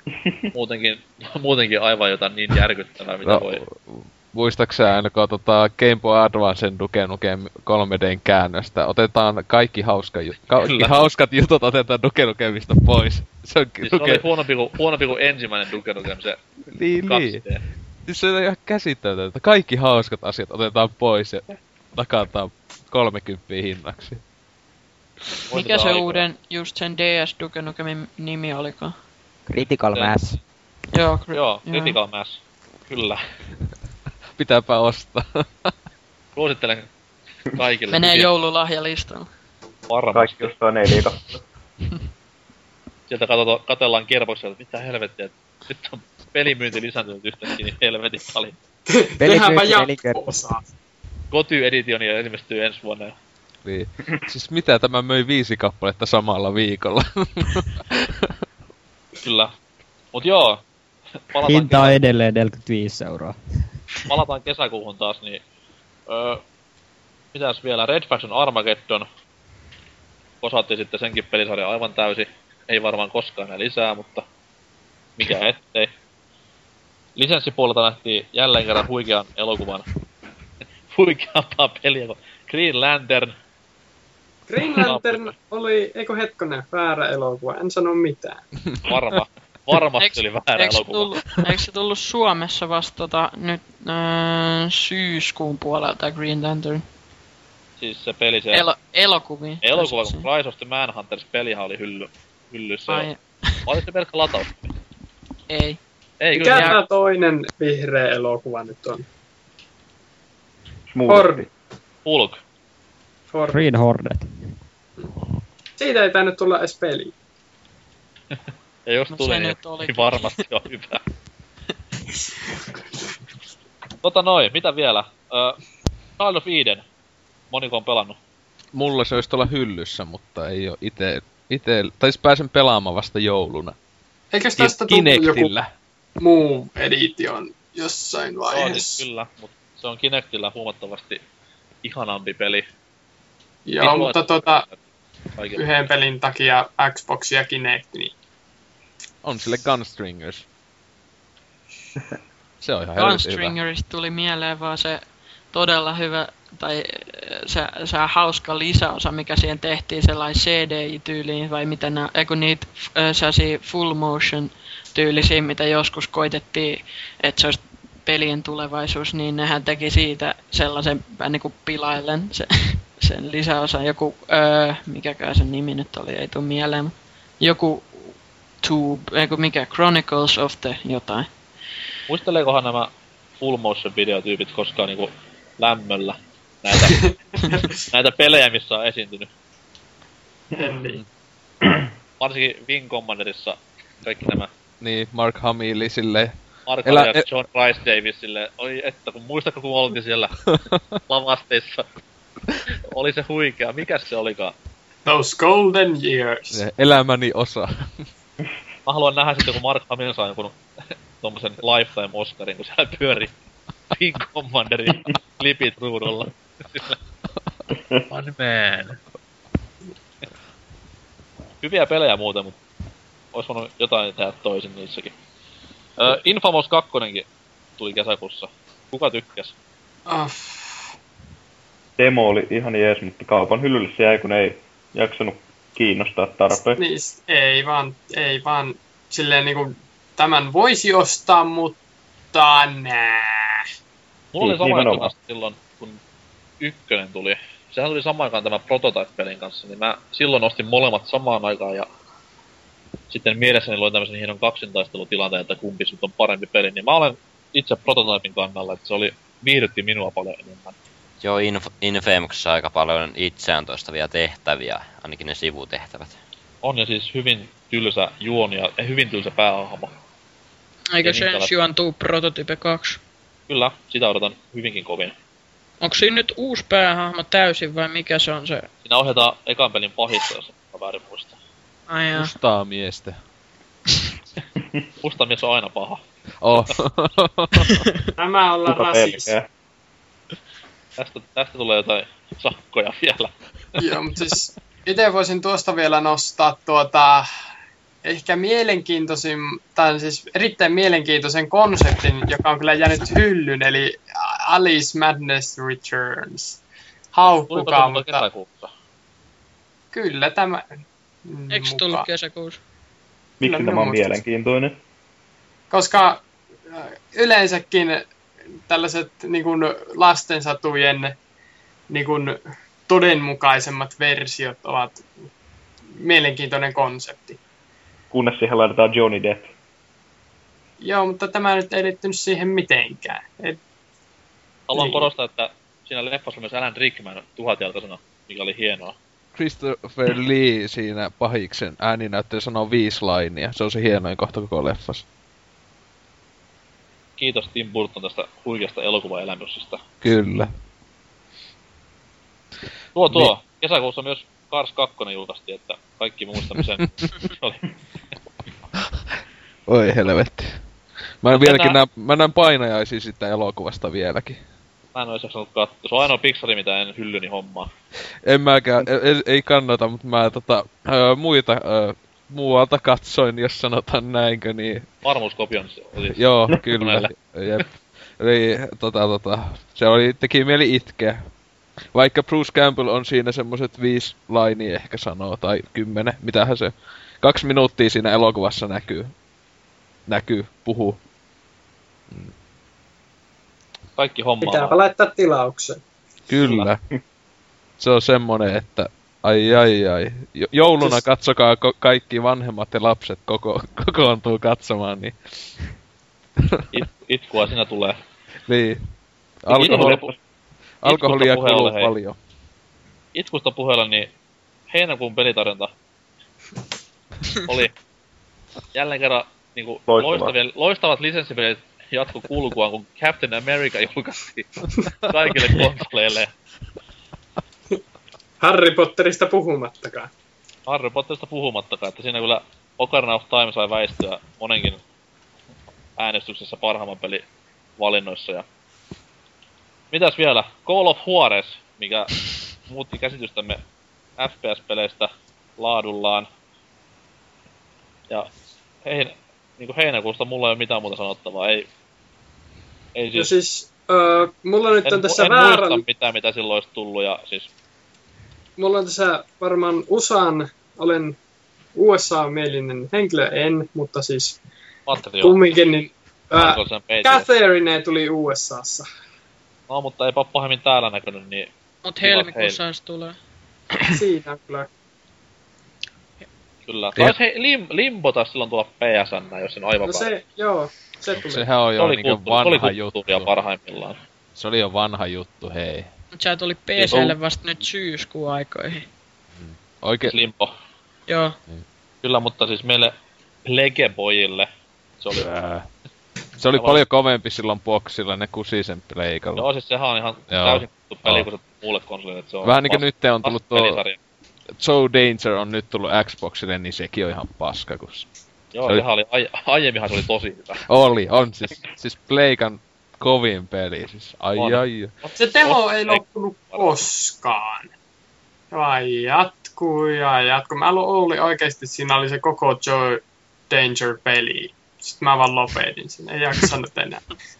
S1: muutenkin aivan jotain niin järkyttävää, mitä voi.
S6: Muistaaksä ainakaan Game Boy Advancen Duke Nukem 3D:n käännöstä? Otetaan kaikki hauskat jutut otetaan Duke Nukemista pois. Se on
S1: siis oli huonompi kuin ensimmäinen Duke Nukem, se 2D.
S6: Siis se on ihan käsittämätöntä. Kaikki hauskat asiat otetaan pois ja takataan 30 hinnaksi.
S3: Mikä se uuden just sen DS Duke Nukemin nimi olikaan?
S7: Critical Mass.
S3: Joo,
S1: Critical Mass. Kyllä.
S6: Pitääpä ostaa.
S1: Suosittelen kaikille.
S3: Menee joululahjalistalle.
S1: Varmasti.
S8: Kaikki ostaa 4 kappaletta.
S1: Sieltä katellaan Gearboxia, että mitä helvettiä. Nyt on pelimyynti lisääntynyt yhtäkkiä, niin helvetin paljon.
S5: Tehdäänpä jatko-osaa.
S1: Goty-editioni ilmestyy ensi vuonna.
S6: Niin. Siis mitä, tämä möi 5 kappaletta samalla viikolla.
S1: Kyllä. Mut joo.
S11: Hinta on edelleen 45 €.
S1: Palataan kesäkuuhun taas, niin... mitäs vielä? Red Faction Armageddon. Osattiin sitten senkin pelisarja aivan täysi. Ei varmaan koskaan enää lisää, mutta... mikä ettei. Lisenssipuolelta nähtiin jälleen kerran huikean elokuvan. Huikeampaa peliä kuin Green Lantern.
S5: Green Lantern oli, eikö hetkonen, väärä elokuva, en sano mitään.
S1: Varmasti oli väärä elokuva.
S3: Eikö se tullut Suomessa vasta nyt syyskuun puolelta Green Lantern?
S1: Siis se peli se...
S3: Elokuvia.
S1: Elokuva, kun Rise of the Manhunters pelihan oli hyllyssä. Oliko se pelkkä lataus?
S3: Ei.
S5: Mikä tää toinen vihreä elokuva nyt on?
S1: Hulk.
S11: Green Hornet.
S5: Siitä ei tainnut tulla edes peli.
S1: Ja jos tulee, niin varmasti on hyvä. Mitä vielä? Child of Eden. Moniko on pelannut?
S6: Mulla se olisi tuolla hyllyssä, mutta ei oo ite... Tai siis pääsen pelaamaan vasta jouluna.
S5: Eikös tästä tullut joku muu edition jossain vaiheessa?
S1: Siis kyllä, mutta se on Kinectillä huomattavasti ihanampi peli.
S5: Joo, mutta yhden pelin takia Xbox ja Kinect, niin...
S6: On sille Gunstringers. Se on ihan helvetin hyvä.
S3: Gunstringerista tuli mieleen vaan se todella hyvä, tai se hauska lisäosa, mikä siihen tehtiin, sellainen CDI-tyyliin, vai mitä nää, eikö niitä sellaisia full motion tyylisiä, mitä joskus koitettiin, että se olisi pelien tulevaisuus, niin nehän teki siitä sellaisen niinku pilaillen sen lisäosan. Joku, mikäkään sen nimi nyt oli, ei tule mieleen. Joku mikä Chronicles of the jotain.
S1: Muisteleekohan nämä full motion videotyypit koskaan niinku lämmöllä näitä pelejä, missä on esiintynyt? Varsinkin Wing Commanderissa kaikki nämä.
S6: Niin, Mark Hamill silleen.
S1: Mark Hamill ja John Rice Davis silleen. Oi että, muistatko kun oltiin siellä lavasteissa? Oli se huikea. Mikäs se olikaan?
S5: Those golden years.
S6: Elämäni osa.
S1: Mä haluan nähdä sitten, kun Mark Hamill saa jonkun tommosen Lifetime-Oscarin, kun siellä pyörii Wing Commanderin klipit ruudulla. One man. Hyviä pelejä muuten, mutta ois voinut jotain tehdä toisin niissäkin. Infamous 2 tuli kesäkuussa. Kuka tykkäs?
S8: Demo oli ihan jees, mutta kaupan hyllylle se jäi, kun ei jaksanut kiinnostaa tarpeen.
S5: Niin, ei vaan silleen niinku tämän voisi ostaa, mutta nää.
S1: Mulla oli sama juttu vasta silloin, kun 1 tuli. Sehän tuli samaan aikaan tämän Prototype-pelin kanssa, niin mä silloin ostin molemmat samaan aikaan ja sitten mielessäni luin tämmösen hienon kaksintaistelutilanteen, että kumpi sut on parempi peli, niin mä olen itse Prototypin kannalla, että se viihdytti minua paljon enemmän.
S2: Joo, Infamouksessa aika paljon itseään toistavia tehtäviä, ainakin ne sivutehtävät.
S1: On ja siis hyvin tylsä juoni ja hyvin tylsä päähahmo.
S3: Eikö se juontuu Prototype 2?
S1: Kyllä, sitä odotan hyvinkin kovin.
S3: Onko siinä nyt uusi päähahmo täysin vai mikä se on se?
S1: Siinä ohjataan ekan pelin pahista, jos on väärin muistaa.
S3: Ai jaa.
S6: Mustaa miestä.
S1: Musta mies on aina paha.
S6: Oh.
S5: Tämä ollaan rasismi.
S1: Tästä tulee jotain sakkoja vielä.
S5: Joo, mutta siis itse voisin tuosta vielä nostaa ehkä mielenkiintoisin, tai siis erittäin mielenkiintoisen konseptin, joka on kyllä jäänyt hyllyn, eli Alice Madness Returns. Haukkukaa, mutta
S1: kesäkuussa?
S5: Kyllä tämä
S3: Eikö tullut kesäkuussa?
S8: Miksi tämä on mielenkiintoinen?
S5: Koska yleensäkin tällaiset niin kuin lastensatujen niin kuin todenmukaisemmat versiot ovat mielenkiintoinen konsepti.
S8: Kunnes siihen laitetaan Johnny Depp.
S5: Joo, mutta tämä nyt ei liittynyt siihen mitenkään.
S1: Haluan korostaa, että siinä leffassa on myös Alan Rickman tuhatjaltaisena, mikä oli hienoa.
S6: Christopher Lee siinä pahiksen ääninäyttely sanoo 5 lainia. Se on se hienoin kohta koko leffassa.
S1: Kiitos Tim Burton tästä huikeasta elokuvaelämyksestä.
S6: Kyllä.
S1: Niin. Kesäkuussa myös Cars 2 julkaistiin, että kaikki muistamme sen.
S6: Oi helvetti. Mä näen painajaisia sitä elokuvasta vieläkin.
S1: Mä en ois jaksanut katsoa. Se on ainoa Pixari, mitä en hyllyni hommaa.
S6: En mäkään, ei kannata, mutta mä muita muualta katsoin, jos sanotaan näinkö, niin...
S1: Varmuuskopion oli.
S6: Joo, kyllä. Jep. Eli se teki mieli itkeä. Vaikka Bruce Campbell on siinä semmoset 5 lainia ehkä sanoo, tai 10, mitähän se... 2 minuuttia siinä elokuvassa puhuu.
S1: Kaikki hommaa.
S5: Pitääpä laittaa tilaukseen.
S6: Kyllä. Se on semmonen, että ai. Jouluna siis... katsokaa kaikki vanhemmat ja lapset kokoontuu katsomaan, niin...
S1: Itkua siinä tulee.
S6: Niin. Alkoholia kuluu paljon.
S1: Itkusta puheella, niin heinäkuun pelitarjonta oli jälleen kerran niinku loistavat lisenssipelit jatko kulkuaan, kun Captain America julkaistiin kaikille konsoleille.
S5: Harry Potterista puhumattakaan.
S1: Että siinä kyllä Ocarina of Time sai väistyä monenkin äänestyksessä parhaimman pelin valinnoissa. Ja... Mitäs vielä? Call of Juarez, mikä muutti käsitystämme FPS-peleistä laadullaan. Ja niinku heinäkuusta mulla ei ole mitään muuta sanottavaa. Ei siis...
S5: No siis, mulla nyt on tässä
S1: väärän... En muista mitään, mitä silloin olisi tullut ja siis...
S5: Mulla on tässä varmaan olen USA-mielinen henkilö, mutta siis... Kumminkin, niin... Catherine tuli USAssa.
S1: No, mutta eipä pahemmin täällä näkynyt, niin...
S3: Mut helmikuussa se tulee.
S5: Siinä kyllä.
S1: Kyllä. Taisi Limbo taas silloin tulla PSN, jos sen aivan
S5: se tuli.
S6: Sehän on jo niinku vanha juttu.
S1: Parhaimmillaan.
S6: Se oli jo vanha juttu, hei.
S3: Mut se tuli PC:lle vasta nyt syyskuun aikoihin.
S1: Oikein. Limbo.
S3: Joo.
S1: Kyllä, mutta siis meille Legepojille se oli...
S6: Se oli paljon kovempi silloin boksilla, ne kusisen pleikalla.
S1: Joo, siis sehän on ihan täysin tuttu peli, kun se muulle konsolille, että se on...
S6: Vähän niinku nyt on tullut tuo... Joe Danger on nyt tullut Xboxille, niin sekin on ihan paska, kun...
S1: Joo, sehän oli... Aiemminhan se oli tosi hyvä.
S6: On siis pleikan kovin peli, siis ai.
S5: Se demo ei loppunut koskaan. Vai jatkuu. Mä luulin oikeesti, siinä oli se koko Danger-peliä. Sitten mä vaan lopetin sen, ei jaksanut enää.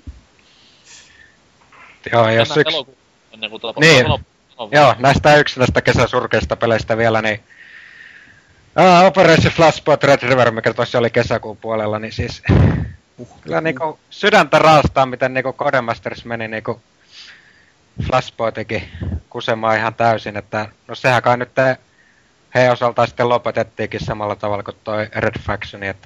S9: Joo, jos yksi... Niin, joo, näistä yksi näistä kesäsurkeista peleistä vielä, niin... Operation Flashpoint Red River, mikä tossa oli kesäkuun puolella, niin siis... Kyllä niinku sydäntä raastaa, miten niinku Codemasters meni niinku Flashpointikin kusemaan ihan täysin, että... No sehän kai nyt he osaltaan sitten lopetettiinkin samalla tavalla kuin toi Red Factioni, että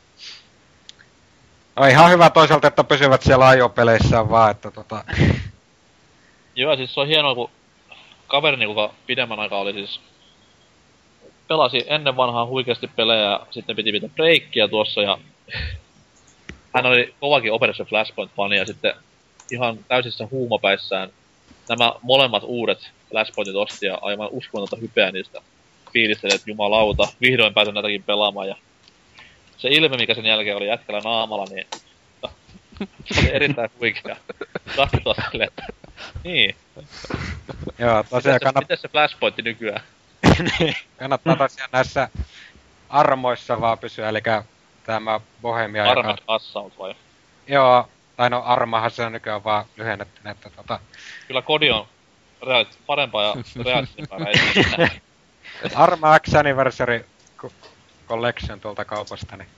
S9: on ihan hyvä toisaalta, että pysyvät siellä ajopeleissä vaan, että
S1: Joo, siis se on hienoa, kun kaverini, kuka pidemmän aikaa oli siis... Pelasi ennen vanhaa huikeasti pelejä ja sitten piti pitää breikkiä tuossa ja... Hän oli kovakin Operation Flashpoint-fani ja sitten ihan täysissä huumapäissään nämä molemmat uudet Flashpointit osti ja aivan uskomatonta hypeä niistä fiilisteli, että jumalauta, vihdoin pääsen näitäkin pelaamaan ja... Se ilme, mikä sen jälkeen oli jätkällä naamalla, niin... Se oli erittäin huikea katsoa silleen, että... Niin.
S9: Joo, tosiaan
S1: Miten se Flashpointti nykyään?
S9: Niin, kannattaa tosiaan näissä armoissa vaan pysyä, eli tämä Bohemia...
S1: Armored Assault vai?
S9: Joo, tai no Armahan se on nykyään vaan lyhennettynä, että
S1: Kyllä kodi on parempaa ja realistisempaa näin.
S9: Arma X Anniversary Collection tuolta kaupasta, niin...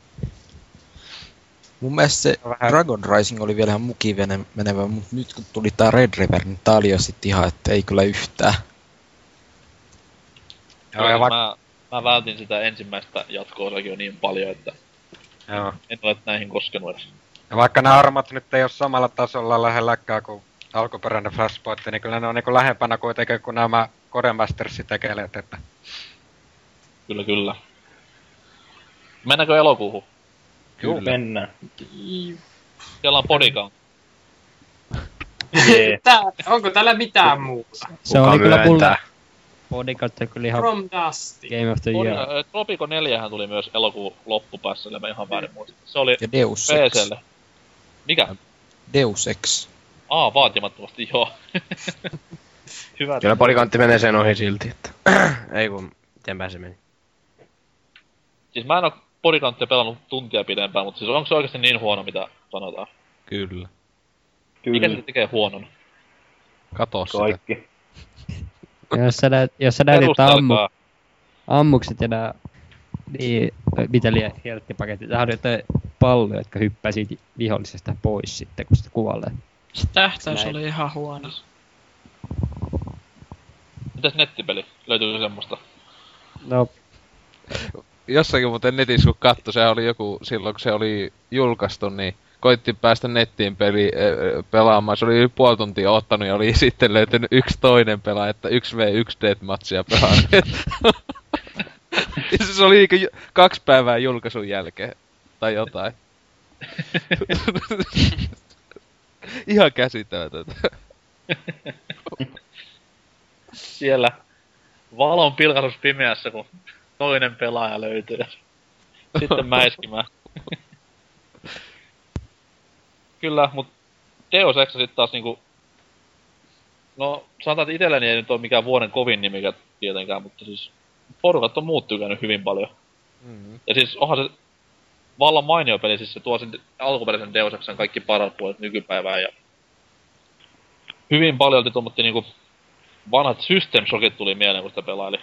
S4: Mun mielestä se Dragon Rising oli vielä ihan mukiin menevä, mutta nyt kun tuli tää Red River, niin tää oli jo sit ihan, että ei kyllä yhtään.
S1: Joo, ja mä vältin sitä ensimmäistä jatko-osakin jo niin paljon, että
S9: joo.
S1: En ole näihin koskenut edes.
S9: Ja vaikka nämä armat nyt ei ole samalla tasolla lähelläkään kuin alkuperäinen Flashpoint, niin kyllä ne on niinku lähempänä kuitenkin kuin nämä Codemastersin tekeleet, että...
S1: Kyllä. Mennäänkö elokuuhun?
S8: Kyllä. Mennään.
S1: Siellä on Bodycount.
S5: Onko täällä mitään muuta?
S11: Se oli kyllä mulla. Bodycount on kyllä ihan
S5: From Dusty.
S11: Game of the Year.
S1: Tropico 4 tuli myös elokuun loppupäässä, eli mä ihan väärin muistin. Se oli
S4: ja Deus
S1: PC:lle. Mikä?
S4: Deus Ex.
S1: Vaatimattomasti, joo. Hyvä.
S10: Kyllä Bodycount menee sen ohi silti, että... Ei kun, mitenpä se meni.
S1: Siis mä en oo Bodycountia pelannut tuntia pidempään, mutta siis onko se oikeesti niin huono, mitä sanotaan?
S6: Kyllä.
S1: Mikä se tekee huonon?
S6: Kato sitä.
S8: Kaikki.
S11: Jos sä näytit ammukset ja nää... Niin, mitä liian helttipaketit. Tää on jotain palloja, jotka hyppää siitä vihollisesta pois sitten, kun sitä kuvalee.
S3: Se tähtäys oli ihan huono.
S1: Mitäs nettipeli? Löytyykö semmoista?
S11: No...
S6: Jossakin muuten netissä kun katso, se oli joku silloin kun se oli julkaistu, niin koitti päästä nettiin pelaamaan. Se oli yli puoli tuntia ottanut ja oli sitten löytynyt yksi toinen pelaaja, että 1v1 deathmatchia pelaa. Se oli niinku 2 päivää julkaisun jälkeen. Tai jotain. Ihan käsittämätöntä.
S1: Siellä valon pilkahdus pimeässä, kun toinen pelaaja löytyy ja sitten mäiskimään. Kyllä, mut Deus Ex sit taas niinku... No, sanotaan, että itselleni ei nyt oo mikään vuoden kovin nimikä tietenkään, mutta siis... Porukat on muut tykännyt hyvin paljon. Mm-hmm. Ja siis onhan se vallan mainio peli, siis se tuo sen alkuperäisen Deus Exen kaikki parat puolet nykypäivään ja... Hyvin paljon tuommoitti niinku... Vanhat System Shockit tuli mieleen, kun sitä pelaili.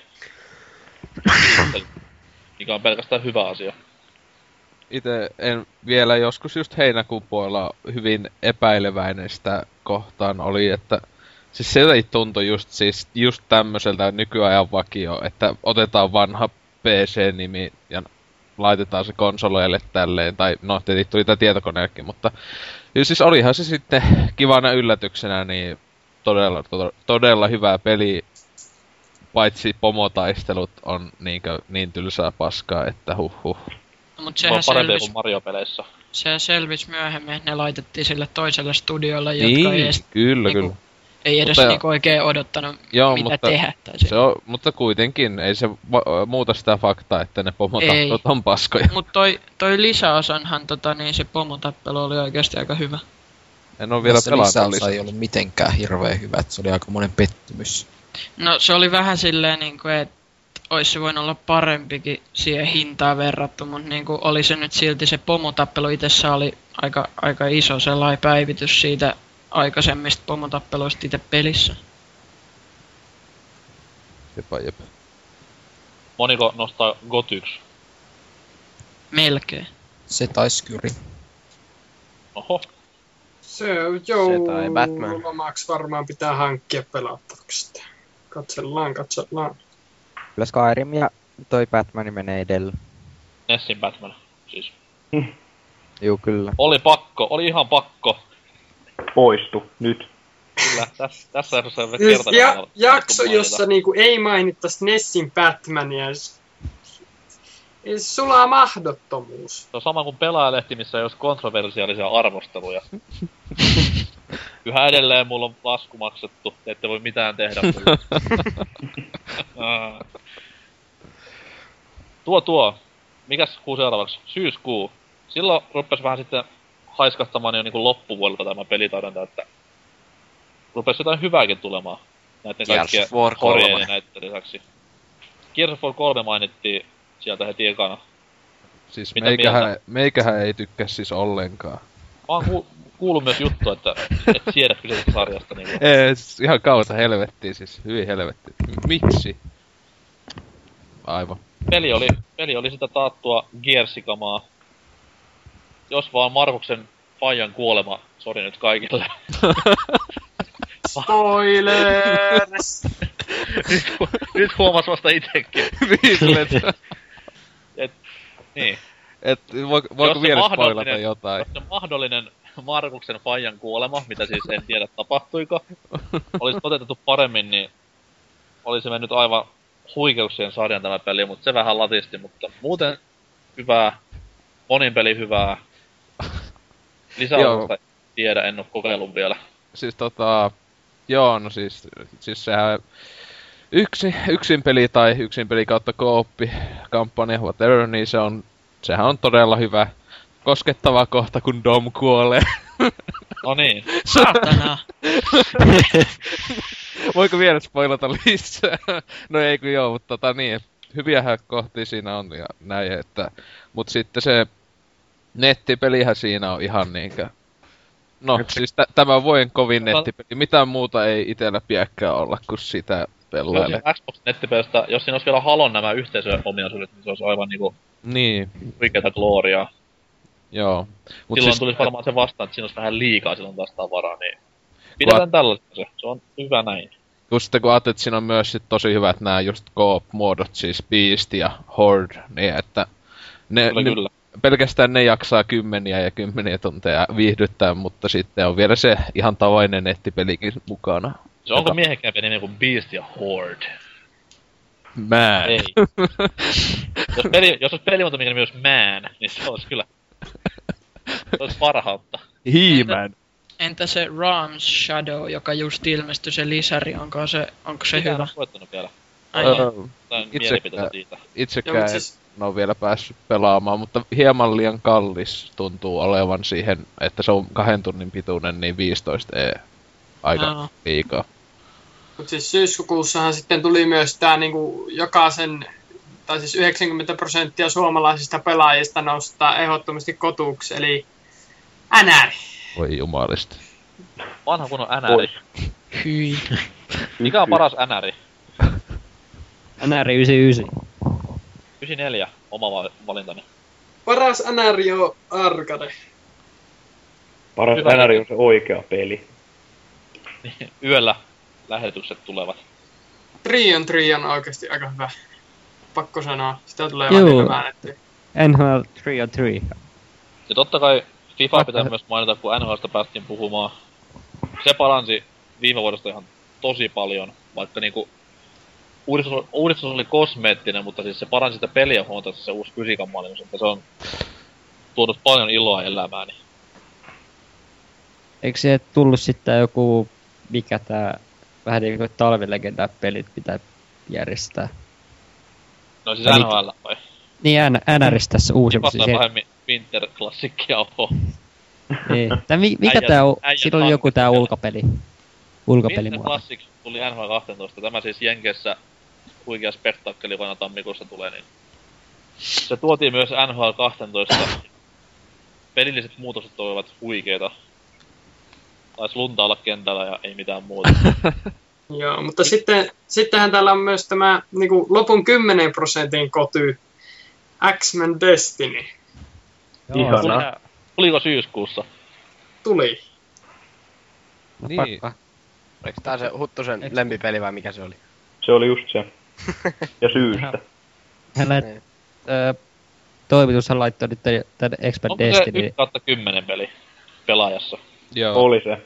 S1: Mikä on pelkästään hyvä asia.
S6: Itse en vielä joskus just heinäkuun puolella hyvin epäileväinen sitä kohtaan oli, että siis se ei tuntu just tämmöseltä nykyajan vakio, että otetaan vanha PC-nimi ja laitetaan se konsoleille tälleen, tai no tietysti tuli tää tietokoneellekin, mutta siis olihan se sitten kivana yllätyksenä niin todella hyvä peli, paitsi pomotaistelut on niin tylsää paskaa, että huhhuh.
S3: No, mut sehän
S1: parempi kuin Mario-peleissä.
S3: Sehän selvisi myöhemmin, että ne laitettiin sille toiselle studiolle,
S6: niin,
S3: jotka ei edes,
S6: kyllä.
S3: ei edes niinku oikein odottanut mitä tehdä.
S6: Se on, mutta kuitenkin ei se muuta sitä faktaa, että ne pomotappelut on paskoja.
S3: Mut toi lisäosanhan niin se pomotappelu oli oikeesti aika hyvä.
S6: En oo vielä pelannut
S4: lisäosa ei ollut mitenkään hirveen hyvä, että se oli aika monen pettymys.
S3: No se oli vähän silleen niinku, että ois se voinut olla parempikin siihen hintaan verrattu, mutta niinku oli se nyt silti se pomotappelu itsessä oli aika iso sellainen päivitys siitä aikaisemmista pomotappeluista itse pelissä.
S6: Jep.
S1: Moniko nostaa GOT 1?
S3: Melkein.
S4: Se taisi kyllä.
S1: Oho.
S5: Se
S10: tai Batman.
S5: joululomaksi varmaan pitää hankkia pelattavaksi. Katsellaan.
S7: Kyllä Skyrim ja toi Batman menee edellä.
S1: Nessin Batman, siis.
S7: Juu, kyllä.
S1: Oli ihan pakko.
S8: Poistu, nyt.
S1: Kyllä, tässä jaksossa ei
S5: jakso, jossa niinku ei mainittais Nessin Batmania. Ei se sulaa mahdottomuus.
S1: Se on sama kuin Pelaajalehti, missä ei olisi kontroversiaalisia arvosteluja. Yhä edelleen mulla on lasku maksettu, te ette voi mitään tehdä. Mikäs kuu seuraavaksi? Syyskuu. Silloin rupes vähän sitten haiskahtamaan jo niinku loppuvuodelta tämä pelitarjonta, että rupes jotain hyvääkin tulemaan. Näitten kaikkien horjeiden ja näitten lisäksi. Gears of War 3 mainittiin sieltä heti ekana.
S6: Siis meikähän ei tykkää siis ollenkaan.
S1: Mä oon kuullut myös juttu, että et siedä kyseisestä sarjasta niinku.
S6: Ei, siis ihan kauta helvettiä siis, hyvin helvettiä. Miksi? Aivan.
S1: Peli oli sitä taattua Gearsikamaa. Jos vaan Markuksen faijan kuolema, sori nyt kaikille.
S5: Spoilers!
S1: nyt huomas vasta itekin. Niin.
S6: Voiko vielä spoilata jotain?
S1: Jos se mahdollinen Markuksen faijan kuolema, mitä siis en tiedä tapahtuiko, olisi toteutettu paremmin, niin olisi mennyt aivan huikeuksien sarjan tämä peli, mutta se vähän latisti, mutta muuten hyvää, monin peli hyvää. Lisäosasta tiedä, en oo kokeillut vielä.
S6: Siis joo, no siis sehän yksin peli tai yksin peli kautta kooppi kampanja, whatever, niin sehän on todella hyvä koskettava kohta, kun Dom kuolee.
S1: No niin.
S3: Saatana!
S6: Voiko vielä spoilata lisää? No ei kun joo, mutta niin, hyviähän kohtia siinä on ja näin, että mut sitten se nettipelihän siinä on ihan niinkö. No, siis tämä vuoden kovin nettipeli. Mitään muuta ei itellä piäkkää olla, kuin sitä pelailee.
S1: Xbox-nettipelistä, jos siinä olisi vielä Halon nämä yhteisöominaisuudet, niin se olisi aivan niinku...
S6: Niin.
S1: Oikeeta gloriaa.
S6: Joo.
S1: Silloin siis tulisi varmaan se vastaan, että siinä olisi vähän liikaa silloin taas tavaraa, niin... Pidetään tällaista se on hyvä näin.
S6: Kun sitten kun ajattelet, että siinä on myös sit tosi hyvät nämä just co-op-muodot, siis Beast ja Horde, niin että... Kyllä. Pelkästään ne jaksaa kymmeniä ja kymmeniä tunteja viihdyttää, mutta sitten on vielä se ihan tavallinen nettipelikin mukana.
S1: Se onko miehekkäämpi nimi kuin Beast ja Horde?
S6: Man.
S1: Ei. jos olisi pelimuoto, mikä nimi olisi Man, niin se olisi kyllä... Se olisi parhautta.
S6: He-Man.
S3: Entä se Ram's Shadow, joka just ilmestyi se lisäri, onko se hyvä?
S1: En soittanut vielä.
S6: Itsekään en ole vielä päässyt pelaamaan, mutta hieman liian kallis tuntuu olevan siihen, että se on 2 tunnin pituinen, niin 15 aika liikaa.
S5: Mut siis syyskuussahan sitten tuli myös tää niinku jokaisen, tai siis 90% suomalaisista pelaajista nostaa ehdottomasti kotuksi, eli NR.
S6: Voi jumalista.
S1: Vanha kun on NR.
S3: Hyi.
S1: Mikä on paras NR?
S11: NR 99.
S1: 94, oma valintani.
S5: Paras NR on Arcade.
S8: Paras NR on se oikea peli.
S1: Yöllä lähetykset tulevat.
S5: Trion on oikeesti aika hyvä. Pakko sanoa. Sitä tulee vähän väännettyä.
S11: NHL 3-on-3.
S1: Ja totta kai FIFA pitää myös mainita, kun NHLstä päästiin puhumaan. Se paransi viime vuodesta ihan tosi paljon, vaikka niinku uudistus oli kosmeettinen, mutta siis se paransi sitä peliä huomattavasti se uusi fysiikan maailmassa, että se on tuonut paljon iloa elämääni.
S11: Eikö se tullut sitten joku, mikä tää vähän niin kuin talvilegenda-pelit pitää järjestää?
S1: No siis NHL vai?
S11: Niin, NRistä tässä uusimmassa.
S1: Vastaan vähän Winter-klassikkia oho.
S11: Niin. Mikä tää on? Siinä oli joku tää ulkopeli.
S1: Winter Classic tuli NHL 12. Tämä siis Jenkeissä huikea spektaakkeli vuonna tammikuussa tulee, niin se tuotiin myös NHL 12. Pelilliset muutokset toivat huikeeta. Taisi lunta olla kentällä ja ei mitään muuta.
S5: Joo, mutta sittenhän täällä on myös tämä niinku lopun 10% koty X-Men Destiny.
S8: Ihanaa.
S1: Tuliko syyskuussa?
S5: Tuli.
S6: Niin.
S10: Oliko tää se Huttusen lempipeli vai mikä se oli?
S8: Se oli just se. Ja syystä.
S11: Toimitushan laittoi nyt tän X-Men
S1: Onko
S11: Destiny.
S1: se 1/10 peli pelaajassa?
S6: Joo.
S8: Oli se.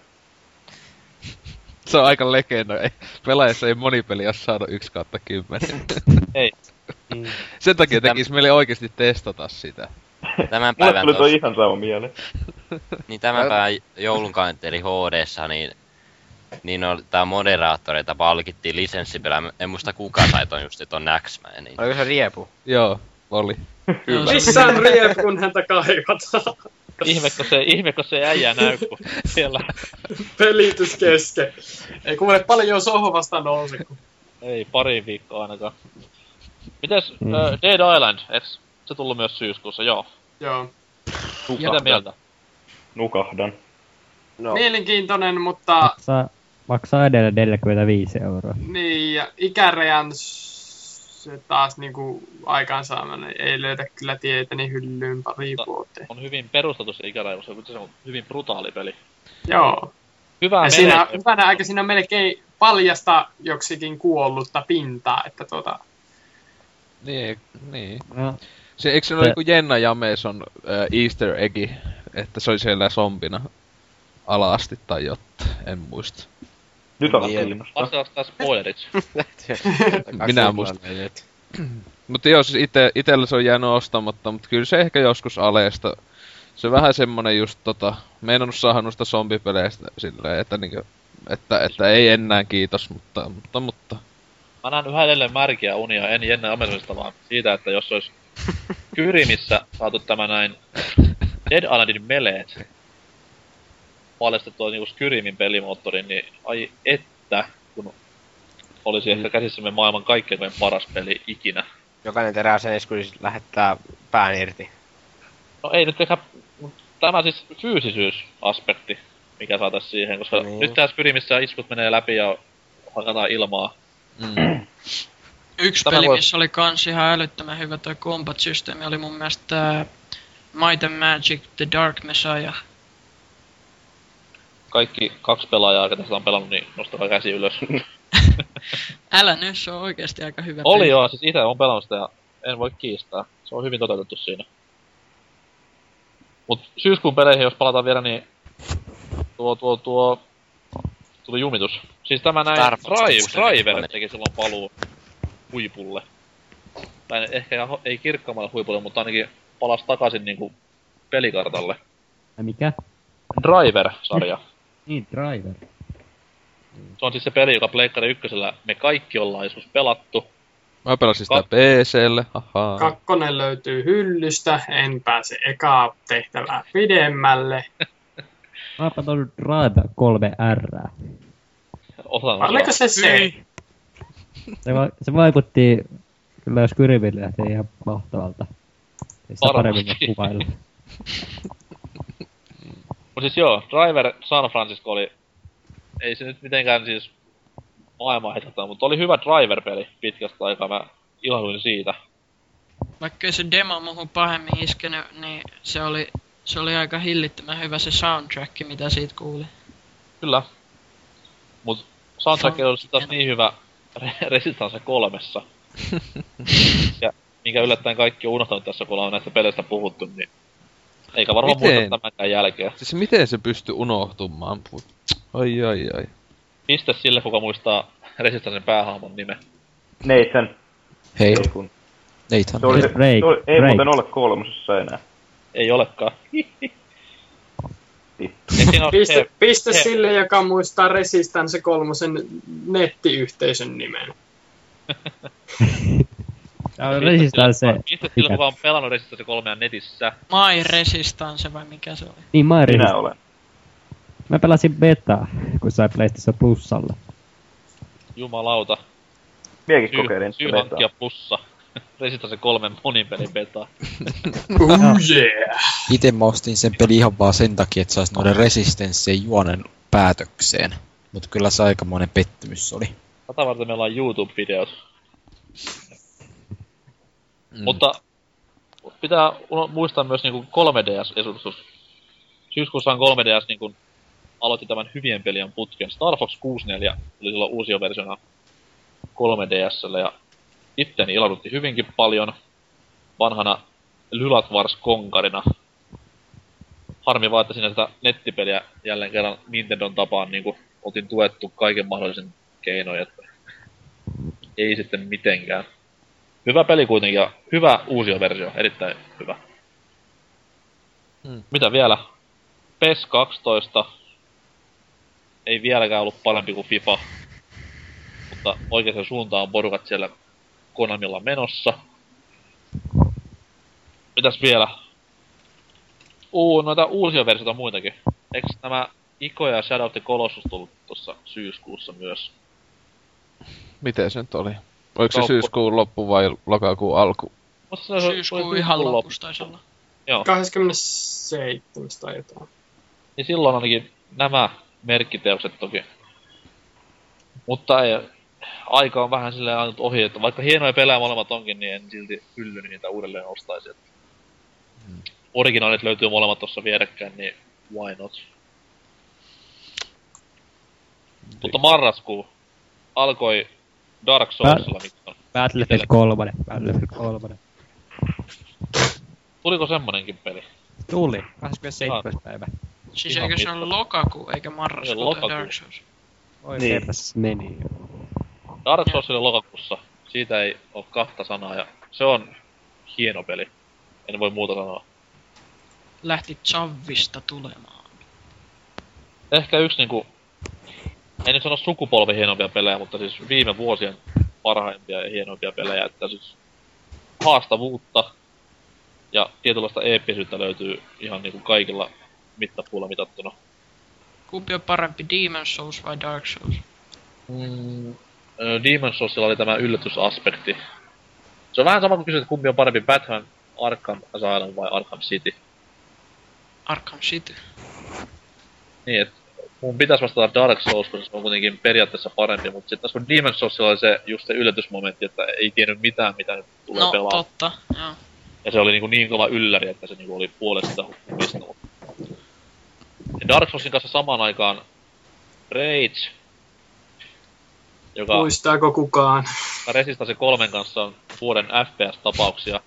S6: Se on aika legenda. Pelaajassa ei monipeli ole saanut 1/10.
S1: Ei.
S6: Sen takia tekis meille oikeesti testata sitä.
S2: Tämän
S8: Mulle
S2: päivän
S8: tuli toi ihan sama mieleen.
S2: Niin tämän päivän joulunkalenteri HD:ssa, niin on tää moderaattoreita palkittiin lisenssipelää. En muista kuka sai ton just ton X-Men. Niin.
S10: Oliko se Riepu?
S6: Joo, oli.
S1: Kyllä.
S5: Missä on Riep, kun häntä kaivataan?
S1: Ihmekö se äijä näy, kun siellä...
S5: Pelitys kesken. Ei kuule paljon sohvasta nousi.
S1: Ei, pari viikkoa ainakaan. Mites Dead Island, eks se tullut myös syyskuussa? Joo.
S5: Joo.
S1: Mitä mieltä?
S8: Nukahdan.
S5: No. Mielenkiintoinen, mutta...
S11: Maksaa edelleen 45 €.
S5: Niin, ja ikärajan se taas niinku aikaansaaminen ei löydä kyllä tietäni hyllyyn pari vuoteen.
S1: On hyvin perusteltu se ikäraja, koska se on hyvin brutaali peli.
S5: Joo.
S1: Hyvää
S5: ja siinä, hyvänä aika siinä melkein paljasta joksikin kuollutta pintaa, että
S6: Niin. No. Se, eikö se ole joku Jenna Jameson Easter eggi, että se oli siellä zombina ala-asti tai jotta, en muista.
S8: Nyt on kiinnostaa.
S1: Vastaaks tää spoilerit?
S6: Minä muistan. Mutta joo, siis itellä se on jäänyt ostamatta, mutta kyllä se ehkä joskus aleesta. Se on vähän semmonen just meinannut saada noista zombipeleistä silleen, että niinku, että ei enää kiitos, mutta.
S1: Mä näen yhä edelleen märkiä unia, en Jenna Amesonista, vaan siitä, että jos olisi Kyrimissä saatu tämä näin Dead Islandin meleet paljastettua niinku Skyrimin pelimoottorin, niin ai että, kun olisi ehkä käsissämme maailman kaikkein paras peli ikinä.
S10: Jokainen teräsen eskuisi lähettää pään irti.
S1: No ei nyt ehkä, tämä siis fyysisyysaspekti, mikä saatais siihen, koska niin. Nyt tää Skyrimissä iskut menee läpi ja hakataan ilmaa.
S3: Yksi peli, missä oli kans ihan älyttömän hyvä toi combat-systeemi, oli mun mielestä tää Might and Magic The Dark Messiah.
S1: Kaikki 2 pelaajaa, ketä sitä on pelannut, niin nostakaa käsi ylös.
S3: Älä nyt, se on oikeesti aika hyvä
S1: oli
S3: peli.
S1: Joo, siis ite on pelannut sitä ja en voi kiistää. Se on hyvin toteutettu siinä. Mut syyskuun peleihin, jos palataan vielä, niin tuli jumitus. Siis tämä näin Driver teki silloin paluu huipulle. Tai ehkä ei kirkkaammalle huipulle, mutta ainakin palasi takaisin niinku pelikartalle.
S11: Mikä?
S1: Driver-sarja.
S11: Niin, Driver.
S1: Se on siis se peli, joka Pleikkari 1:llä me kaikki ollaan joskus pelattu.
S6: Mä pelasin sitä PC:lle, ahaa.
S5: 2 löytyy hyllystä, en pääse ekaa tehtävää pidemmälle.
S11: Mä oon pelannut Driver 3R.
S5: Oliko se se?
S11: Se vaikutti kyllä Skyriville lähtee ihan mahtavalta. Ei sitä paremmin kuvailla.
S1: Mut siis joo, Driver San Francisco oli... Ei se nyt mitenkään siis maailmaa hetkattaa, mutta oli hyvä Driver-peli pitkästä aikaa, mä ilahduin siitä.
S3: Vaikka ei se demo muuhun pahemmin iskenyt, niin se oli aika hillittömän hyvä se soundtrack, mitä siitä kuuli.
S1: Kyllä. Mut soundtrack ei ollut taas niin hyvä Resistance 3:ssa. Ja minkä yllättäen kaikki on unohtanut tässä, kun ollaan näistä peleistä puhuttu, niin... Eikä varmaan muista tämänkään jälkeen.
S6: Siis miten se pystyy unohtumaan? Ai.
S1: Piste sille, kuka muistaa Resistancen päähahmon nimen.
S8: Nathan.
S4: Hei. Nathan.
S8: Ei muuten ole 3:ssa enää.
S1: Ei olekaan.
S5: Piste sille, joka muistaa Resistance 3:n nettiyhteisön nimen.
S1: Piste sille, kuka on pelannut Resistance 3 netissä.
S3: My Resistance vai mikä se oli?
S11: Niin, My Resistance.
S8: Minä olen.
S11: Mä pelasin betaa, kun sai PlayStation Plusalle.
S1: Jumalauta.
S8: Miekin kokeilin
S1: Syy hankkia plussa. Resistance 3 monin pelin beta.
S5: Yeah!
S4: Ite mä ostin sen peli ihan vaan sen takia, että sais noiden resistenssien juonen päätökseen. Mut kyllä se aikamoinen pettymys oli.
S1: Tätä varten meillä on YouTube-videot. Mutta pitää muistaa myös niinku 3DS-esuudistus. Syyskuussa on 3DS niinku aloitti tämän hyvien pelien putken. Star Fox 64 oli silloin uusia versiona 3DS:lle ja itteni ilahdutti hyvinkin paljon vanhana Lylat Wars-konkarina. Harmi vaan, että siinä sitä nettipeliä jälleen kerran Nintendon tapaan niinku oltiin tuettu kaiken mahdollisen keinoin, että ei sitten mitenkään. Hyvä peli kuitenkin ja hyvä uusia versio, erittäin hyvä. Mitä vielä? PES 12 ei vieläkään ollut parempi kuin FIFA, mutta oikeaan suuntaan on porukat siellä Konamilla menossa. Mitäs vielä? Noita uusia versioita muitakin. Eiks nämä Ico ja Shadow of the Colossus tullut tuossa syyskuussa myös?
S6: Miten se nyt oli? Oliko se syyskuun loppu vai lokakuun alku?
S3: Syyskuun ihan lopussa taisi olla.
S1: Joo.
S5: 27. tai jotain.
S1: Niin silloin ainakin nämä merkkiteokset toki. Mutta ei, aika on vähän silleen ainut ohi, että vaikka hienoja pelejä molemmat onkin, niin en silti hyllyni niitä uudelleen ostaisi. Originaalit löytyy molemmat tossa vierekkäin, niin why not? Mutta marraskuu alkoi Dark Soulsilla, mikä on.
S11: Battlefield 3. Battlefield 3.
S1: Tuliko semmonenkin peli?
S11: Tuli. 27. päivä.
S3: Siis
S1: Ihan
S3: eikö se ole lokakuu eikä marraskuu
S1: lokakuu.
S3: Dark Souls?
S11: Oi
S8: Niin.
S11: herras meni.
S1: Dark Souls oli lokakuussa. Siitä ei oo kahta sanaa ja se on hieno peli. En voi muuta sanoa.
S3: Lähti Chavista tulemaan.
S1: Ehkä yksi niinku, en nyt sano sukupolven hienompia pelejä, mutta siis viime vuosien parhaimpia ja hienompia pelejä, että siis haastavuutta ja tietynlaista eeppisyyttä löytyy ihan niinku kaikilla mittapuulla mitattuna.
S3: Kumpi on parempi, Demon's Souls vai Dark Souls?
S1: Demon's Soulsilla oli tämä yllätysaspekti. Se on vähän sama kuin kysyt, että kumpi on parempi, Batman Arkham Asylum vai Arkham City.
S3: Arkham City.
S1: Niin, et mun pitäis vastata Dark Souls, koska se on kuitenkin periaatteessa parempi, mutta sitten taas kun Demon's Soulsilla oli se, just se yllätysmomentti, että ei tiennyt mitään, mitä nyt tulee
S3: No
S1: pelaamaan.
S3: totta, joo.
S1: Ja se oli niin kova ylläri, että se niinku oli puolesta hukkumista. Ja Dark Soulsin kanssa samaan aikaan Rage, joka
S5: Muistaako kukaan?
S1: Resistance 3 kanssa on vuoden FPS-tapauksia.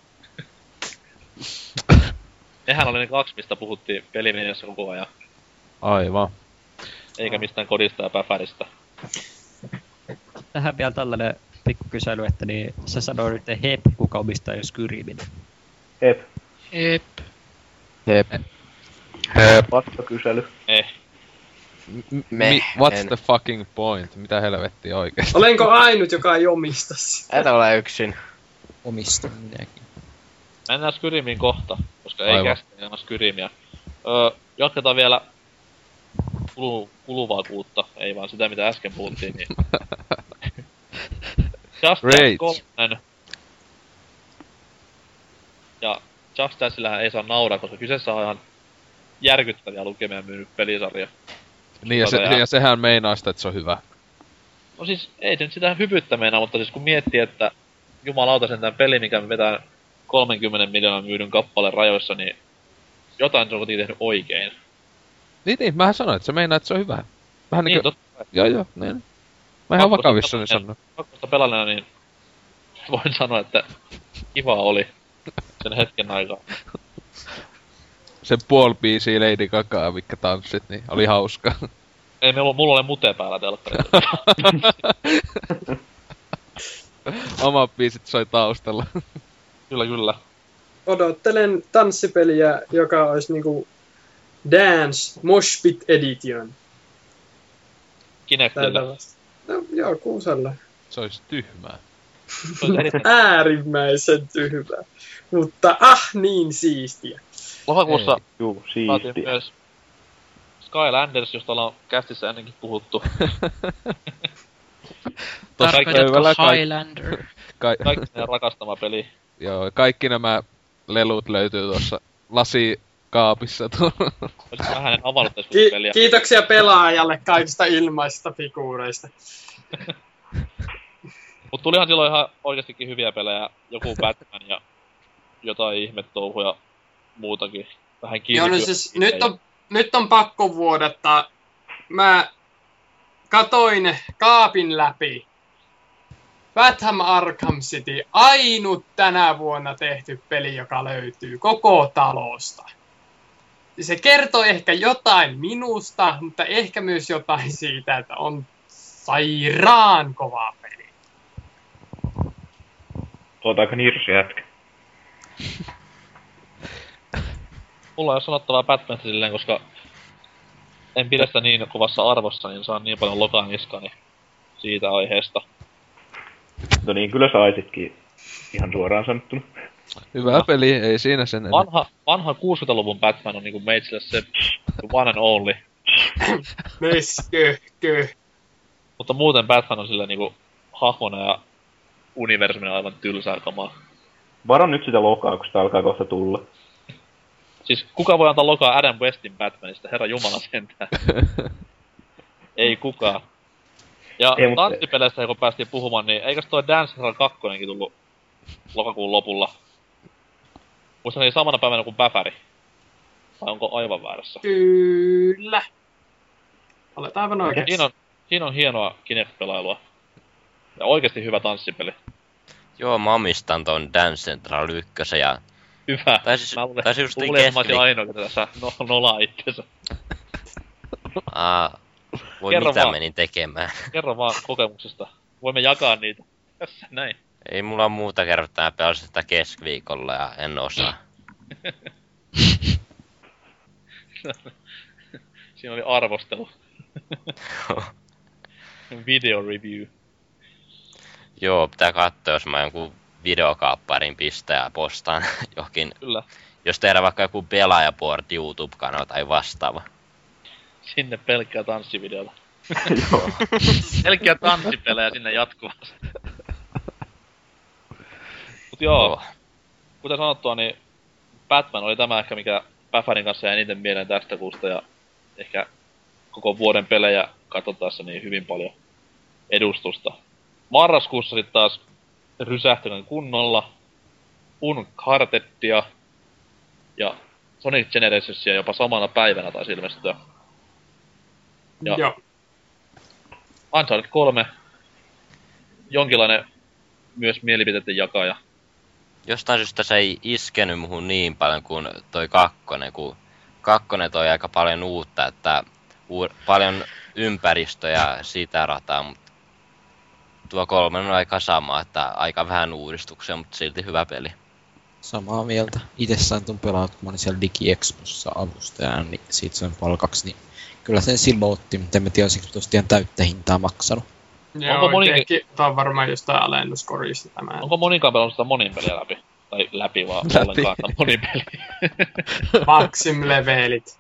S1: Nehän oli ne kaksi, mistä puhuttiin pelimediassa koko ajan.
S6: Aivan.
S1: Eikä mistään kodista ja päfäristä.
S11: Tähän vielä tällainen pikku kysely, että niin sä sanoit nyt hep, kuka omistaa jo Skyrimin.
S8: Hep.
S3: Jep.
S9: Jep.
S8: Vatsakysely.
S6: What's the fucking point? Mitä helvettiä oikeesti?
S5: Olenko ainut, joka ei omista sitä?
S10: Et ole yksin.
S4: Omistan minäkin.
S1: Mennään Skyrimiin kohta, koska ei
S6: Aivan.
S1: kästä ilman Skyrimiä. Jatketaan vielä kuluvaa kuutta, ei vaan sitä mitä äsken puhuttiin, niin... Just
S6: Rage.
S1: Dance 3. Ja Just Danceillähän ei saa nauraa, koska kyseessä on ihan järkyttäviä lukemia myynyt pelisarja.
S6: Niin ja sehän meinaa sitä, että se on hyvä.
S1: No siis, ei se nyt sitä hyvyyttä meinaa, mutta siis kun miettii, että jumalauta sentään peli, mikä me vetää 30 miljoonan myydyn kappaleen rajoissa, niin jotain se on kuitenkin tehnyt oikein.
S6: Niin, mähän sanoin, että se meinaa, että se on hyvä. Vähän
S1: Niin,
S6: niinku...
S1: totta.
S6: Joo, niin. Mä ihan vakavissani sanon.
S1: Kakkosta pelaajana, niin voin sanoa, että kiva oli sen hetken aikaa.
S6: Sen puoli biisiä Lady Gagaa, mikä tanssit, niin oli hauska.
S1: Ei mulla ole mute päällä telkkarissa.
S6: Omat biisit soi taustalla.
S1: Kyllä.
S5: Odottelen tanssipeliä, joka olisi niinku Dance Mosh Pit Edition.
S1: Kinectillä.
S5: No, joo, kuusella.
S6: Se olisi tyhmää.
S5: Äärimmäisen tyhmä. Mutta niin siistiä.
S1: Lokakuussa
S8: Juu,
S1: saatiin
S8: siistiä.
S1: myös Skylanders, josta ollaan kästissä ennenkin puhuttu.
S3: Tarkoitatko Highlander?
S1: Kaikki rakastama peli.
S6: Joo, kaikki nämä lelut löytyy tuossa lasikaapissa.
S1: Olis vähän avannut peliä.
S5: Kiitoksia pelaajalle kaikista ilmaisista figuureista.
S1: Mut tulihan silloin ihan oikeestikin hyviä pelejä. Joku Batman ja jotain ihmetouhuja muutakin. Vähän kiinni.
S5: Joo, no siis nyt on pakko vuodattaa. Mä katoin kaapin läpi. Batman Arkham City, ainut tänä vuonna tehty peli, joka löytyy koko talosta. Se kertoo ehkä jotain minusta, mutta ehkä myös jotain siitä, että on sairaan kova peli.
S8: Oot aika nirsi jätkä.
S1: Mulla ei ole sanottavaa Batmanista silleen, koska en pidä sitä niin kovassa arvossa, niin saan niin paljon lokaan niskani siitä aiheesta.
S8: No niin, kyllä saisitkin. Ihan suoraan sanottuna.
S6: Hyvä peli, ei siinä sen
S1: vanha 60-luvun Batman on niinku meitsille se one and only.
S5: Kyllä.
S1: Mutta muuten Batman on sillä niinku hahmona ja universumina aivan tylsää kamaa.
S8: Varo nyt sitä lokaa, kun sitä alkaa kohta tulla.
S1: Siis kuka voi antaa lokaa Adam Westin Batmanista, herra jumala sentään. Ei kukaan. Ja tanssipeleissä, kun päästiin puhumaan, niin eikös toi Dance Hall 2 tullut lokakuun lopulla? Muistaakseni samana päivänä kuin Bäfäri. Vai onko aivan väärässä?
S5: Kyllä. Olet aivan oikeassa.
S1: Siinä on hienoa Kinect-pelailua. Ja oikeesti hyvä tanssipeli.
S2: Joo, mä omistan ton Dance Central 1 ja...
S1: Hyvä.
S2: Taisi just
S1: mä olisin ainoa, kun tässä nolaa itsensä.
S2: Voi kerro mitä vaan. Menin tekemään.
S1: Kerro vaan kokemuksesta. Voimme jakaa niitä. Tässä näin.
S2: Ei mulla muuta kerrottavaa, mä pelasin sitä keskiviikolla ja en osaa.
S1: Siinä oli arvostelu. Video review.
S2: Joo, pitää katsoa, jos mä jonkun videokaapparin pistän ja postaan johonkin.
S1: Kyllä.
S2: Jos tehdään vaikka joku pelaajaboard YouTube-kanava tai vastaava.
S1: Sinne pelkkää tanssivideota.
S2: Joo.
S1: Pelkkää tanssipelejä sinne jatkuvasti. Mut joo, kuten sanottua, niin Batman oli tämä ehkä, mikä Bäfärin kanssa jäi eniten mieleen tästä kuusta, ja ehkä koko vuoden pelejä katsotaessa niin hyvin paljon edustusta. Marraskuussa sitten taas rysähtyneen kunnolla Unchartedia ja Sonic Generationsia jopa samana päivänä taisi ilmestyä. Ja joo. Uncharted 3, jonkinlainen myös mielipiteiden jakaja.
S2: Jostain syystä se ei iskenyt muhun niin paljon kuin toi kakkonen, kun kakkonen toi aika paljon uutta, että paljon ympäristöjä sitä rataa, mutta tuo kolmen on aika sama, että aika vähän uudistuksia, mutta silti hyvä peli.
S4: Samaa mieltä. Itse sain tuon pelaa, kun mä olin siellä DigiExpossa avustajana, niin siitä sen palkaksi, niin kyllä sen silloin otti, mutta en mä tiedä, olisiko tuosta ihan täyttä hintaa maksanut.
S5: Joo, tämä on varmaan jostain alennuskorista tämä.
S1: Onko monikaan pelannut sitä monin peliä läpi? Tai läpi vaan ollenkaan sitä monin peliä.
S5: Maxim levelit.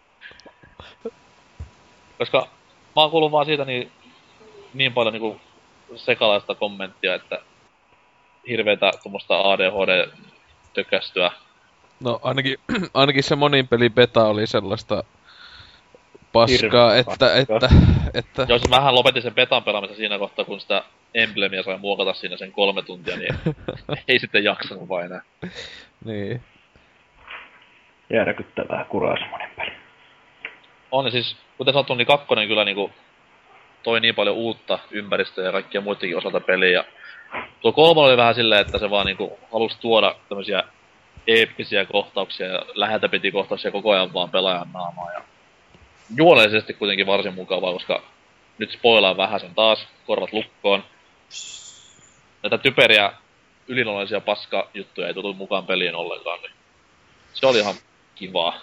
S1: Koska mä oon kuullut vaan siitä niin paljon niinku sekalaista kommenttia, että hirveetä tuommoista ADHD-tökästyä.
S6: No ainakin se monin peli beta oli sellaista paskaa, että...
S1: Joo, siis mähän lopetin sen betan pelaamisen siinä kohtaa, kun sitä emblemia sai muokata siinä sen 3 tuntia, niin ei sitten jaksanut vaan enää.
S6: Niin.
S8: Järkyttävää kuraa se monin peli.
S1: On, siis kuten sanottu, niin kakkonen kyllä niinku toi niin paljon uutta ympäristöä ja kaikkia muidenkin osalta peliä. Tuo 3 oli vähän silleen, että se vaan niinku halusi tuoda tämmösiä eeppisiä kohtauksia ja läheltä piti kohtauksia koko ajan vaan pelaajan naamaa. Ja juonellisesti kuitenkin varsin mukavaa, koska nyt spoilaan vähän sen taas, korvat lukkoon. Näitä typeriä ylinolaisia paskajuttuja ei tullut mukaan peliin ollenkaan, niin se oli ihan kivaa.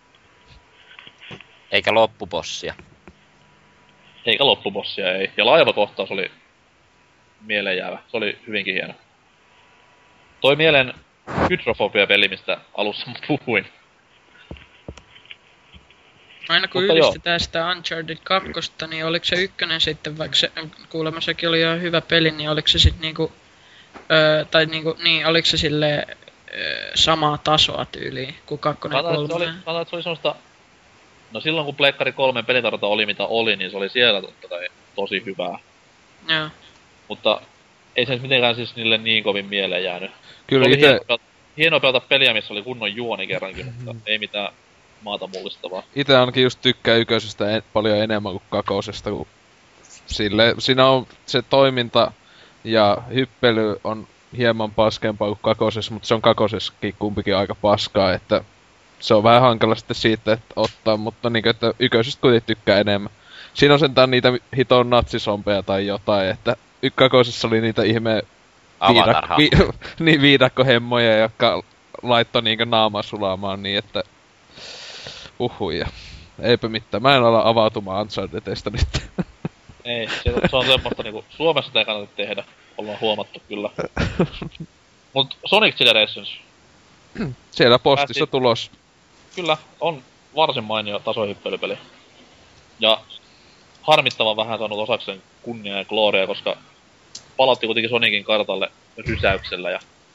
S2: Eikä loppubossia.
S1: Eikä loppubossia, ei. Ja laivakohtaus oli mieleenjäävä. Se oli hyvinkin hieno. Toi mieleen Hydrofobia-peli, mistä alussa puhuin.
S3: Aina kun
S1: Mutta
S3: ylistetään sitä Uncharted 2, niin oliko se ykkönen sitten, vaikka se, kuulemma sekin oli ihan hyvä peli, niin oliko se sitten niinku, niin oliko se silleen samaa tasoa tyyliin kuin 2 ja 3?
S1: Sanotaan, että se oli semmoista... No silloin kun Pleikkari 3 pelitarjonta oli mitä oli, niin se oli siellä totta kai tosi hyvää.
S3: Joo.
S1: Mutta ei se mitenkään siis niille niin kovin mieleen jäänyt.
S6: Kyllä
S1: oli
S6: ite...
S1: hienoa pelata peliä, missä oli kunnon juoni kerrankin, mutta ei mitään maata mullistavaa.
S6: Ite ainakin just tykkää yköisestä paljon enemmän kuin kakosesta, kun siinä on se toiminta ja hyppely on hieman paskempaa kuin kakosessa, mutta se on kakosessakin kumpikin aika paskaa, että se on vähän hankala sitten siitä, että ottaa, mutta niinku, että yköisestä kuitenkin tykkää enemmän. Siinä on sentään niitä hiton natsisompeja tai jotain, että kakosessa oli niitä ihme viidakkohemmoja, jotka laittoi niinkö naamaa sulamaan niin, että uhuja. Eipä mitään. Mä en ala avautumaan Unchartedista nyt.
S1: Ei, se on semmoista niinku Suomessa ei kannata tehdä. Ollaan huomattu kyllä. Mut Sonic Generations.
S6: Siellä postissa tulos.
S1: Kyllä, on varsin mainio tasohyppelypeli. Ja harmittavan vähän saanut osakseen kunniaa ja gloriaa, koska palautti kuitenkin Sonicin kartalle rysäyksellä ja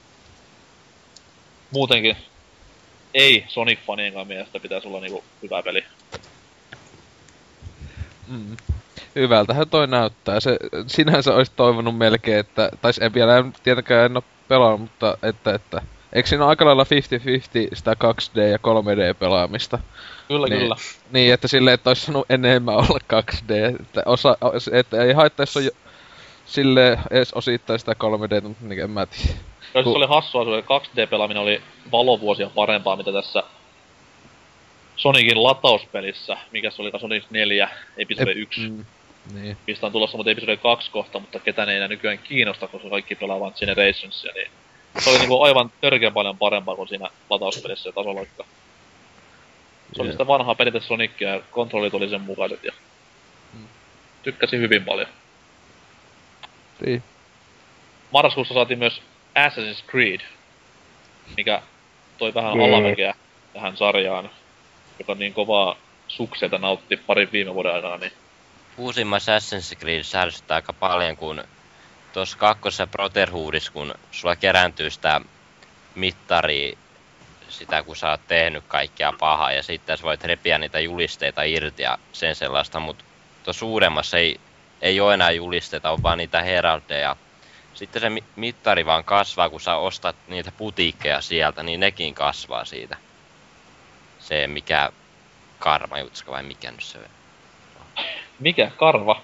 S1: muutenkin ei Sonic-fanienkaan mielestä pitäisi olla niinku hyvä peli.
S6: Hyvältähän toi näyttää. Se sinänsä olisi toivonut melkein, että... Tai en vielä tietenkään en oo pelannut, mutta että... Eikö siinä ole aika lailla 50-50 sitä 2D ja 3D pelaamista?
S1: Kyllä,
S6: niin,
S1: kyllä.
S6: Niin, että silleen, että olisi sanonut enemmän olla 2D. Että ei haittaa, jos on silleen edes osittain sitä 3D, mutta niin en mä tiedä.
S1: Se oli hassua, se 2D-pelaaminen oli valovuosia parempaa, mitä tässä Sonicin latauspelissä, mikä se oli Sonic 4, episode 1.
S6: Niin.
S1: Mistä on tulossa mutta episode 2 kohta, mutta ketään ei enää nykyään kiinnosta, koska kaikki pelaavat Generationsia, niin se oli niinku aivan törkeän paljon parempaa kuin siinä latauspelissä ja tasoloikka. Se oli sitä vanhaa perinteistä Sonicia ja kontrollit oli sen mukaiset ja tykkäsin hyvin paljon.
S6: Niin.
S1: Marraskuussa saatiin myös Assassin's Creed, mikä toi vähän alamäkeä tähän sarjaan, joka niin kovaa sukseita nautti parin viime vuoden aikana, niin...
S2: Uusimmassa Assassin's Creed säädöstää aika paljon, kun tuossa kakkosessa Brotherhoodissa, kun sulla kerääntyy sitä mittaria, sitä kun sä oot tehnyt kaikkea pahaa, ja sitten sä voit repiä niitä julisteita irti ja sen sellaista, mutta tuossa uudemmassa ei ole enää julisteita, on vaan niitä heraldeja. Sitten se mittari vaan kasvaa, kun sä ostat niitä putiikkeja sieltä, niin nekin kasvaa siitä. Se mikä karmajutska vai mikä nyt se on?
S1: Mikä? Karva?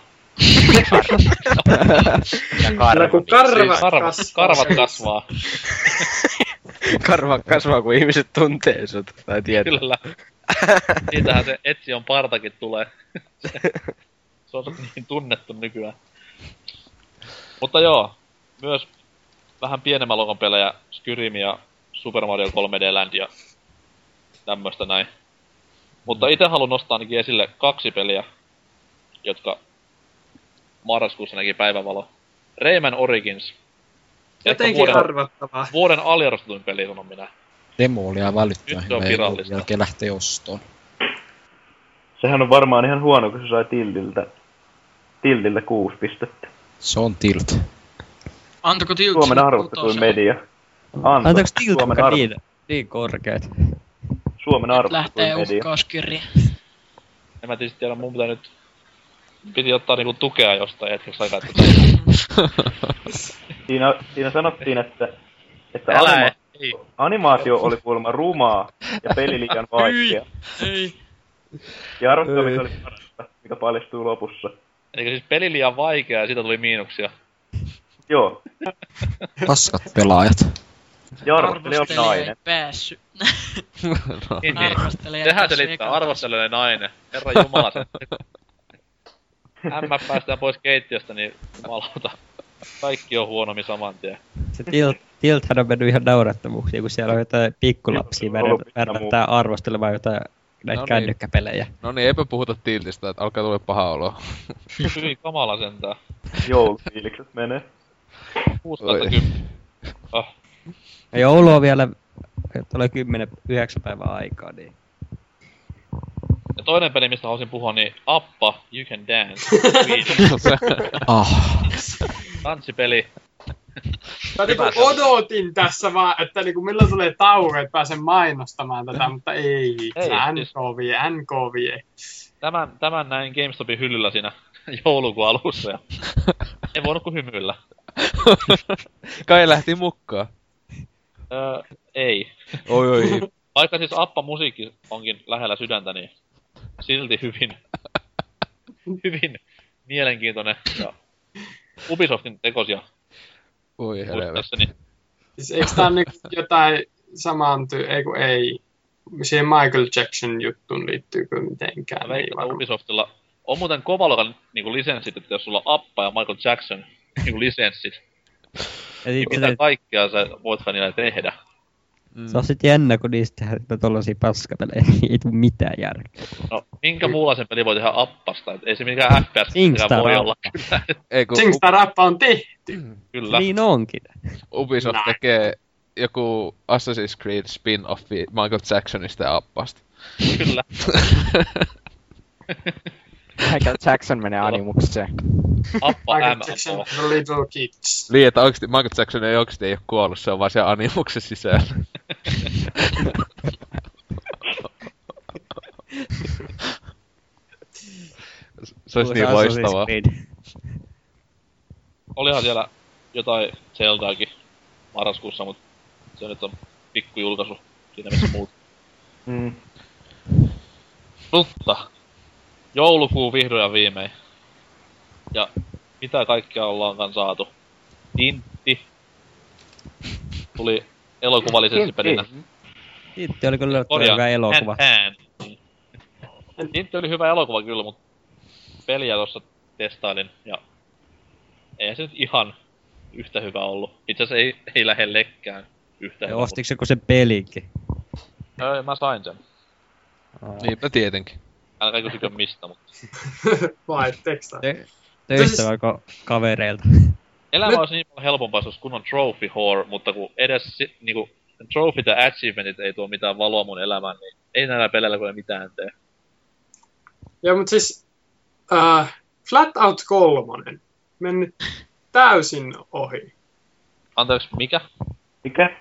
S1: Karvat kasvaa.
S10: Karvat kasvaa, kun ihmiset tuntee sut, tai tietää.
S1: Kyllä. Siitähän se Etsion partakin tulee. Se on niin tunnettu nykyään. Mutta joo, myös vähän pienemmän logon pelejä, Skyrim ja Super Mario 3D Land ja tämmöstä näin. Mutta itse haluan nostaa ainakin esille 2 peliä, jotka marraskuussa näki päivävalo. Rayman Origins.
S5: Jotenkin arvattavaa.
S1: Vuoden aliarvostetuin peli, sanon minä.
S4: Demo oli ihan välyttömän
S1: Nyt se on
S4: hyvä ja
S1: virallista.
S4: jälkeen lähtee ostoon.
S8: Sehän on varmaan ihan huono, kun se sai Tiltiltä 6 pistettä.
S4: Se on Tilt.
S3: Antako Tilt
S8: Suomen arvostetuin media.
S11: Antaako Tilttka niin korkeat?
S8: Suomen arvostetuin
S3: lähtee
S8: media.
S3: uhkauskirja.
S1: En mä tietysti tiedä, mun pitää nyt... Piti ottaa niinku tukea jostain hetkeksi aikaa, että...
S8: Siinä sanottiin, että animaatio oli kuulemma rumaa ja peli liian vaikea.
S3: Ei.
S8: Ja arvostaminen oli parasta, mikä paljastui lopussa.
S1: Elikö siis peli liian vaikea ja siitä tuli miinuksia?
S8: Joo.
S4: Paskat pelaajat.
S8: Ja arvostelija oli nainen.
S3: Ei päässyt.
S1: Niin.
S3: Arvostelija
S1: Sehän
S3: päässyt
S1: selittää,
S3: ekaan.
S1: arvostelijainen nainen. Herra jumala se. Ämmä päästään pois keittiöstä, niin jumalauta. Kaikki on huonommin saman tien.
S11: Se Tilthän on mennyt ihan naurattomuuksiin, kun siellä on jotain pikkulapsia värvättää arvostelemaan jotain näitä kännykkäpelejä.
S6: No niin, eipä puhuta Tiltistä, että alkaa tulla paha olo.
S1: Hyvin kamala sentään.
S8: Joulufiilikset menee.
S1: 6/10.
S11: Ja joulu on vielä, tulee 9 päivää aikaa, niin...
S1: Ja toinen peli, mistä haluaisin puhua, niin Appa, You Can Dance. Tanssipeli.
S5: Mä niinku odotin tässä vaan, että niinku milloin tulee tauko, että pääsen mainostamaan tätä, mutta ei. NKV.
S1: Tämän näin GameStopin hyllyllä siinä joulukuun alussa ja en voinut kuin hymyillä.
S6: Kai lähti mukaan.
S1: Ei.
S6: Oi.
S1: Vaikka siis Appa musiikki onkin lähellä sydäntä, niin silti hyvin mielenkiintoinen ja Ubisoftin tekosia.
S6: Oi helvetti.
S1: Niin.
S5: Siis eikö tää niinku jotain ei. Siihen Michael Jackson juttuun liittyykö mitenkään?
S1: Veikkaan, että Ubisoftilla on muuten kovalla niinku lisenssit, että jos sulla on Appa ja Michael Jackson niinku lisenssit, niin mitä kaikkea sä voitkaan niillä tehdä?
S11: Se on sit jännä, kun niistä tehdään tollasia paskapelejä, niin ei tuu mitään järkeä.
S1: No, minkä muunlaisen peli voi tehdä Appasta? Et ei se mikään FPS voi olla.
S5: SingStar Appa on tehty.
S1: Kyllä.
S11: Niin onkin.
S6: Ubisoft tekee joku Assassin's Creed spin-offi Michael Jacksonista ja Appasta.
S1: Kyllä.
S7: Michael Jackson menee animukseen.
S1: Appa
S5: Michael Jackson, The Little Kids.
S6: Niin, että oikeesti Michael Jackson ei oikeesti ei oo kuollut, se on vaan siellä animuksen sisällä. Se olisi niin loistavaa.
S1: Olihan siellä jotain Zeldaakin marraskuussa, mut se nyt on pikkujulkaisu siinä missä muut. Mutta joulukuu vihdoin ja viimein. Ja mitä kaikkea ollaankaan saatu? Tintti. Tuli elokuvallisesti pelinä.
S11: Tintti oli kyllä hyvä elokuva.
S1: Tintti oli hyvä elokuva kyllä, mut peliä tossa testailin ja ei se nyt ihan yhtä hyvä ollut. Itse asiassa ei lähellekään yhtä hyvä.
S11: Ostitko se kun se pelikin?
S1: Mä sain sen.
S6: Niinpä tietenkin.
S1: Älkää kysykö mistä, mutta...
S5: Vai tekstaa.
S11: Töistä vaikka kavereilta.
S1: Elämä olisi niin paljon helpompaa, jos olisi kunnon trophy whore, mutta kun edes niinku trophyt ja achievementit ei tuo mitään valoa mun elämään, niin ei näillä peleillä kyllä mitään tee.
S5: Joo, mut siis Flatout 3 mennyt täysin ohi.
S1: Anteeksi, mikä?
S8: Mikä?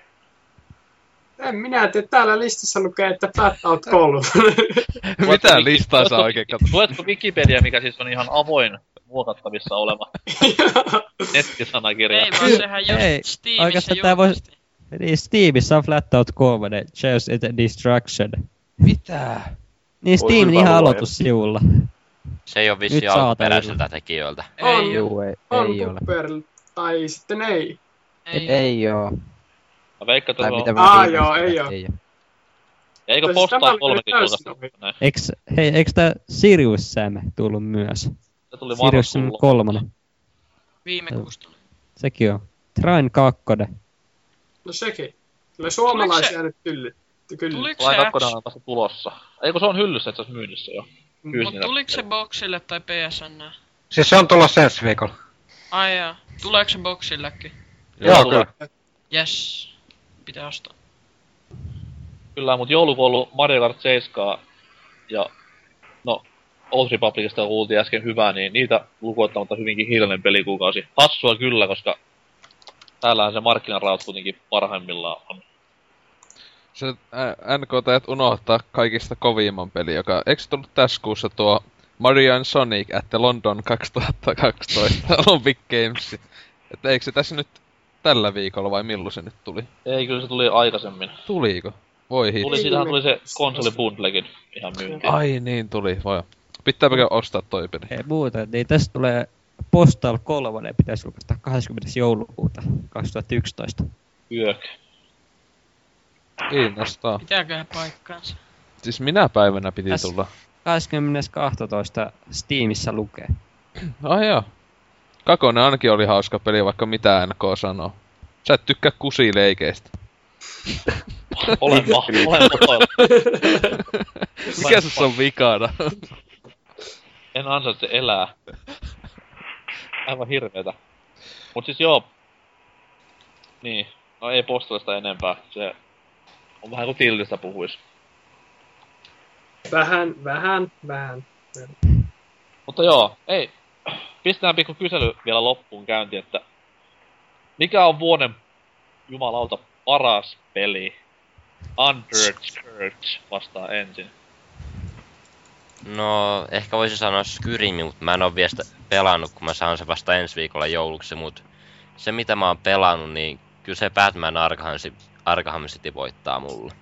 S5: En minä tiedä, täällä listassa lukee, että Flatout 3.
S6: Mitä listaa sä oikein katsot?
S1: Luetko Wikipedia, mikä siis on ihan avoin muokattavissa oleva nettisanakirja?
S3: Ei vaan sehän just Steamissa julkaistiin.
S11: Niin, Steamissa on Flatout 3, Chaos and Destruction.
S6: Mitä?
S11: Niin Steamin ihan aloitussivulla.
S2: Se ei oo vissiin alkuperäisiltä tekijöiltä.
S5: Ei
S7: ole.
S5: Tai sitten ei.
S7: Ei oo.
S1: Mä veikkaan, että
S5: joo, ei oo.
S1: Eikö postaa 3kin julkaista?
S11: Eiks tää Sirius Sam tullut myös?
S1: Se tuli
S11: Sirius Sam 3.
S3: Viime kuusta.
S11: Sekin on. Train 2.
S5: No sekin. Kyllä suomalaisia nyt kyllä.
S3: Tuliko
S1: Train
S3: se
S1: 2 on vasta tulossa. Eikö se on hyllyssä itse asiassa myynnissä jo?
S3: Mut tuliko se boxille tai PSN?
S9: Siis se on tulossa ensi viikolla.
S3: Ai jaa. Tuleeko se boxillekin?
S9: Joo, kyllä.
S3: Yes. Pitää ostaa.
S1: Kyllä, mut joulukuun on ollut Mario Kart 7 ja no Old Republicista kuultiin äsken hyvää, niin niitä lukuottamatta hyvinkin hiljainen pelikuukausi. Hassua kyllä, koska täällähän se markkinaraut kuitenkin parhaimmillaan on.
S6: Se NK teet unohtaa kaikista kovimman peli, joka... Eikö tullut tässä kuussa tuo Mario and Sonic at the London 2012 Olympic Games? Että eikö se tässä nyt tällä viikolla vai milloin se nyt tuli?
S1: Ei, kyllä se tuli aikaisemmin.
S6: Tuliko? Voi hitto.
S1: Siitähän tuli se konsolibundlekin ihan myyntiin.
S6: Ai niin tuli, voi. Pitääpä ostaa toi peli?
S11: Ei muuta, niin tästä tulee Postal 3, pitäisi julkaista 20. joulukuuta 2011.
S1: Yök.
S6: Kiinnostaa.
S3: Pitääköhän paikkaansa?
S6: Siis minä päivänä piti tulla?
S11: 20.12. Steamissa lukee.
S6: Ai joo. Kakonen ainakin oli hauska peli, vaikka mitä NK sanoo. Sä et tykkää kusileikeistä.
S1: Olen motoilla.
S6: Mikä sussa on vikana?
S1: En ansaitse elää. Aivan hirveetä. Mut siis joo. Niin. No ei Postalista enempää. Se on vähän kuin Tiltistä puhuis.
S5: Vähän.
S1: Mutta joo, ei. Pistetään pikku kysely vielä loppuun käyntiin, että mikä on vuoden jumalauta paras peli? Underchurch vastaa ensin.
S2: No, ehkä voisin sanoa Skyrimi, mutta mä en oo vielä sitä pelannut, kun mä saan se vasta ensi viikolla jouluksi, mut se mitä mä oon pelannut, niin kyllä se Batman Arkham City voittaa mulle.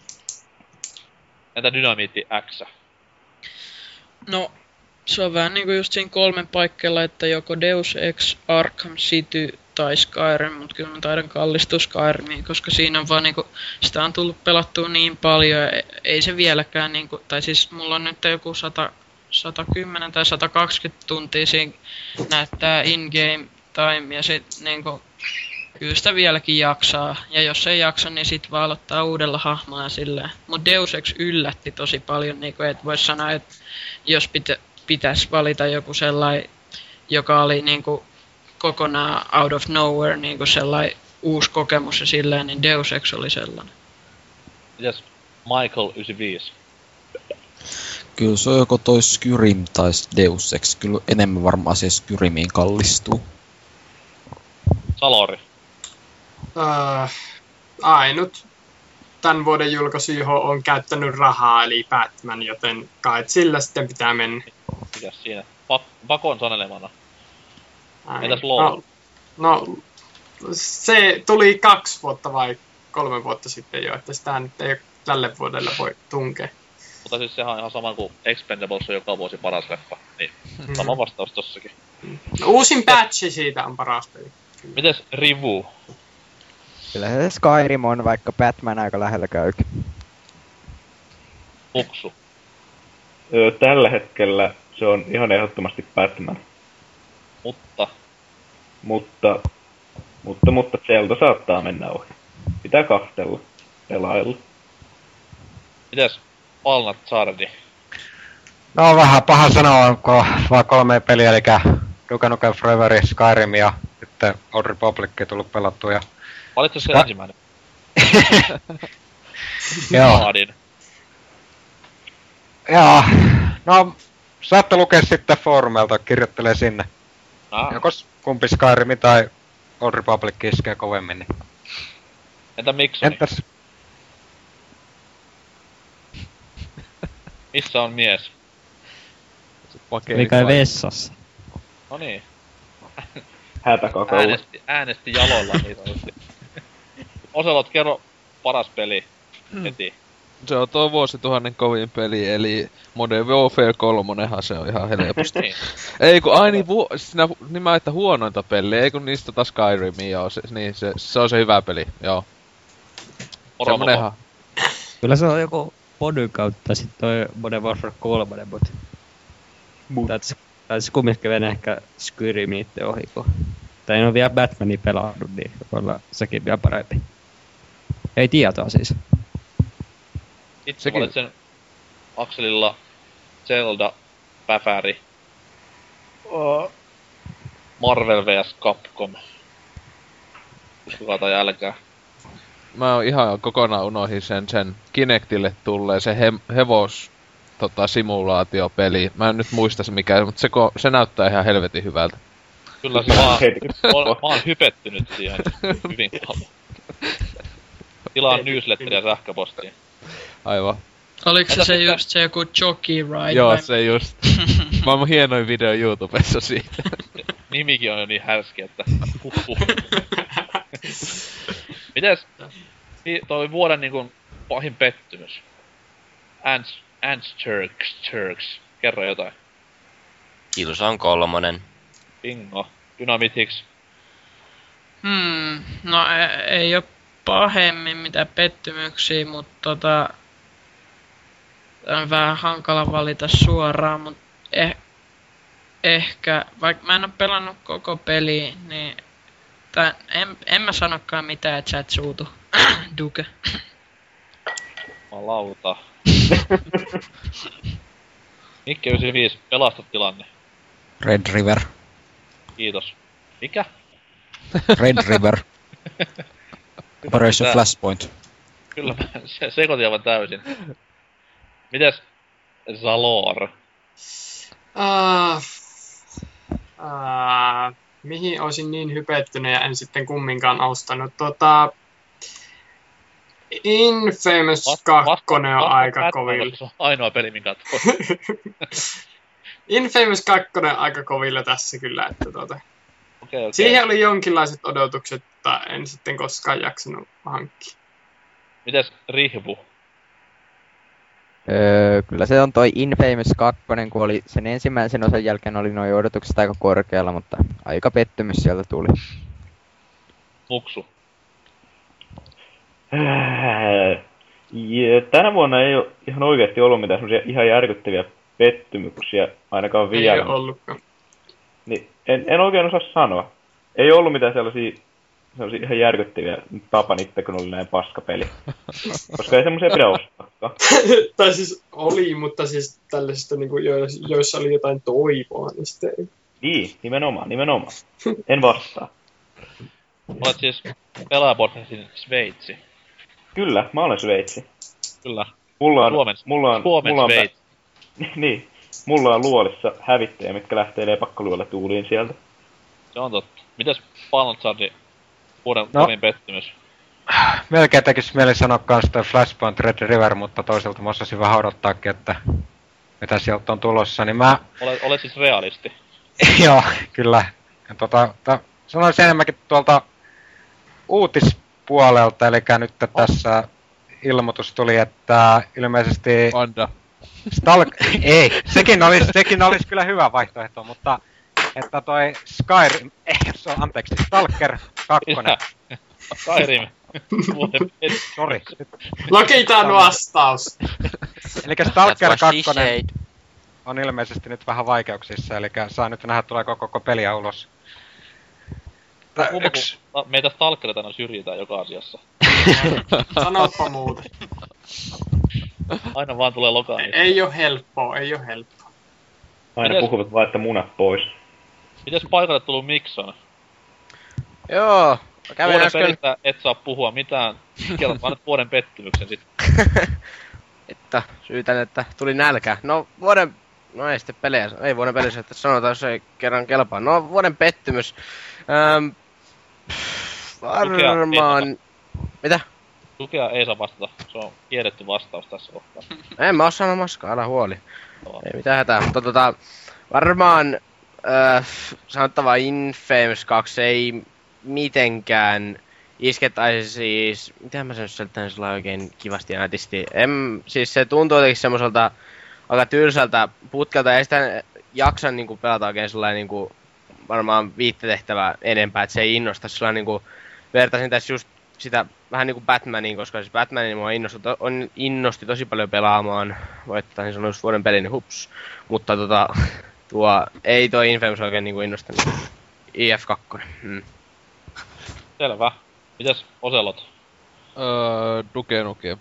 S1: Entä Dynamiitti X?
S3: No, se on vähän niinku just siinä 3 paikkeilla, että joko Deus Ex, Arkham City tai Skyrim, mut kyllä mä taidan kallistua Skyrimiin, koska siinä on vaan niinku, sitä on tullut pelattua niin paljon, ja ei se vieläkään niinku, tai siis mulla on nyt joku 110 tai 120 tuntia siinä näyttää in-game time, ja sit niinku, kyllä sitä vieläkin jaksaa, ja jos ei jaksa, niin sit vaan aloittaa uudella hahmoa ja silleen. Mut Deus Ex yllätti tosi paljon, niinku, et vois sanoa, että jos pitäis valita joku sellainen, joka oli niinku kokonaan out of nowhere, niinku sellainen uusi kokemus ja silleen, niin Deus Ex oli sellainen.
S1: Mitäs Michael 95?
S4: Kyllä se on joko toi Skyrim tai Deus Ex. Kyllä enemmän varmaan se Skyrimiin kallistuu.
S1: Salori?
S5: Ainut tämän vuoden julkaisu, johon on käyttänyt rahaa, eli Batman, joten kai sillä sitten pitää mennä.
S1: Mikäs siinä? Pakon sanelemana. Entäs LOL?
S5: No, se tuli 2 vuotta vai 3 vuotta sitten jo, että sitä nyt ei tälle vuodelle voi tunkea.
S1: Mutta siis sehän on ihan sama kuin Expendables on joka vuosi paras leffa, niin sama vastaus tossakin.
S5: No, uusin patchi siitä on paras peli.
S1: Mites Rivu?
S7: Kyllä se Skyrim on, vaikka Batman aika lähellä käykin.
S1: Muksu?
S8: Tällä hetkellä se on ihan ehdottomasti Batman. Mutta Zelda saattaa mennä ohi. Pitää kahtella, pelailla.
S1: Mites Palnat Sardi?
S9: No vähän paha sanoa, onko vaan 3 peliä, eli Duke Nukem Forever, Skyrim ja sitten Old Republic tullut pelattua. Ja
S1: valitse se ensimmäinen.
S9: Joo. Joo. No, saatte lukea sitten foorumelta, kirjoittelee sinne. Joko kumpi Skyrim tai Old Republic iskee kovemmin. Niin.
S1: Entä Miksoni?
S9: Entäs?
S1: Missä on mies?
S11: Mikä vessassa?
S1: No niin.
S8: Hätäkakao.
S1: Äänesti jaloilla niin sanotusti. Oselot, kerro paras peli heti.
S6: Se on tuo vuosituhannen kovin peli, eli Modern Warfare 3, se on ihan helposti.
S1: Niin.
S6: Ei kun aini niin mä että huonointa peliä, ei kun niistä taas Skyrimi, joo, se on se hyvä peli, joo. Semmonenhan.
S11: Kyllä se on joku Podyn kautta sit toi Modern Warfare 3, mutta taisi kumminkin mennä ehkä Skyrimi itse ohi, tai en oo vielä Batmania pelannut, niin voi olla sekin vielä parempi. Ei tietoa siis.
S1: Itse valitsen Akselilla Zelda, Päfäri, Marvel vs Capcom. Uskokaa tai älkää.
S6: Mä oon ihan kokonaan unohin sen Kinectille tulleen se hevos simulaatiopeli. Mä en nyt muista se mikä, mutta se näyttää ihan helvetin hyvältä.
S1: Kyllä se mä oon hypettynyt siihen hyvin paljon. Tilaan newsletteria sähköpostiin.
S6: Aivan.
S3: Oliko se just se joku Jockey Ride?
S6: Joo,
S3: vai?
S6: se just. Maailman hienoin video YouTubessa siitä.
S1: Nimikin on jo niin härski, että Mites toi vuoden niinkun pahin pettymys? Ants Turks. Kerro jotain.
S2: Killzone 3.
S1: Bingo. Dynamitix.
S3: No ei oo pahemmin mitään pettymyksiä, mutta on vähän hankala valita suoraan, mutta ehkä, vaikka mä en oo pelannut koko peliä, niin en mä sanokaan mitään, et sä et suutu. Duke.
S1: Malauta. Mikke 95, pelasta tilanne.
S4: Red River.
S1: Kiitos. Mikä?
S4: Red River. Operation Flashpoint.
S1: Kyllä mä sekoitin aivan täysin. Mites Zalor.
S5: Mihin olisin niin hypettynyt ja en sitten kumminkaan ostanut? Infamous 2 on aika kovilla.
S1: Se on ainoa peli, minkä oot.
S5: Infamous 2 on aika kovilla tässä kyllä, että
S1: Okay.
S5: Siihen oli jonkinlaiset odotukset, mutta en sitten koskaan jaksanut hankkia.
S1: Mites Rihbu?
S7: Kyllä se on toi Infamous 2, kun oli sen ensimmäisen osan jälkeen oli noi odotukset aika korkealla, mutta aika pettymys sieltä tuli.
S1: Muksu.
S8: Tänä vuonna ei ole ihan oikeasti ollut mitään semmosia ihan järkyttäviä pettymyksiä, ainakaan vielä.
S5: Ei ole ollutkaan.
S8: Niin, en oikein osaa sanoa. Ei ollut mitään sellaisia ihan järkyttäviä. Tapan itse, kun oli näin paskapeli. Koska ei semmosia pidä ostaa.
S5: Tai siis oli, mutta siis tällaisista, niin kuin, joissa oli jotain toivoa, niin sitten ei.
S8: Niin, nimenomaan. En vastaa.
S1: Olet siis Pelaaja-podcastin Sveitsi.
S8: Kyllä, mä olen Sveitsi.
S1: Kyllä.
S8: Suomen Sveitsi. Niin. Mulla on luolissa hävittäjä, mitkä lähtee lepakkoluolla tuuliin sieltä.
S1: Se on totta. Mitäs Panzerdi? Vuoden kovin pettymys.
S9: Melkein tekis mieli sanoa kans toi Flashpoint Red River, mutta toisaalta mä osasin vähän odottaakin, että mitä sieltä on tulossa, niin mä...
S1: Olet siis realisti.
S9: Joo, kyllä. Ja sanoisin enemmänkin tuolta uutispuolelta, eli nyt tässä ilmoitus tuli, että ilmeisesti...
S6: Panda.
S9: Ei, sekin olisi kyllä hyvä vaihtoehto, mutta että toi Skyrim, Stalker 2.
S1: Skyrim.
S9: Sori.
S5: Lokitaan vastaus.
S9: Elikkä Stalker 2 on ilmeisesti nyt vähän vaikeuksissa, eli saa nyt nähdä tuleeko koko peliä ulos.
S1: Meitä stalkereita aina syrjitään joka asiassa.
S5: Sanoppa muuta.
S1: Aina vaan tulee lokaan.
S5: Ei oo helppoa.
S8: Aina puhuvat vaan, että munat pois.
S1: Mites paikalle tullut Mikson?
S10: Joo, kävin
S1: äsken... pelistä et saa puhua mitään. Kerrot vaan nyt vuoden pettymyksen sit.
S10: Että syytän, että tuli nälkä. No ei sitten pelejä, ei vuoden pelissä, että sanotaan, jos ei kerran kelpaa. No vuoden pettymys. Varmaan... Mitä?
S1: Tukea ei saa vastata. Se on kielletty vastaus tässä kohtaa.
S10: En mä oo sanomassa, älä huoli. Ei mitään hätää, mutta varmaan sanottava Infamous 2 ei mitenkään iskettäisi siis... Mitähän mä sen sieltä sillä oikein kivasti ja nätisti. Siis se tuntuu jotenkin semmoselta aika tylsältä putkelta, ei sitä jaksa niinku pelata oikein sellainen niinku varmaan 5 tehtävää enempää, että se ei innosta sellainen niinku... Vertaisin tässä just sitä vähän niinku Batmaniin, koska siis Batmanin mua innosti tosi paljon pelaamaan. Voittaisin sanoa just vuoden pelin, hups. Mutta ei toi Infamous oikein niinku innostanut. IF2.
S1: Selvä. Mitäs Oselot?
S6: Duke Nukem.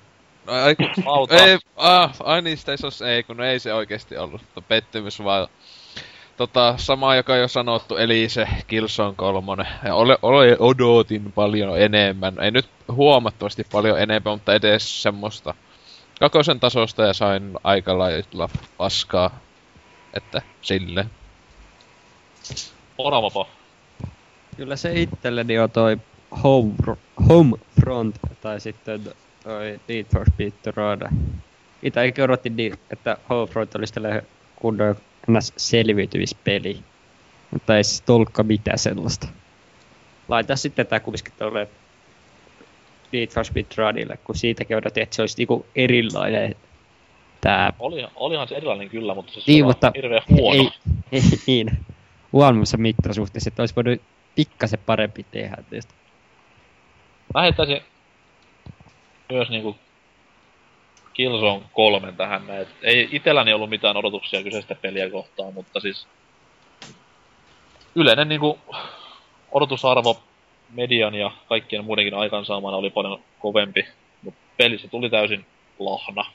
S6: Ai niistä kun ei se oikeesti ollut pettymys, vaan sama, joka jo sanottu, eli se Killzone 3. Ja odotin paljon enemmän. Ei nyt huomattavasti paljon enemmän, mutta edes semmoista kakosen tasosta ja sain aika lailla paskaa. Että silleen.
S1: Oravopo.
S11: Kyllä se itselleni on toi Homefront tai sitten toi Need for Speed Road. Itsekin odotin, että Homefront olisi tällainen kunnon selviytymispeli. Mutta ei siis ollutkaan mitään sellaista. Laita sitten tää kumminkin tolleen Need for Speed Runille, kun siitäkin odotin, että se olisi niinku erilainen tää...
S1: Olihan se erilainen kyllä, mutta se
S11: niin,
S1: on hirveän huono.
S11: Ei niin. Huonommassa mittasuhteessa, että olisi voinut pikkasen parempi tehdä tästä.
S1: Mä heittäisin myös niinku Killzone 3 tähän näin. Ei itelläni ollut mitään odotuksia kyseistä peliä kohtaan, mutta siis yleinen niinku odotusarvo median ja kaikkien muidenkin aikansaamana oli paljon kovempi, mutta pelissä tuli täysin lahna.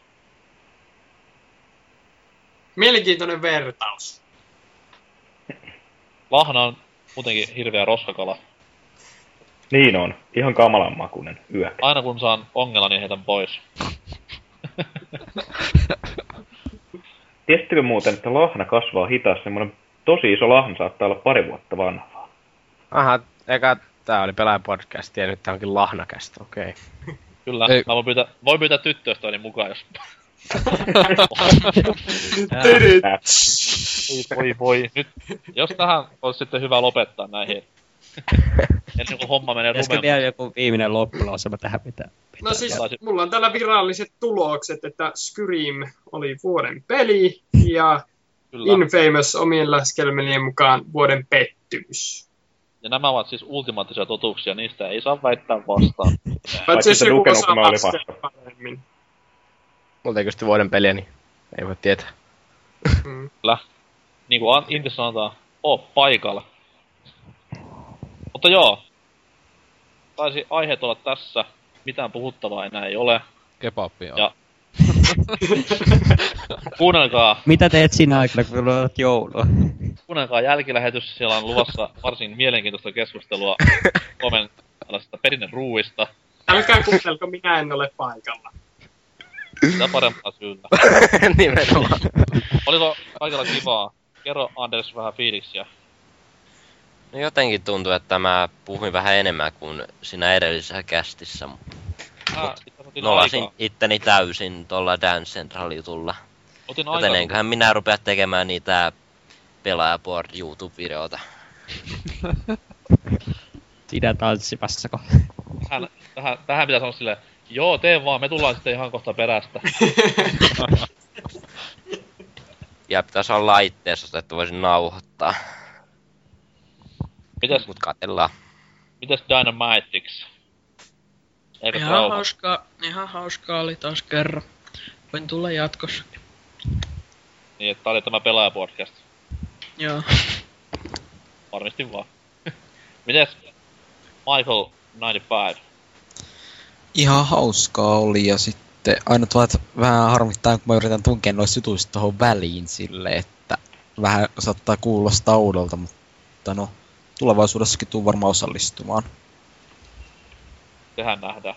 S5: Mielenkiintoinen vertaus.
S1: Lahna on muutenkin hirveä roskakala.
S8: Niin on. Ihan kamalan makuinen. Yök.
S1: Aina kun saan ongella, niin heitän pois.
S8: tiesittekö muuten, että lahna kasvaa hitaasti? Semmoinen tosi iso lahna saattaa olla 2 vuotta vanha.
S10: Aha, eka tää oli Pelaajapodcast ja nyt tää onkin lahnakästä, okei.
S1: Kyllä,
S6: Ei.
S1: mä voin pyytää tyttöystäväni mukaan, jos... Voi. Nyt, jos tähän olisi sitten hyvä lopettaa näihin. Ennen kuin homma menee
S11: Pitäisikö
S1: rumeen.
S11: vielä joku viimeinen loppulausema tähän pitää?
S5: No siis, mulla on täällä viralliset tulokset, että Skyrim oli vuoden peli ja
S1: Kyllä.
S5: Infamous omien laskelmien mukaan vuoden pettymys.
S1: Ja nämä ovat siis ultimaattisia totuuksia, niistä ei saa väittää vastaan.
S5: Paitsi jos
S8: se
S5: joku
S8: Duke
S5: osaa
S8: Nukema oli
S5: laskea
S8: vasta.
S5: paremmin.
S10: Multa ei kysytty vuoden peliä, niin ei voi tietää.
S1: Kyllä. Niin kuin Inti sanotaan, paikalla. Mutta joo. Taisi aiheet olla tässä. Mitään puhuttavaa enää ei ole.
S6: Kebabia.
S1: Ja kuunnelkaa,
S11: Mitä teet siinä aikana, kun olet joulua?
S1: kuunnelkaa jälkilähetys. Siellä on luvassa varsin mielenkiintoista keskustelua Suomen tällaisesta perinneruuista.
S5: Älkää kuuntelko, minä en ole paikalla.
S1: Sitä parempaa syyllä.
S10: Nimenomaan.
S1: Oliko kaikilla kivaa? Kerro Anders vähän fiiliksiä.
S2: No jotenkin tuntuu, että mä puhuin vähän enemmän kuin siinä edellisessä kästissä.
S1: Otin
S2: Nolasin
S1: aikaa.
S2: itteni täysin tuolla Dance Central-jutulla.
S1: Otin
S2: Joten
S1: aikaa.
S2: enköhän minä rupea tekemään niitä Pelaajaport YouTube-videoita.
S11: Sinä tanssimassako?
S1: Tähän pitää sanoa silleen, joo, tee vaan, me tullaan sitten ihan kohta perästä.
S2: Ja pitäisi olla laitteessa, että voisin nauhoittaa.
S1: Mites,
S2: Mut katsellaan.
S1: mites Dynamitics? Eikö
S3: Ihan hauskaa oli taas kerran. Voin tulla jatkossakin.
S1: Niin, että tää oli tämä Pelaajapodcast.
S3: Joo.
S1: Varmistin vaan. Mites Michael 95?
S4: Ihan hauskaa oli ja sitten ainut vaan, että vähän harmittaa, kun mä yritän tunkea noista jutuista tohon väliin silleen, että vähän saattaa kuulostaa oudolta, mutta no, tulevaisuudessakin tuun varmaan osallistumaan.
S1: Tehän nähdään.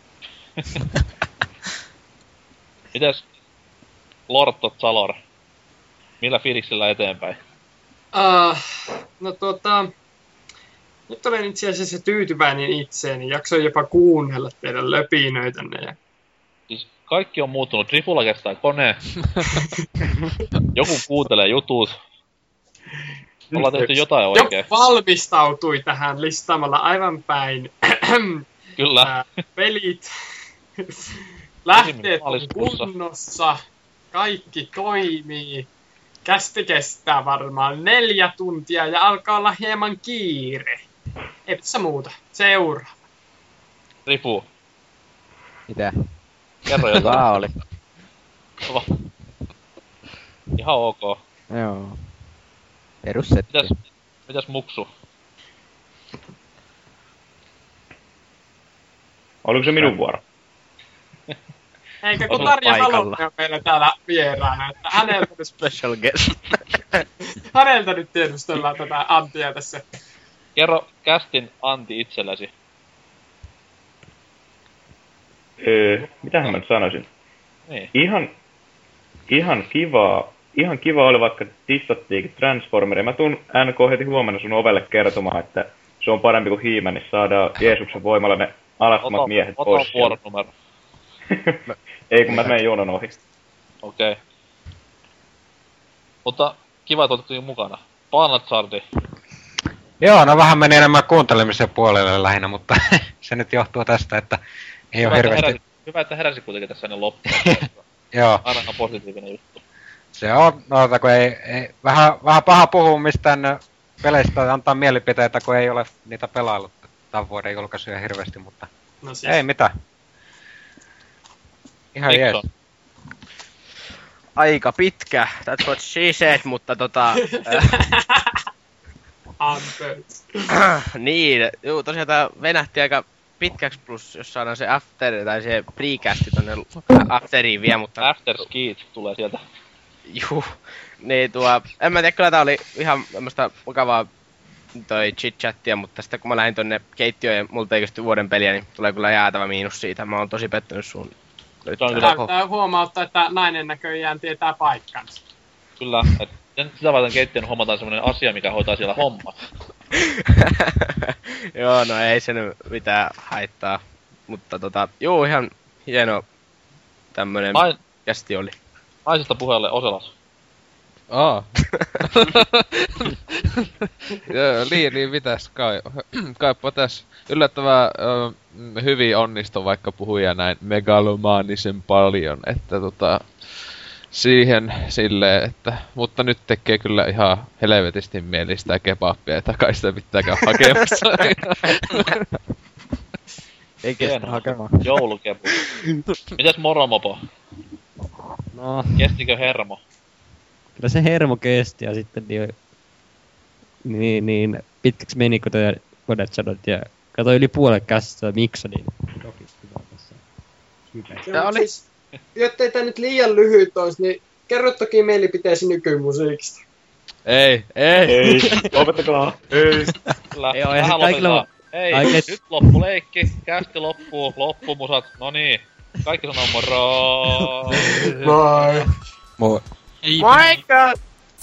S1: Mites Lorto Zalor? Millä fiiliksillä eteenpäin?
S5: No nyt olen itse asiassa tyytyväinen itseeni. Jaksoin jopa kuunnella teidän löpinöitänne. Ja...
S1: Siis kaikki on muuttunut. Trifulla kestää kone. Joku kuuntelee jutut. Ollaan tehty jotain oikein.
S5: Joku valmistautui tähän listaamalla aivan päin.
S1: Kyllä.
S5: Pelit. Lähteet on
S1: maaliskuussa.
S5: kunnossa. Kaikki toimii. Kästi kestää varmaan 4 tuntia ja alkaa olla hieman kiire. Ei tässä muuta. Seuraava.
S1: Trifu,
S7: Mitä?
S1: kerro jotain.
S7: Hyvä oli.
S1: Ihan ok.
S7: Joo. Perussetti.
S1: Mitäs Muksu?
S8: Oliko se minun vuoro?
S5: Eikä kun
S10: Osu
S5: Tarja
S10: paikalla.
S5: Halonen on meillä täällä vieraana, että häneltä nyt,
S10: Special guest.
S5: häneltä nyt tiedustellaan tätä Antia tässä.
S1: Kerro kästin Anti itsellesi.
S8: Mitähän mä nyt sanoisin?
S1: Niin.
S8: Ihan kiva oli, vaikka dissattiinkin Transformeria. Mä tuun NK heti huomenna sun ovelle kertomaan, että se on parempi kuin He-Man, niin saadaan Jeesuksen voimalla ne alattomat miehet pois.
S1: Ota vuoronumero.
S8: Ei kun mä menen jonon ohi.
S1: Okei. Mutta kiva, että otettiin mukana. Panatsardi.
S9: Joo, no vähän meni enemmän kuuntelemisen puolelle lähinnä, mutta se nyt johtuu tästä, että ei ole hirveästi...
S1: Hyvä, että heräsi kuitenkin tässä ennen loppuun.
S9: Joo,
S1: Aina positiivinen juttu.
S9: se on, no kun ei vähän paha puhua mistään peleistä antaa mielipiteitä, kun ei ole niitä pelaillut tämän vuoden julkaisuja hirveästi, mutta
S5: No siis.
S9: ei mitään. Ihan jees.
S1: Nixon.
S10: Aika pitkä, that's what she said, mutta
S5: Anteeksi.
S10: niin, juu, tosiaan tää venähti aika pitkäksi, plus jos saadaan se after, tai se precasti tonne afteriin vielä, mutta...
S1: After Skeet tulee sieltä.
S10: Juu, niin en mä tiedä, kyllä tää oli ihan tämmöstä mukavaa toi chit-chattia, mutta sitten kun mä lähdin tonne keittiöön ja multa ei kysty vuoden peliä, niin tulee kyllä jäätävä miinus siitä. Mä oon tosi pettynyt sun.
S1: Se on kyllä
S5: Täytyy huomauttaa, että nainen näköjään tietää paikkansa.
S1: Kyllä, et sitä varten keittiön hommataan semmonen asia, mikä hoitaa siellä homma.
S10: Joo, no ei se nyt mitään haittaa. Mutta juu, ihan hieno tämmönen kästi oli.
S1: Naisesta puheelle Oselas.
S6: Joo, niin mitäs kaipa tässä yllättävän hyvin onnistu vaikka puhuja näin megalomaanisen paljon, että siihen silleen, että mutta nyt tekee kyllä ihan helvetisti mieli sitä kebabia, että kai sitä pitää käydä hakemassa.
S7: Ei kestä hakemaan.
S1: Joulukepu. Mitäs moromopo?
S11: No.
S1: Kestikö hermo?
S11: Kyllä se hermo kesti ja sitten niin pitkäksi meni, kun kodet sanot ja katsoin yli puolen käsissä Miksonin dokiskuva tässä.
S5: Tämä oli... Siis, jottei tää nyt liian lyhyt ois, niin kerro toki mielipiteesi nykymusiikista.
S6: Ei.
S8: Lopettakaa. Ei.
S1: Vähän lopetetaan. Ei, nyt loppu leikki, kästi loppuu, loppumusat, no niin. Kaikki sanoo moro.
S5: Bye.
S4: Moi.
S5: Moikka!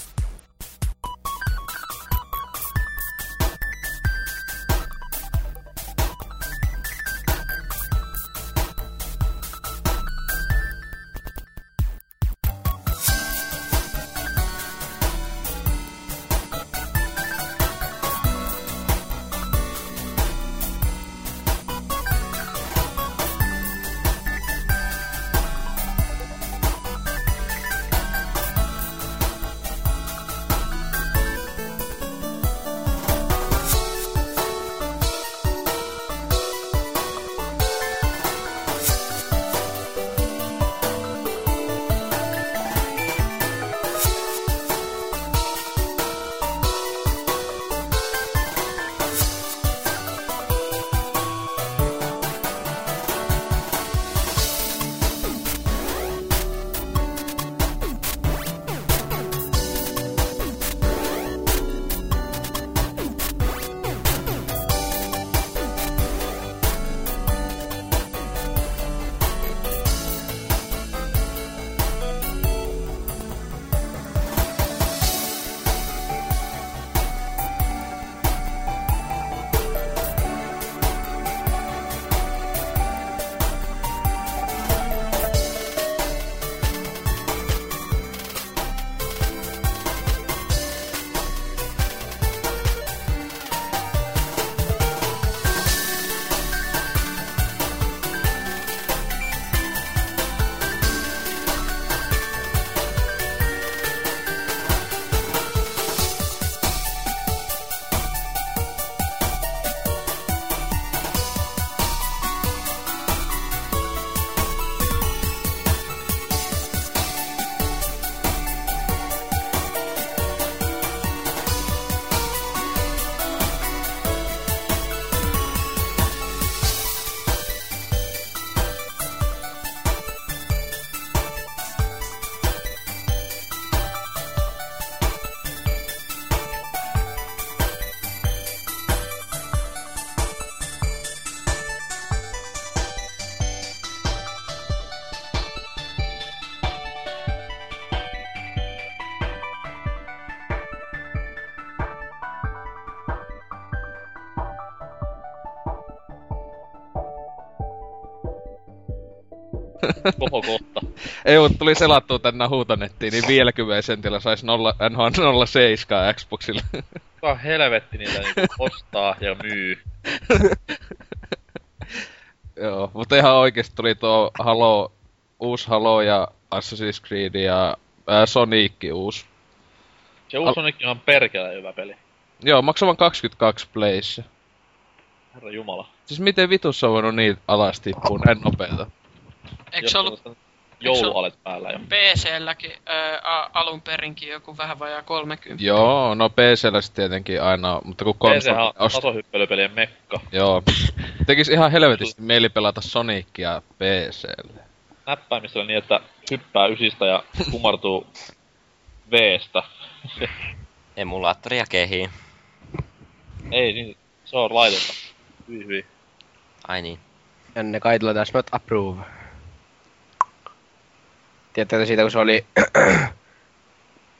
S1: Koko kohta.
S6: Ei, mutta tuli selattua tänne huutonettiin, niin 50 sentillä sais NHL 07 Xboxilla.
S1: Kuka helvetti niitä niinku ostaa ja myy.
S6: Joo, mutta ihan oikeesti tuli tuo Halo, uusi Halo ja Assassin's Creed ja Sonic uusi.
S1: Se uusi Sonic on perkele hyvä peli.
S6: Joo, maksavan 22 Playssa.
S1: Herra jumala.
S6: Siis miten vitussa on voinut niin alas tippuun, en nopeeta.
S3: Eikö se ollut
S1: joulualet päällä jo?
S3: PC-lläkin alun perinkin joku vähän vajaa 30?
S6: Joo, no PC-llä sit tietenkin aina, mutta kun
S1: PC on tasohyppelypelien mekka.
S6: Joo. Tekis ihan helvetisti mieli pelata Sonicia PC-lle.
S1: Näppäimistöllä niin, että hyppää ysistä ja kumartuu V-stä.
S2: Emulaattoria kehiin.
S1: Ei, niin se on laitonta. Hyi.
S2: Ai niin.
S10: Janne Kaitila does not approve. Tiedättekö siitä, kun se oli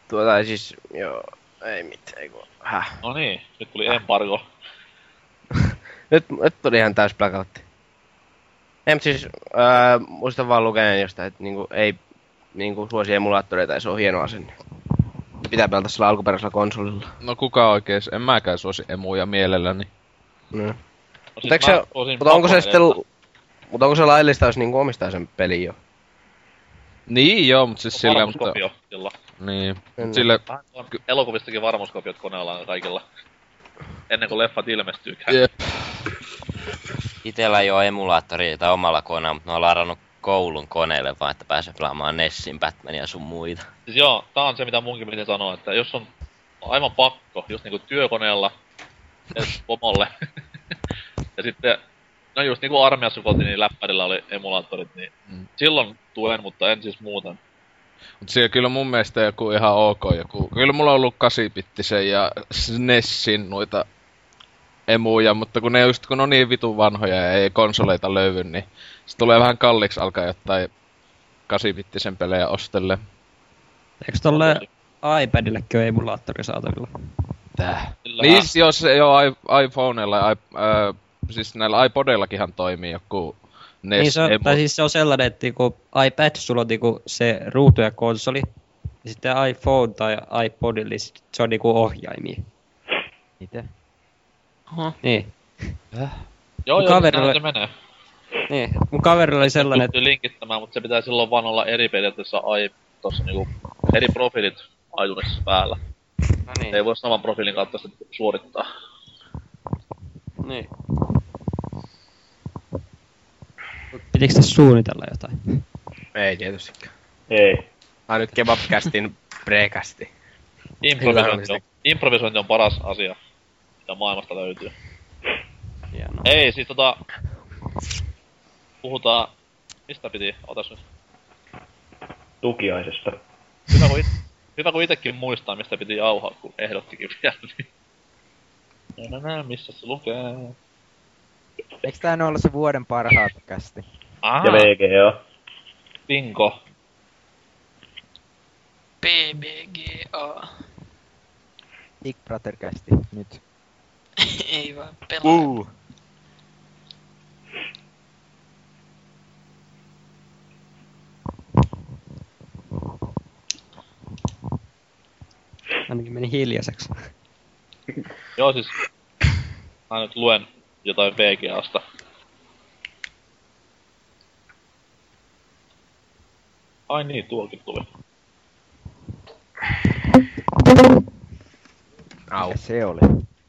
S10: Tai siis, joo, ei mitään, eiku,
S1: No niin, nyt tuli embargo.
S10: nyt tuli ihan täys blackoutti. Ei, mut siis, muistan vaan lukeneen jostain, että niinku ei niinku suosi emulaattoreita ja se on hieno asenne. Pitää pelata sillä alkuperäisellä konsolilla.
S6: No kuka oikees? En mäkään suosi emuja mielelläni.
S10: No.
S1: No
S10: Mutta onko se sitten... Mutta onko se laillista, jos niinku omistaa sen pelin jo?
S6: Niin joo, mut siis sillä...
S1: Varmuuskopio, jolla.
S6: Niin, mut sille...
S1: Elokuvistakin varmuuskopiot koneella on kaikilla. Ennen kuin leffat ilmestyykään.
S6: Jep.
S2: Itellä ei oo emulaattoreita omalla koneella, mutta ne on ladannut koulun koneelle vaan, että pääsee pelaamaan Nessin, Batmania ja sun muita.
S1: Siis joo, tää on se mitä munkin piti sanoa, että jos on aivan pakko, just niinku työkoneella, pomolle, ja sitten, no just niinku armeijassa kun oltiin, niin läppärillä oli emulaattorit, niin silloin tuen, mutta en siis muuten.
S6: Mut siellä kyllä mun mielestä joku ihan ok joku. Kyllä mulla on ollut 8-bittisen ja SNESin noita emuja, mutta kun ne just kun on niin vitun vanhoja ja ei konsoleita löydy, niin se tulee vähän kalliiksi alkaa jotain 8-bittisen pelejä ostelle.
S11: Eikö tolle iPadillekin ole emulaattori saatavilla?
S6: Tää. Niin jos ei oo iPhoneilla, siis näillä iPodeillakinhan toimii joku NES
S11: niin se on, tai siis se on sellainen, että niinku iPad, sulla on niinku se ruutu ja konsoli, ja sitten iPhone tai iPodilla, se on niinku ohjaimia.
S7: Mitä?
S3: Oho.
S11: Niin.
S1: Joo,
S11: kaverilla...
S1: se menee.
S11: Niin, mun kaverilla oli sellainen,
S1: että... linkittämään, mutta se pitää silloin vaan olla eri periaatteessa tossa niinku eri profiilit iTunesissa päällä.
S11: No niin.
S1: Ei voi saman profiilin kautta sitä suorittaa.
S11: Niin. Pitikö tässä suunnitella jotain?
S10: Ei tietystikään.
S8: Ei.
S10: Ai nyt kebabcastin prekästi.
S1: Improvisointi on paras asia, mitä maailmasta löytyy.
S11: Hienoa.
S1: Ei, siis puhutaan... Mistä piti? Otas nyt.
S8: Tukiaisesta.
S1: Hyvä kun itekin muistaa, mistä piti jauhaa, kun ehdottikin vielä. Missä se lukee?
S7: Eiks tää olla se vuoden parhaat kästi?
S8: Ja VGA.
S1: Bingo.
S3: BBGA.
S7: Big Brother kästi, nyt.
S3: Ei vaan pelaa.
S11: Ainakin meni hiljaiseksi.
S1: Joo siis... Mä nyt luen jotain VGAsta. Ai niin, tuokin tuli.
S10: Au.
S7: Se oli.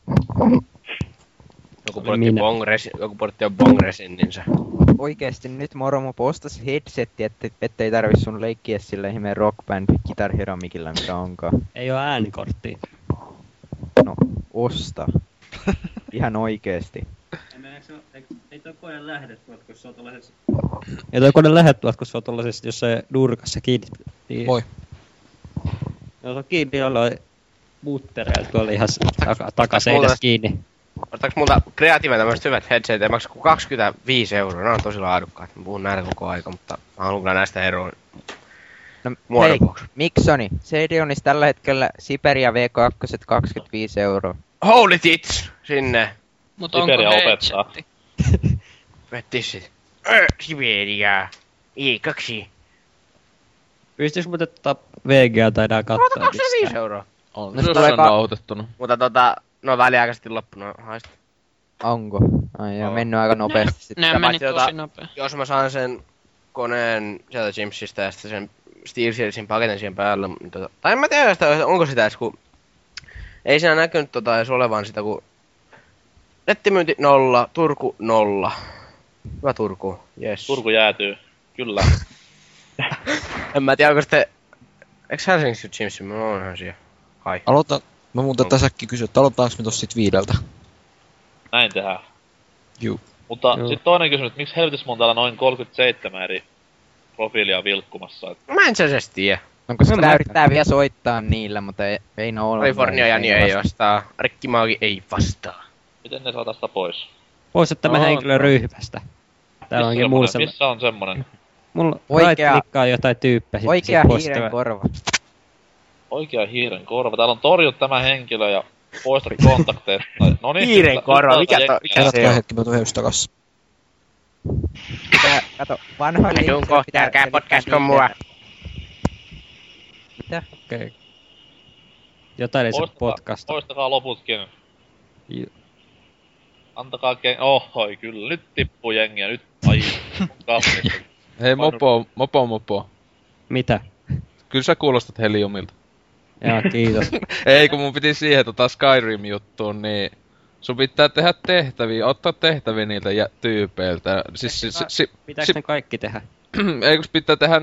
S10: Joku portti on Bongresin, niin se...
S7: Oikeesti nyt Moromo postasi headsetti, ettei tarvi sun leikkiä sillä ihmeen rockband Guitar Hero mikillä mitä onkaan.
S11: Ei oo äänikorttia.
S7: No, osta. Ihan oikeesti.
S11: Ei toi kone lähdettuvat, kun se on tollasessa... Ei toi kone lähdettuvat, kun se on tollasessa jossain nurkassa kiinni.
S4: Voi.
S11: No se on kiinni jollain muttereilla, tuolla ihan takaseinässä kiinni.
S10: Ostaks multa Creative tämmöset hyvät headset, ei maksa kuin 25 €. Ne on tosi laadukkaat. Mä puhun näitä koko aika, mutta mä haluan kyllä näistä eroon.
S7: No hei, Miksoni, CD-onis tällä hetkellä Siberia V2 25 €.
S10: Holy tits! Sinne.
S3: Mut onko
S1: Siberia opettaa.
S3: headsetti?
S10: Vettissit. Siberia. I2.
S11: Pystyis muuten VGA tai nää kattoo?
S10: Ota 25 €.
S6: On
S7: No
S6: se
S7: se
S6: jossain
S7: tulee
S6: nauhoitettuna.
S10: Mutta no väliaikaisesti loppunut haista.
S7: Onko? Ai joo, mennyt aika nopeasti sit.
S3: Nää meni tosi nopea.
S10: Jos mä saan sen koneen sieltä Jimsistä ja sitten sen SteelSeriesin paketin siihen päälle, niin tai en mä tiedä sitä, onko sitä edes kun... Ei siinä näkynyt edes olevan sitä kun... Nettimyynti 0, Turku 0. Hyvä Turku, jes.
S1: Turku jäätyy, kyllä.
S10: En mä tiedä, onko sitten... Eiks Helsingissä Jimsi? Mä oon ihan siellä. Hai.
S4: Mä muuten tässäkin kysyä, että aloitetaanko me tossa sit 5?
S1: Näin tehdään.
S4: Juu.
S1: Mutta sit toinen kysymys, että miksi helvetissä mun täällä noin 37 eri profiilia vilkkumassa?
S10: Mä en se tiedä.
S7: Onko se yrittää vielä soittaa niillä, mutta ei ne ole.
S10: California Jani ei vastaa. Rikkimaagi ei vastaa.
S1: Miten ne saa tästä pois?
S11: Pois tämä henkilön ryhmästä. Täällä onkin mulla sellainen.
S1: Missä on semmonen?
S11: Mulla right-klikkaa jotain tyyppejä.
S7: Oikea hiiren korva.
S1: Oikea hiiren korva. Täällä on torju tämä henkilö ja poista kontakteista. Noniin.
S10: Hiiren korva, mikä se on?
S4: Hetki, mä tuun heistä takas.
S7: Kato, vanhoille
S10: Näkyy kohta, älkää potkasko mua.
S7: Mitä?
S11: Okei. Jotain ei se podcasta.
S1: Poistakaa loputkin. Antakaa Ohoi, kyllä. Nyt tippuu jengiä, nyt. Ai, on kauniista.
S6: Hei mopo.
S11: Mitä?
S6: Kyllä sä kuulostat heliumilta.
S11: Jaa, kiitos.
S6: Ei, kun mun piti siihen Skyrim-juttuun, niin sun pitää tehdä tehtäviä, ottaa tehtäviä niiltä tyypeiltä.
S11: Pitääks ne kaikki tehdä?
S6: Eiku pitää tehdä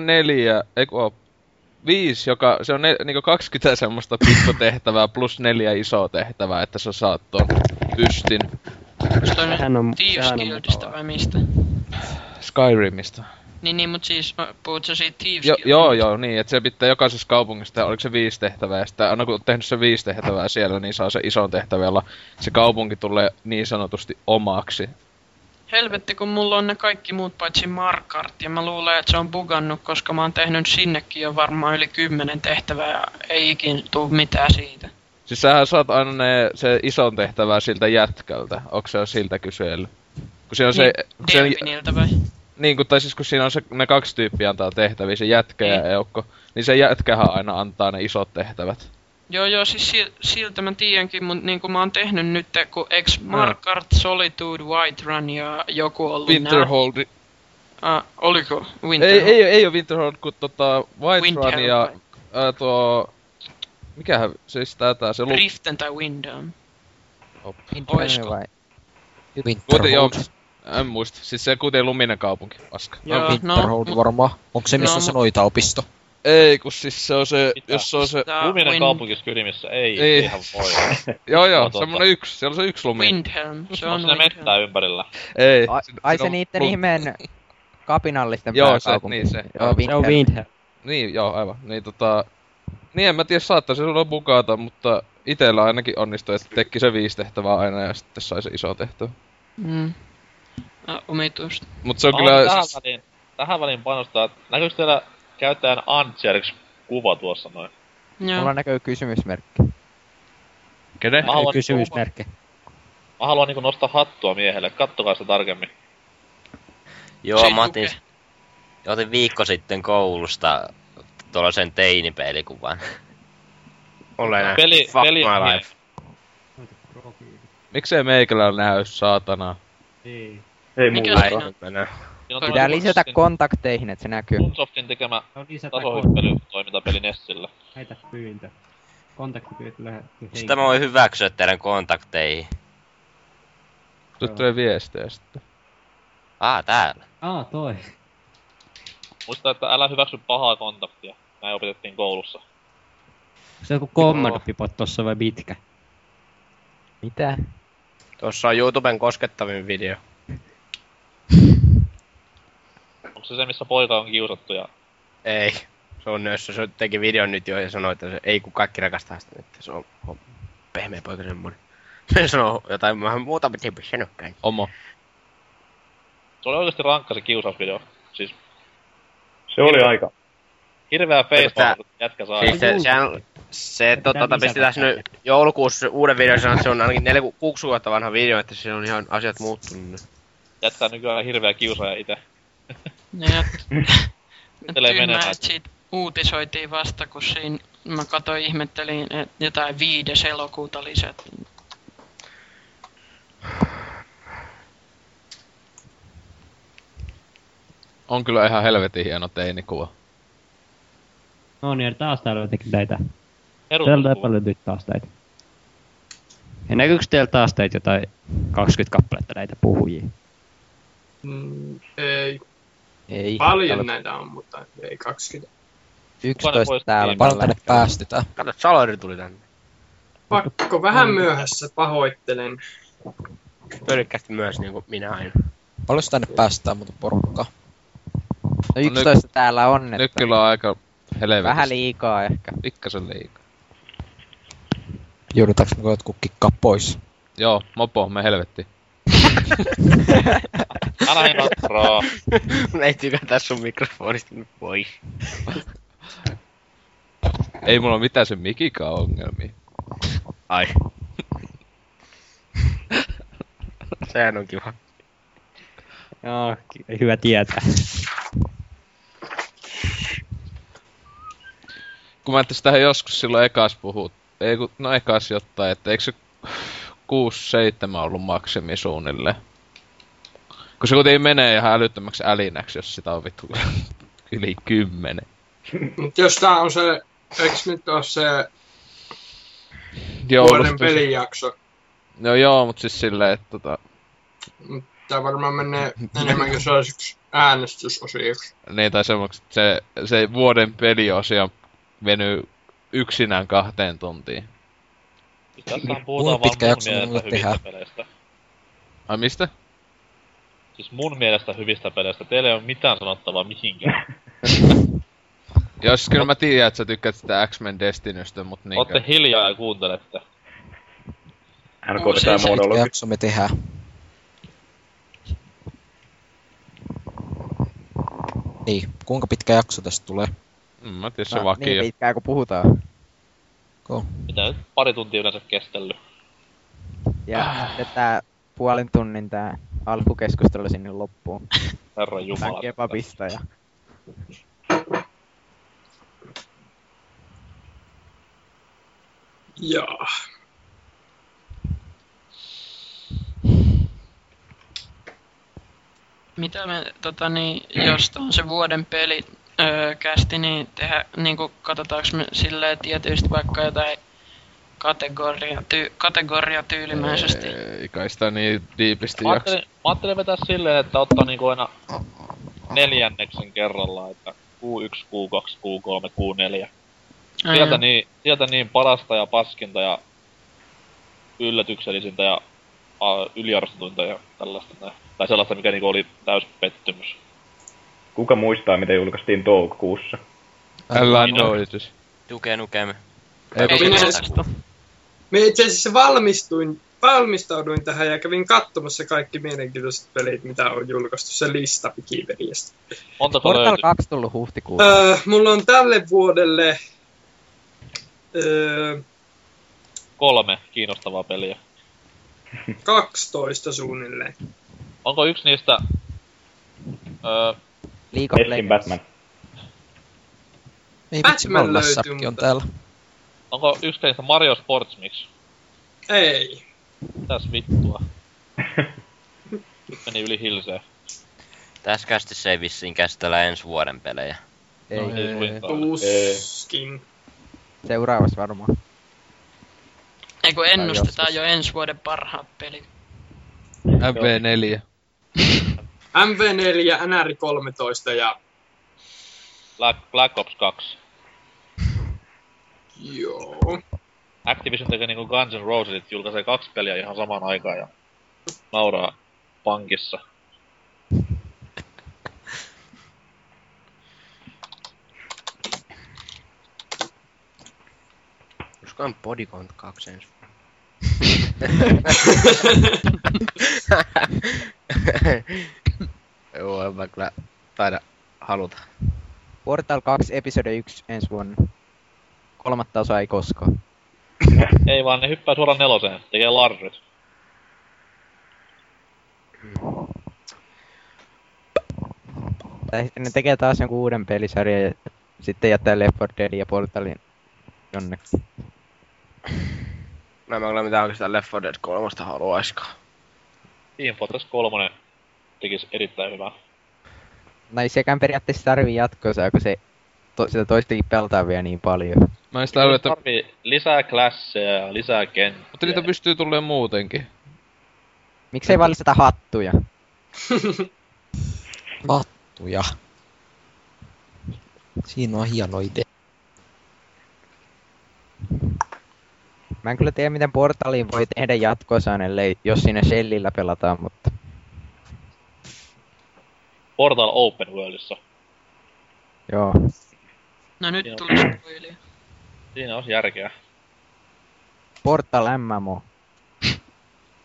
S6: 5, se on niinku 20 semmoista pikkutehtävää plus 4 isoa tehtävää, että sä saat ton ystin.
S3: Sehän on Thieves Guildista vai mistä?
S6: Skyrimista.
S3: Niin, mut siis puhutko siitä Thieves Guildista?
S6: Joo, niin, että se pitää jokaisessa kaupungista, oliko se 5 tehtävää, ja sitten aina kun on tehnyt se 5 tehtävää siellä, niin saa se ison tehtävä, jolla se kaupunki tulee niin sanotusti omaksi.
S3: Helvetti, kun mulla on ne kaikki muut paitsi Markart, ja mä luulen, että se on bugannut, koska mä oon tehnyt sinnekin jo varmaan yli 10 tehtävää, ja ei ikin tuu mitään siitä.
S6: Siis sähän saat aina se ison tehtävää siltä jätkältä, onko se siltä kysellyt? Kun siinä on
S3: Delfiniltä vai?
S6: Niin, tai siis kun siinä on ne 2 tyyppiä antaa tehtäviä, se jätkä ja eukko, niin se jätkähän aina antaa ne isot tehtävät.
S3: Joo, siis siltä mä tiedänkin, mut niinku mä oon tehnyt nyt, kun ex Markart, Solitude, Whiterun ja joku ollut
S6: Winterhold.
S3: Oliko Winterhold?
S6: Ei oo Winterhold, kun Whiterun ja mikähän siis tää se
S3: Riften tai Windham.
S7: Oisko? vai?
S6: Joo, en muista. Siis se kuitenkin luminen kaupunki, paska.
S3: Joo,
S4: Winterhold varmaan. Onko se missä on se noita-opisto?
S6: Ei, kun siis se on se, jos se on se...
S1: Luminen kaupunki Skyrimissä, ei ihan voi.
S6: Joo, semmonen yksi, siellä on se yksi luminen.
S3: Windhelm, se on
S1: Windhelm. Onko siinä mettää ympärillä?
S6: Ei.
S7: Ai se niitten ihmeen kapinallisten
S6: pääkaupunki.
S7: Joo,
S6: se,
S11: se on Windhelm.
S6: Niin, joo, aivan. Niin en mä tiedä, saattaisi sulla bugata, mutta itellä ainakin onnistui, että teki se 5 tehtävää aina ja sitten sai se iso tehtävä.
S3: Omituista.
S6: Mut se on kyllä...
S1: Tähän väliin panostaa, että näkyykö teillä käyttäjän Antjerks kuva tuossa noin?
S3: Joo.
S7: Mulla näkyy kysymysmerkki.
S6: Kenen?
S11: Kysymysmerkki.
S1: Mä haluan niinku nostaa hattua miehelle, kattokaa sitä tarkemmin.
S2: Joo, mä otin viikko sitten koulusta tuollaisen teinipeilikuvan.
S1: Peli
S10: my life.
S6: Miksei meikällä näy, saatana?
S8: Ei mulla
S10: ei.
S7: Pitää lisätä kontakteihin, että se näkyy.
S1: Unsoftin tekemä tasohyppelytoimintapeli Nessillä.
S11: Heitä pyyntö. Kontaktipyyntö lähetetty.
S2: Sitä mä voin hyväksyä teidän kontakteihin.
S6: Nyt tulee viestejä sitten.
S2: Täällä.
S11: Toi.
S1: Muista, että älä hyväksy pahaa kontaktia. Näin opetettiin koulussa.
S11: Se on joku kommandopipot tossa vai mitkä?
S7: Mitä?
S10: Tossa on YouTuben koskettavin video.
S1: Onko se missä poika on kiusattu ja...
S10: Ei. Se on nössö. Se teki videon nyt jo ja sanoi, että se, ei kun kaikki rakastaa sitä. Että se on pehmeä poika semmonen. Se sanoo jotain vähän muuta, mutta ei sanokään.
S6: Omo.
S1: Se oli oikeesti rankka se kiusausvideo. Siis...
S8: Se oli aika.
S1: Hirveä facepalm, kun jätkä saa.
S10: Siis se pisti tässä nyt joulukuussa uuden videon sanoo, että se on ainakin 4 kuukautta vanha video, että se on ihan asiat muuttunut.
S1: Jättää nykyään hirveä kiusaaja ite.
S3: Tyhmää, että siitä uutisoitiin vasta, kun siinä mä katsoin ihmettelin, että jotain 5. elokuuta lisättiin.
S6: On kyllä ihan helvetin hieno teinikuva.
S11: No niin, taas täällä jotenkin näitä.
S1: Täällä
S11: löytyy taas näitä. Ja näkyykö teillä taas teitä jotain 20 kappaletta näitä puhujia?
S5: Ei. Paljon näitä on, mutta ei 20.
S7: 11 täällä.
S4: Paljon tänne päästetään.
S10: Kato, Salori tuli tänne.
S5: Pakko vähän myöhässä, pahoittelen.
S10: Pölkkästi myös niinku minä aina.
S4: Paljon tänne päästetään muuta porukkaa?
S7: No 11 täällä on, että...
S6: Nyt kyllä on aika helvetisti.
S7: Vähän liikaa ehkä.
S6: Pikkasen liikaa.
S4: Joudutaanko me jotkut kikkaa pois?
S6: Joo, mopo, me helvetti.
S1: Älä hinatraa.
S10: Ei tykätä sun mikrofonista nyt pois.
S6: Ei mulla mitään sen mikikaan ongelmia.
S10: Ai. Sehän on kiva.
S11: Joo, hyvä tietää.
S6: Kun mä tästä joskus silloin ekas puhut, ekas jotain, että eikö se 6-7 ollut maksimi suunnilleen? Kun se kuitenkin menee ihan älyttömäksi älinäksi, jos sitä on vittu yli 10.
S5: Mut jos tää on se, eiks nyt oo se vuoden pelijakso?
S6: No joo, mut siis silleen, että
S5: Tää varmaan menee enemmänkin sellaisiksi äänestysosioiksi.
S6: Niin, tai semmoiksi, että se vuoden peliosia venyy yksinään 2 tuntiin.
S1: Tässähän puhutaan vaan mun mielestä hyvistä peleistä.
S6: Ai mistä?
S1: Siis mun mielestä hyvistä peleistä. Teillä ei oo mitään sanottavaa mihinkään.
S6: Jos kyllä mä tiedän, että sä tykkäät sitä X-Men Destinystä, mut niinkö...
S1: Ootte hiljaa ja kuuntelette.
S8: NK vetää monologi.
S4: Jakso me tehdään. Niin, kuinka pitkä jakso tästä tulee?
S6: Mä tiedän se vakio.
S7: Niin pitkään kun puhutaan.
S1: Mitä nyt 2 tuntia yleensä kestellyt.
S7: Ja sitten tää puolen tunnin tää alkukeskustelu sinne loppuun.
S1: Herran jumala.
S7: Tän kebabista ja...
S5: Jaa.
S3: Mitä me, jos on se vuoden peli kästi, niin niinku katsotaanko me silleen tietysti vaikka jotain kategoria tyylimäisesti?
S6: Ei kai sitä niin diipisti
S1: Mä ajattelin vetää silleen, että ottaa niinku aina 4 kerrallaan, että Q1, Q2, Q3, Q4. Sieltä niin parasta ja paskinta ja yllätyksellisintä ja yliarvostetuinta ja tällaista näin. Tai sellaista, mikä niinku oli täys pettymys.
S8: Kuka muistaa, miten julkaistiin toukokuussa?
S6: Älä noitus.
S2: Duke Nukem.
S5: Me itse asiassa valmistauduin tähän ja kävin katsomassa kaikki mielenkiintoiset pelit, mitä on julkaistu. Se lista Wikipediasta.
S1: Montako
S7: Portal
S1: löytyy?
S7: 2 tullut huhtikuussa.
S5: Mulla on tälle vuodelle
S1: 3 kiinnostavaa peliä.
S5: 12 suunnilleen.
S1: Onko yksi niistä...
S7: League of
S8: Messin Batman.
S4: Ei vitsi,
S5: Batman
S4: Vallassakin
S5: löytyy,
S4: on
S5: mutta...
S4: täällä.
S1: Onko yksi niistä Mario Sports Mix?
S5: Ei.
S1: Mitäs vittua? Meni yli hilseen.
S2: Tässä kästissä ei vissiin käsitellä ensi vuoden pelejä.
S7: Ei.
S1: No, ei suinkaan.
S5: Tuskin.
S7: Seuraavassa varmaan.
S3: Eiku ennustetaan jo ensi vuoden parhaat pelit.
S6: MV4.
S5: MV4, NR13 ja...
S1: Black Ops 2.
S5: Joo.
S1: Activision tekee niinku Guns N' Rosesit, julkaisee 2 peliä ihan samaan aikaan ja nauraa pankissa.
S10: Koska Body Count 2 ensi Joo, en mä kyllä taida haluta.
S7: Portal 2 episode 1 ensi vuonna. 3. osa ei koskaan.
S1: Ei vaan, ne hyppää suoraan 4, tekee larryt.
S7: Tai sitten ne tekee taas jonkun uuden pelisarjan ja sitten jättää Left 4 Dead ja Portalin jonneksi.
S10: No en mä kyllä mitään oikeastaan Left 4 Dead 3 haluaiskaan.
S1: Team Fortress 3 tekis erittäin hyvää.
S7: No ei sekään periaatteessa tarvii jatkoa, kun sitä toistakin pelataan vielä niin paljon.
S6: Mä en sitä halua, että...
S1: Tarvii lisää klasseja ja lisää kenttiä.
S6: Mutta niitä pystyy tulleen muutenkin.
S7: Miksei vaan lisätä hattuja?
S4: Hattuja. Siinä on hieno idea.
S7: Mä en kyllä tiedä miten Portaliin voi tehdä jatkosan, ellei jos siinä Shellillä pelataan, mutta...
S1: Portal Open Worldissa.
S7: Joo.
S3: No nyt tuli spoilia.
S1: Siinä olisi järkeä.
S7: Portal MMO.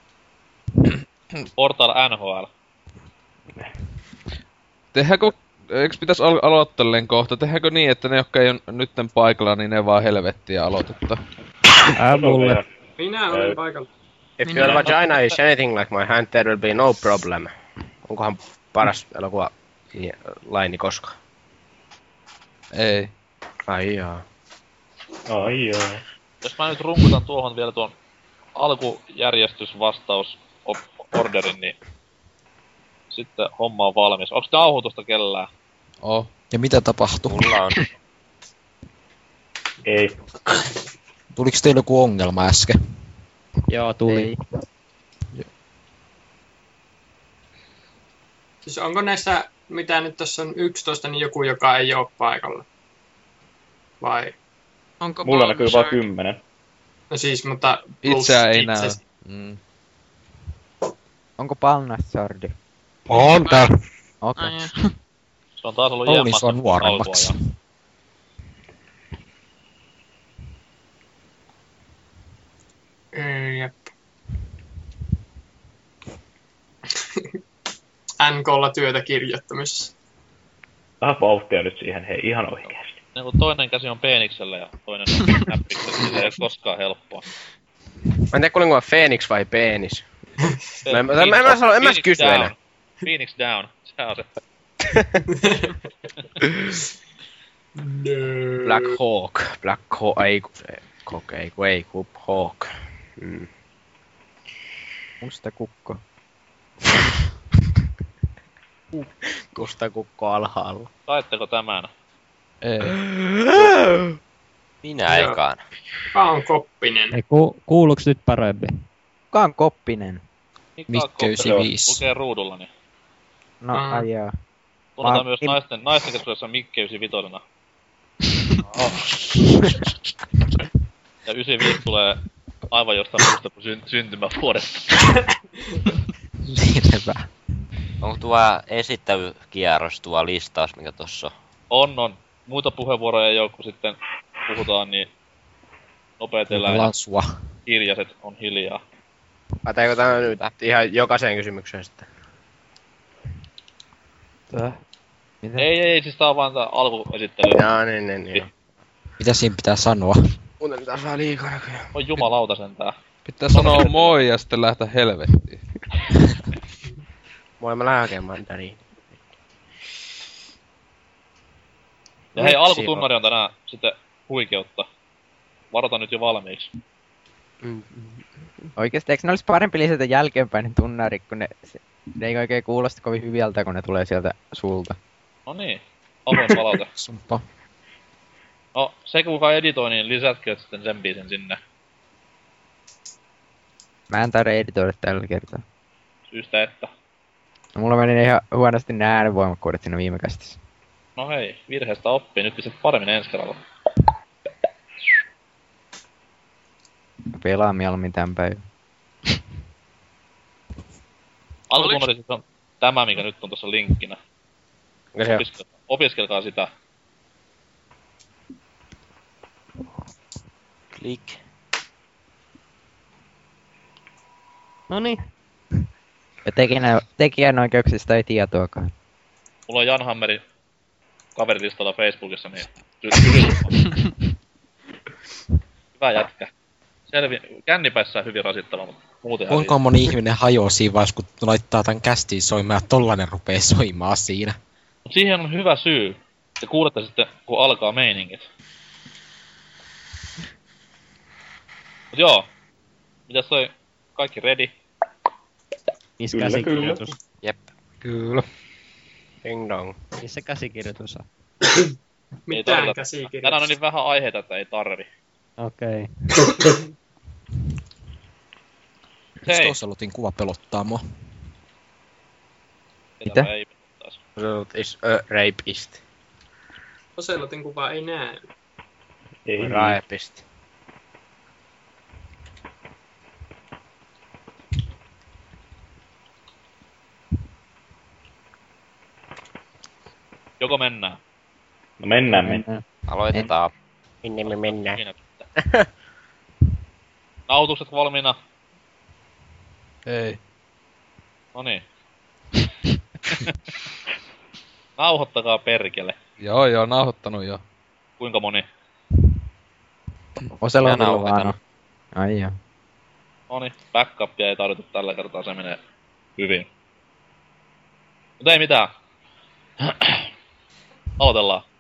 S1: Portal NHL.
S6: Tehdäänkö eiks pitäis aloitteleen kohta? Tehdäänkö niin, että ne, jotka ei ole nytten paikalla, niin ne vaan helvettiä aloitetta?
S11: Mulle.
S5: Minä olen paikalla.
S10: If your vagina is anything like my hand, there will be no problem. Onkohan paras elokuva laini koskaan?
S6: Ei.
S10: Ai jaa.
S8: Ai joo.
S1: Jos mä nyt runkutan tuohon vielä tuon alkujärjestysvastaus orderin, niin sitten homma on valmis. Onks nauhoitusta kellään?
S6: Oh.
S4: Ja mitä tapahtui?
S2: Mulla on.
S8: Ei.
S4: Tuliks teillä joku ongelma äsken?
S11: Joo, tuli.
S7: Ei.
S5: Siis onko näissä, mitä nyt tässä on 11, niin joku, joka ei oo paikalla? Vai?
S3: Onko
S8: Mulla näkyy vaan
S3: Balmshark?
S8: 10.
S5: No siis, mutta plus
S6: Itseä ei näy.
S5: itsesi.
S7: Onko Balnassardi?
S9: On täällä.
S7: Okei.
S3: Ai jaa.
S1: Se on taas ollut
S4: Ouli
S1: jämmästä
S4: sua nuoremmaksi.
S1: alkua
S5: Jep. NK:lla työtä kirjoittamisessa.
S8: Vähän vauhtia nyt siihen, hei, ihan oikeesti.
S1: Niin kun toinen käsi on peeniksellä ja toinen on näppiksellä, niin se ei ole koskaan helppoa.
S10: Mä en tiedä kuulinko mä Phoenix vai Penis. En mä kysy enää.
S1: Phoenix down, se on se.
S10: Black Hawk. Ei kun Hawk.
S7: Musta kukko.
S10: Musta kukko alhaalla.
S1: Saitteko tämän?
S6: Ei.
S2: Minä
S5: Joo.
S2: ekaan.
S5: Kuka on Koppinen?
S11: Ei, kuuluuks nyt paremmin?
S7: Kuka on Koppinen?
S4: Mikke 95.
S1: Lukee ruudullani.
S7: No, ai jaa.
S1: Tunnetaan myös naisten keskuudessa Mikke 95. Ja 95 tulee aivan jostain muusta kuin syntymävuodesta.
S4: Selvä.
S2: Onko tuo esittelykierros tuo listaus, mikä tossa on?
S1: On. Muita puheenvuoroja ei oo, kun sitten puhutaan, niin nopeetellään ja
S4: Lansua.
S1: kirjaset on hiljaa.
S10: Päteekö tää nyt ihan jokaiseen kysymykseen sitten?
S7: Mitä?
S1: Ei, siis tää on vaan tää alkuesittely.
S10: Jaa, niin.
S4: Mitä siinä pitää sanoa?
S10: Muuten taas vähän liikaa näköjään.
S1: On jumalauta sentään.
S6: Pitää sanoa moi ja sitten lähteä helvettiin.
S10: Moi, mä lähden hakemaan mandariini.
S1: Ja hei, alkutunnari on tänään sitten huikeutta. Varota nyt jo valmiiksi.
S7: Oikeesti, eikö ne olisi parempi lisätä jälkeenpäin ne tunnarit, kun ne ei oikein kuulosta kovin hyviltä, kun ne tulee sieltä sulta.
S1: No niin, avoin palaute.
S4: Sumpa.
S1: No, se kuka editoi, niin lisätkö sitten sen biisin sinne.
S7: Mä en tarvitse editoida tällä kertaa.
S1: Syystä että.
S7: No, mulla meni ihan huonosti nää äänenvoimakkuudet siinä viime kästissä.
S1: No hei, virheestä oppii, nyt pystyt paremmin ensi kerralla.
S7: Pelaa mieluummin tän päivän.
S1: Alkutunnari siis on tämä, mikä nyt on tuossa linkkinä. Opiskelkaa sitä.
S2: Klik.
S11: Noniin.
S7: Ja tekijänoikeuksista ei tietoakaan.
S1: Mulla on Jan Hammerin kaverilistalla Facebookissa, niin hyvä jätkä. Kännipäissään hyvin rasittava, mutta muuten
S4: Kuinka moni ihminen hajoaa siinä vaiheessa, kun laittaa tän kästiin soimaan ja tollanen rupee soimaan siinä?
S1: Mut siihen on hyvä syy. Te kuulette sitten, kun alkaa meiningit. Mut joo. Mitäs toi kaikki ready?
S11: Missä
S8: Kyllä,
S11: käsikirjoitus?
S2: Jep.
S9: Kyllä.
S10: Ding dong.
S11: Missä käsikirjoitus on?
S5: Mitään käsikirjoitusta.
S1: Tänään on niin vähän aiheita, että ei tarvi.
S11: Okei.
S4: Miksi Ocelotin kuva pelottaa mua?
S7: Mitä?
S1: Ei taas.
S10: Ocelot is a rapist.
S5: Ocelotin kuva ei näe.
S8: Ei.
S10: Rapist.
S1: Joko mennään?
S8: No mennään.
S2: Aloitetaan.
S10: Minne me mennään?
S1: Siinä pitää. Nautukset valmiina?
S6: Ei.
S1: Noniin. Nauhoittakaa perkele.
S6: Joo, nauhoittanut jo.
S1: Kuinka moni?
S7: Oselo on
S2: Minä
S7: tullut vaan.
S2: nauhoitan.
S7: Ai joo.
S1: Noniin, backupia ei tarvita tällä kertaa, se menee hyvin. Mut ei mitään. Aloitellaan.